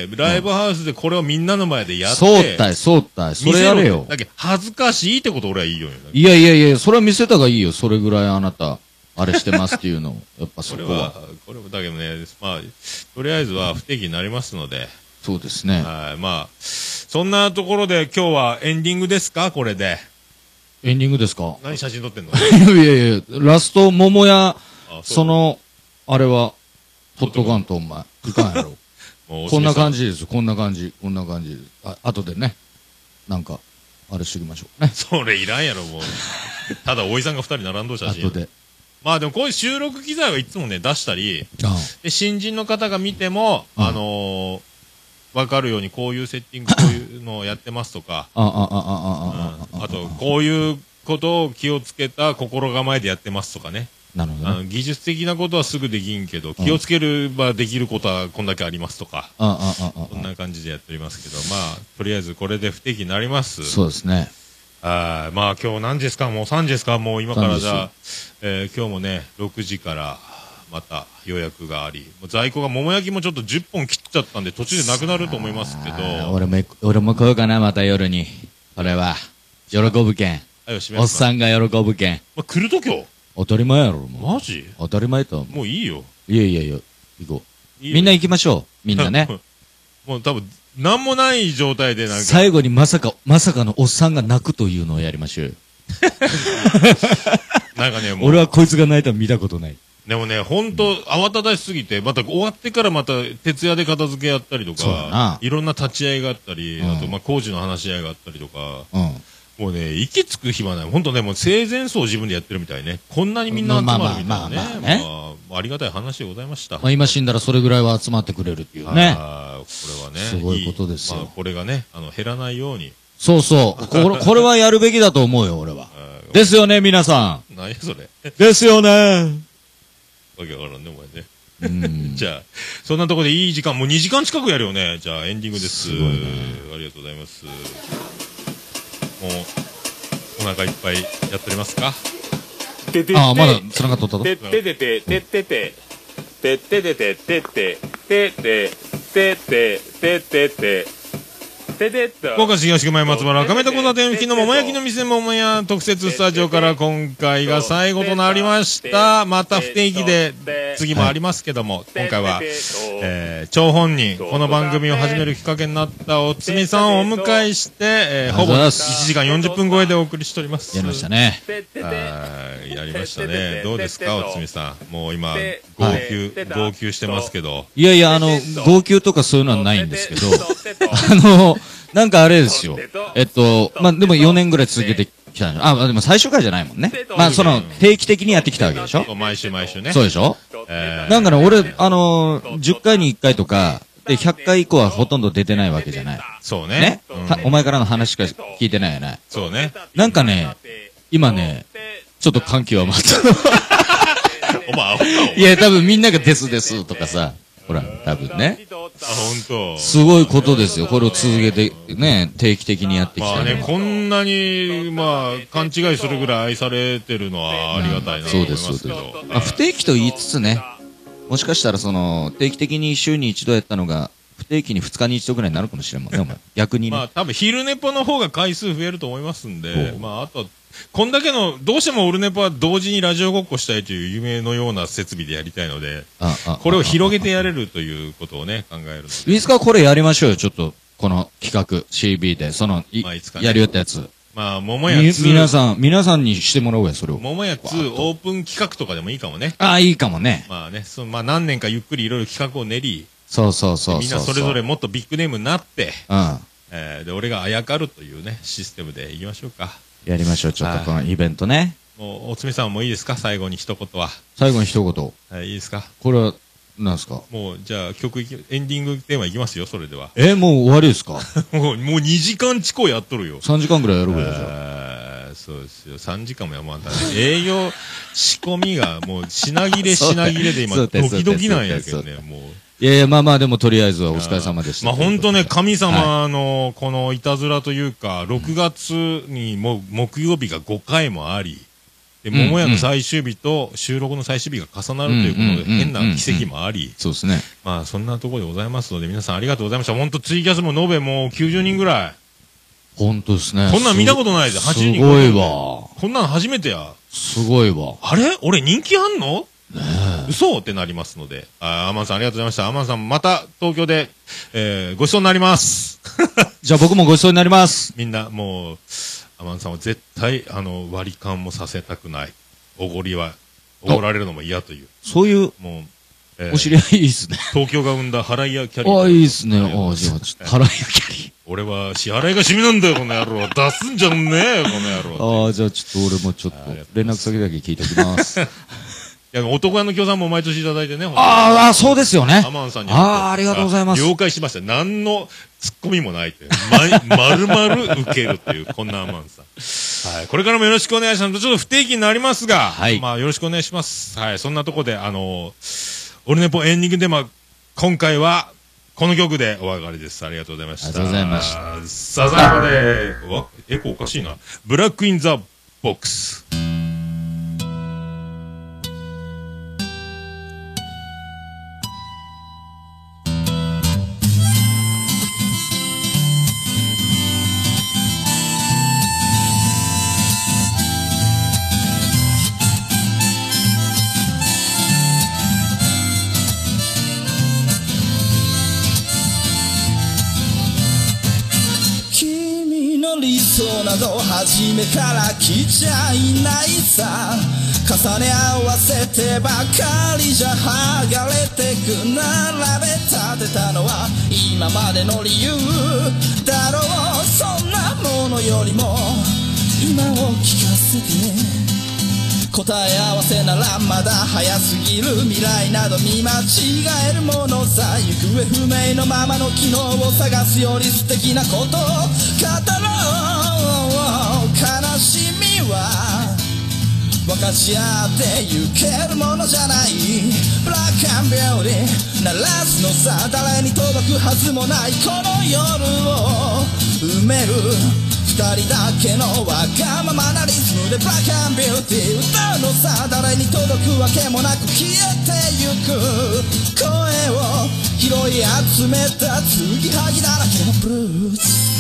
ライブハウスでこれをみんなの前でやって。 そうったい、そうったい。それやれよ。 だけど恥ずかしいってこと俺は言いようよ。 いやいやいや、それは見せたがいいよ。それぐらいあなた、あれしてますっていうのを。やっぱそこは。 これは、これもだけどね、まあ、とりあえずは不定期になりますので。 そうですね。 はい、まあ、そんなところで今日はエンディングですかこれで。 エンディングですか？ 何写真撮ってんの？ いやいやいや、ラスト桃屋、その、あれは、ほっとかんと、お前。いかんやろ。こんな感じですよ、こんな感じ。こんな感じ。あ、後でね、なんか、あれしときましょうね。 それいらんやろ、もう。ただ、おいさんが二人並んどう写真。 後で。 まあでもこういう収録機材はいつもね、出したり、 ああで新人の方が見ても、うん、あのー、わかるようにこういうセッティング、こういうのをやってますとか、 ああ、ああ、ああ、 あと、こういうことを気をつけた心構えでやってますとかね。 なるほど、ね、 あの技術的なことはすぐできんけど、気をつければできることはこんだけありますとか、そんな感じでやっておりますけど、まあ、とりあえずこれで不定期になります。 そうですね。 あまあ今日何時ですかもうさんじですかもう今からじゃあ、えー、今日もね、ろくじからまた予約があり、在庫が桃焼きもちょっとじゅっぽん切っちゃったんで途中でなくなると思いますけど。 俺も、俺も来ようかな、また夜に。これは。喜ぶけん。おっさんが喜ぶけん。 まあ、来ると今日当たり前やろ、もう。マジ当たり前と思う。 もういいよ。 いやいやいや、行こう。みんな行きましょう。みんなね。 もう多分、なんもない状態でなんか。 最後にまさか、まさかのおっさんが泣くというのをやりましょうよ。 なんかね、もう。 俺はこいつが泣いたの見たことない。 でもね、ほんと、慌ただしすぎて、また終わってからまた、徹夜で片付けやったりとか、いろんな立ち会いがあったり、あと、まあ、工事の話し合いがあったりとか、もうね、息つく暇ない。ほんとね、もう生前葬を自分でやってるみたいね。こんなにみんな集まるみたいなね。まあ、ありがたい話でございました。 まあ、今死んだらそれぐらいは集まってくれるっていうね。 ああ、これはね。 すごいことですよ。 まあ、これがね、あの、減らないように。 そうそう。これ、これはやるべきだと思うよ、俺は。ですよね、皆さん。 何やそれ。 ですよね。 わけわからんね、お前ね。じゃあ、そんなところでいい時間、もうにじかん近くやるよね。じゃあ、エンディングです。すごいね。ありがとうございます。もう、お腹いっぱいやっておりますか？ ああ、まだ繋がっとったと。 てっててて、てってて、てっててて、てって、てって、てって、てってて、 福岡市東区前松原亀田交差点付近の桃焼きの店桃屋特設スタジオから今回が最後となりました。また不定期で次もありますけども、今回は、えー、張本人、この番組を始めるきっかけになったおつみさんをお迎えして、えー、ほぼいちじかんよんじゅっぷん超えでお送りしております。 やりましたね。 はい、やりましたね。どうですか、おつみさん。もう今、号泣、号泣してますけど。 いやいや、あの、号泣とかそういうのはないんですけど、あの、なんかあれですよ。えっと、まあ、でもよねんぐらい続けてきたんでしょ。あ、でも最初からじゃないもんね。まあ、その、定期的にやってきたわけでしょ。 毎週毎週ね。 そうでしょ。えー、なんかね、俺、あのー、じゅっかいにいっかいとか、で、ひゃっかい以降はほとんど出てないわけじゃない。 そうね。 ね、うん、お前からの話しか聞いてないよね。 そうね。 なんかね、今ね、ちょっと緩急は待った。 お前、 いや、多分みんながですですとかさ、ほら、多分ね。 あ、本当。 すごいことですよ。これを続けて、ね、定期的にやってきた。 まあね、こんなに、まあ、勘違いするぐらい愛されてるのはありがたいなと思いますけど。 まあ、不定期と言いつつね、もしかしたらその、定期的に週に一度やったのが、 不定期にふつかに一度ぐらいになるかもしれんもんね、お前。逆にね。 まあ多分昼ネポの方が回数増えると思いますんで、まああとは、こんだけの、どうしてもオルネポは同時にラジオごっこしたいという夢のような設備でやりたいので、 ああこれを広げてやれるということをね、考えるので。 いつかこれやりましょうよ、ちょっと。この企画、シービー で、その、いまあいつかねやるよってやつ。 まあ、桃屋みツー。 皆さん、皆さんにしてもらおうや、それを。 桃屋ツーオープン企画とかでもいいかもね。 ああ、いいかもね。 まあね、そのまあ何年かゆっくりいろいろ企画を練り、 そうそうそうそう。 みんなそれぞれもっとビッグネームになって、 うん。 えー、で、俺があやかるというね、システムでいきましょうか。 やりましょう、ちょっとこのイベントね。 もう、おつみさんもいいですか、最後に一言は。 最後に一言。 はい、いいですか。 これは、なんですか。 もう、じゃあ曲いき、エンディングテーマいきますよ、それでは。 え、もう終わりですかもう、もうにじかん近くやっとるよ。 さんじかんぐらいやるぐらいじゃん。そうですよ。さんじかんもやまんだね。営業仕込みがもう品切れ品切れで今、ドキドキなんやけどね、もう。 いやいや、まあまあ、でもとりあえずはお疲れ様でした。 まあ本当ね、神様のこのいたずらというか、ろくがつにも木曜日がごかいもあり、で、桃屋の最終日と収録の最終日が重なるということで、変な奇跡もあり、 そうですね。 まあそんなところでございますので、皆さんありがとうございました。本当ツイキャスも延べもうきゅうじゅうにんぐらい。 本当ですね。 こんなん見たことないで、はちじゅうにん。 すごいわ。 こんなん初めてや。 すごいわ。 あれ俺人気あんの嘘ってなりますので。あ、アマンさんありがとうございました。アマンさんまた東京で、えー、ごちそうになります。 じゃあ僕もごちそうになります。 みんなもう、アマンさんは絶対、あの、割り勘もさせたくない。おごりは、おごられるのも嫌という。 そういう、 もう、えー、お知り合いいいっすね。 東京が生んだ払い屋キャリー。 ああ、いいっすね。ああ、じゃあ、ちょっと、払い屋キャリー。 俺は支払いが趣味なんだよ、この野郎。出すんじゃんねえよ、この野郎。 ああ、じゃあちょっと俺もちょっと、連絡先だけ聞いておきます。 いや、男屋の協賛も毎年いただいてね。 ああ、そうですよね。 アマンさんに。 ああ、ありがとうございます。 了解しました。何のツッコミもないという。ま、丸々受けるという、こんなアマンさん。はい。これからもよろしくお願いします。ちょっと不定期になりますが、はい。まあ、よろしくお願いします。はい。そんなとこで、あのー、オルネポエンディングで、まあ、今回は、この曲でお別れです。ありがとうございました。 ありがとうございました。 さざまで、うわ、エコおかしいな。ブラックインザボックス。 など初めから来ちゃいないさ、重ね合わせてばかりじゃ剥がれてく、並べ立てたのは今までの理由だろう。そんなものよりも今を聞かせて、答え合わせならまだ早すぎる、未来など見間違えるものさ、行方不明のままの昨日を探すより素敵なことを語ろう。悲しみは分かち合ってゆけるものじゃない。ブラックアンビューティー鳴らすのさ、誰に届くはずもないこの夜を埋める二人だけのわがままなリズムでブラックアンビューティー歌うのさ、誰に届くわけもなく消えてゆく声を拾い集めた継ぎはぎだらけのブルース。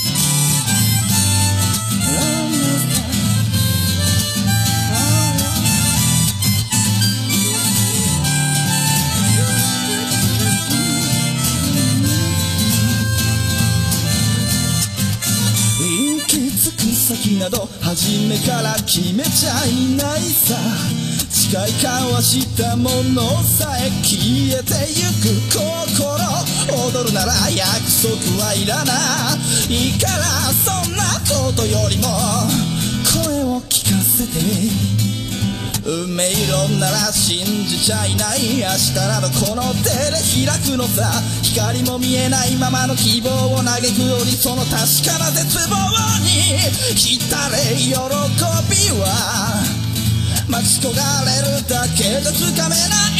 先など初めから決めちゃいないさ、誓い交わしたものさえ消えてゆく心、踊るなら約束はいらないから、そんなことよりも声を聞かせて、運命論なら信じちゃいない、明日などこの手で開くのさ、光も見えないままの希望を嘆くより、その確かな絶望に浸れ喜びは待ち焦がれるだけじゃつかめない。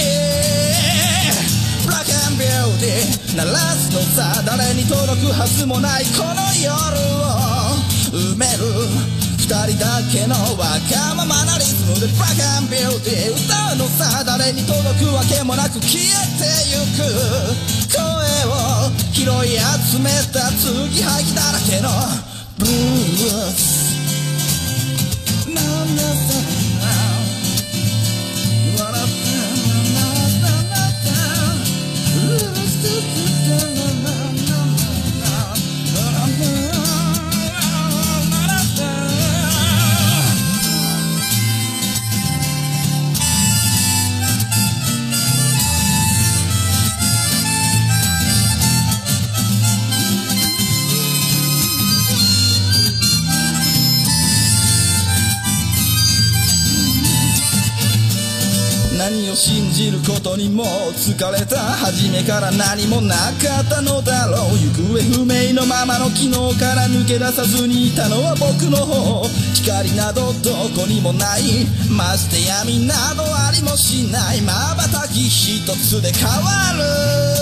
ブラックアンビューティー鳴らすのさ、誰に届くはずもないこの夜を埋める二人だけのわがままなリズムでブラックアンビューティー歌うのさ、誰に届くわけもなく消えてゆく声を拾い集めた継ぎはぎだらけのブルースなんだ笑って何を信じることにも疲れた初めから何もなかったのだろう行方不明のままの昨日から抜け出さずにいたのは僕の方光などどこにもないまして闇などありもしない瞬き一つで変わる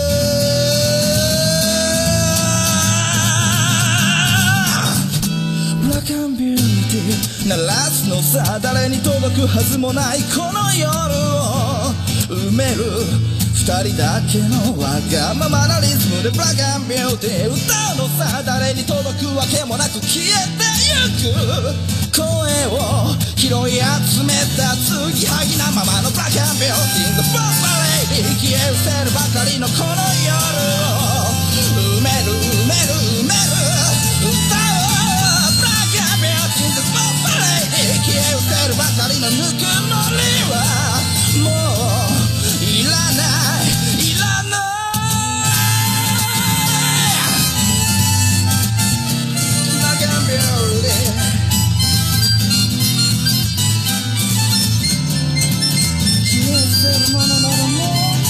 ブラックアンビューティー鳴らすのさ誰に届くはずもないこの夜を埋める二人だけのわがままなリズムでブラックアンビューティー歌うのさ誰に届くわけもなく消えてゆく声を拾い集めた継ぎはぎなままのブラックアンビューティー The Bomb Lady 消え失せるばかりのこの夜を埋める埋める埋める消え失せるばかりのぬくもりはもういらないいらないバカンビューティー消え失せるものならもう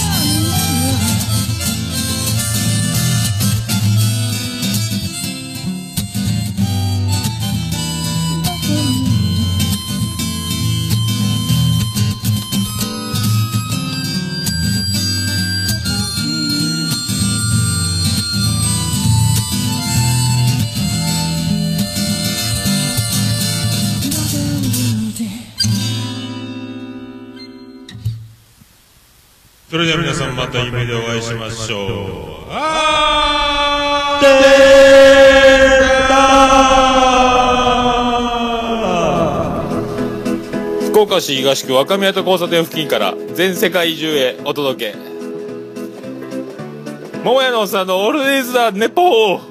それでは皆さんまた夢でお会いしましょう。あー福岡市東区若宮と交差点付近から全世界中へお届け桃屋のおっさんのオールディーズ・ザ・ネポー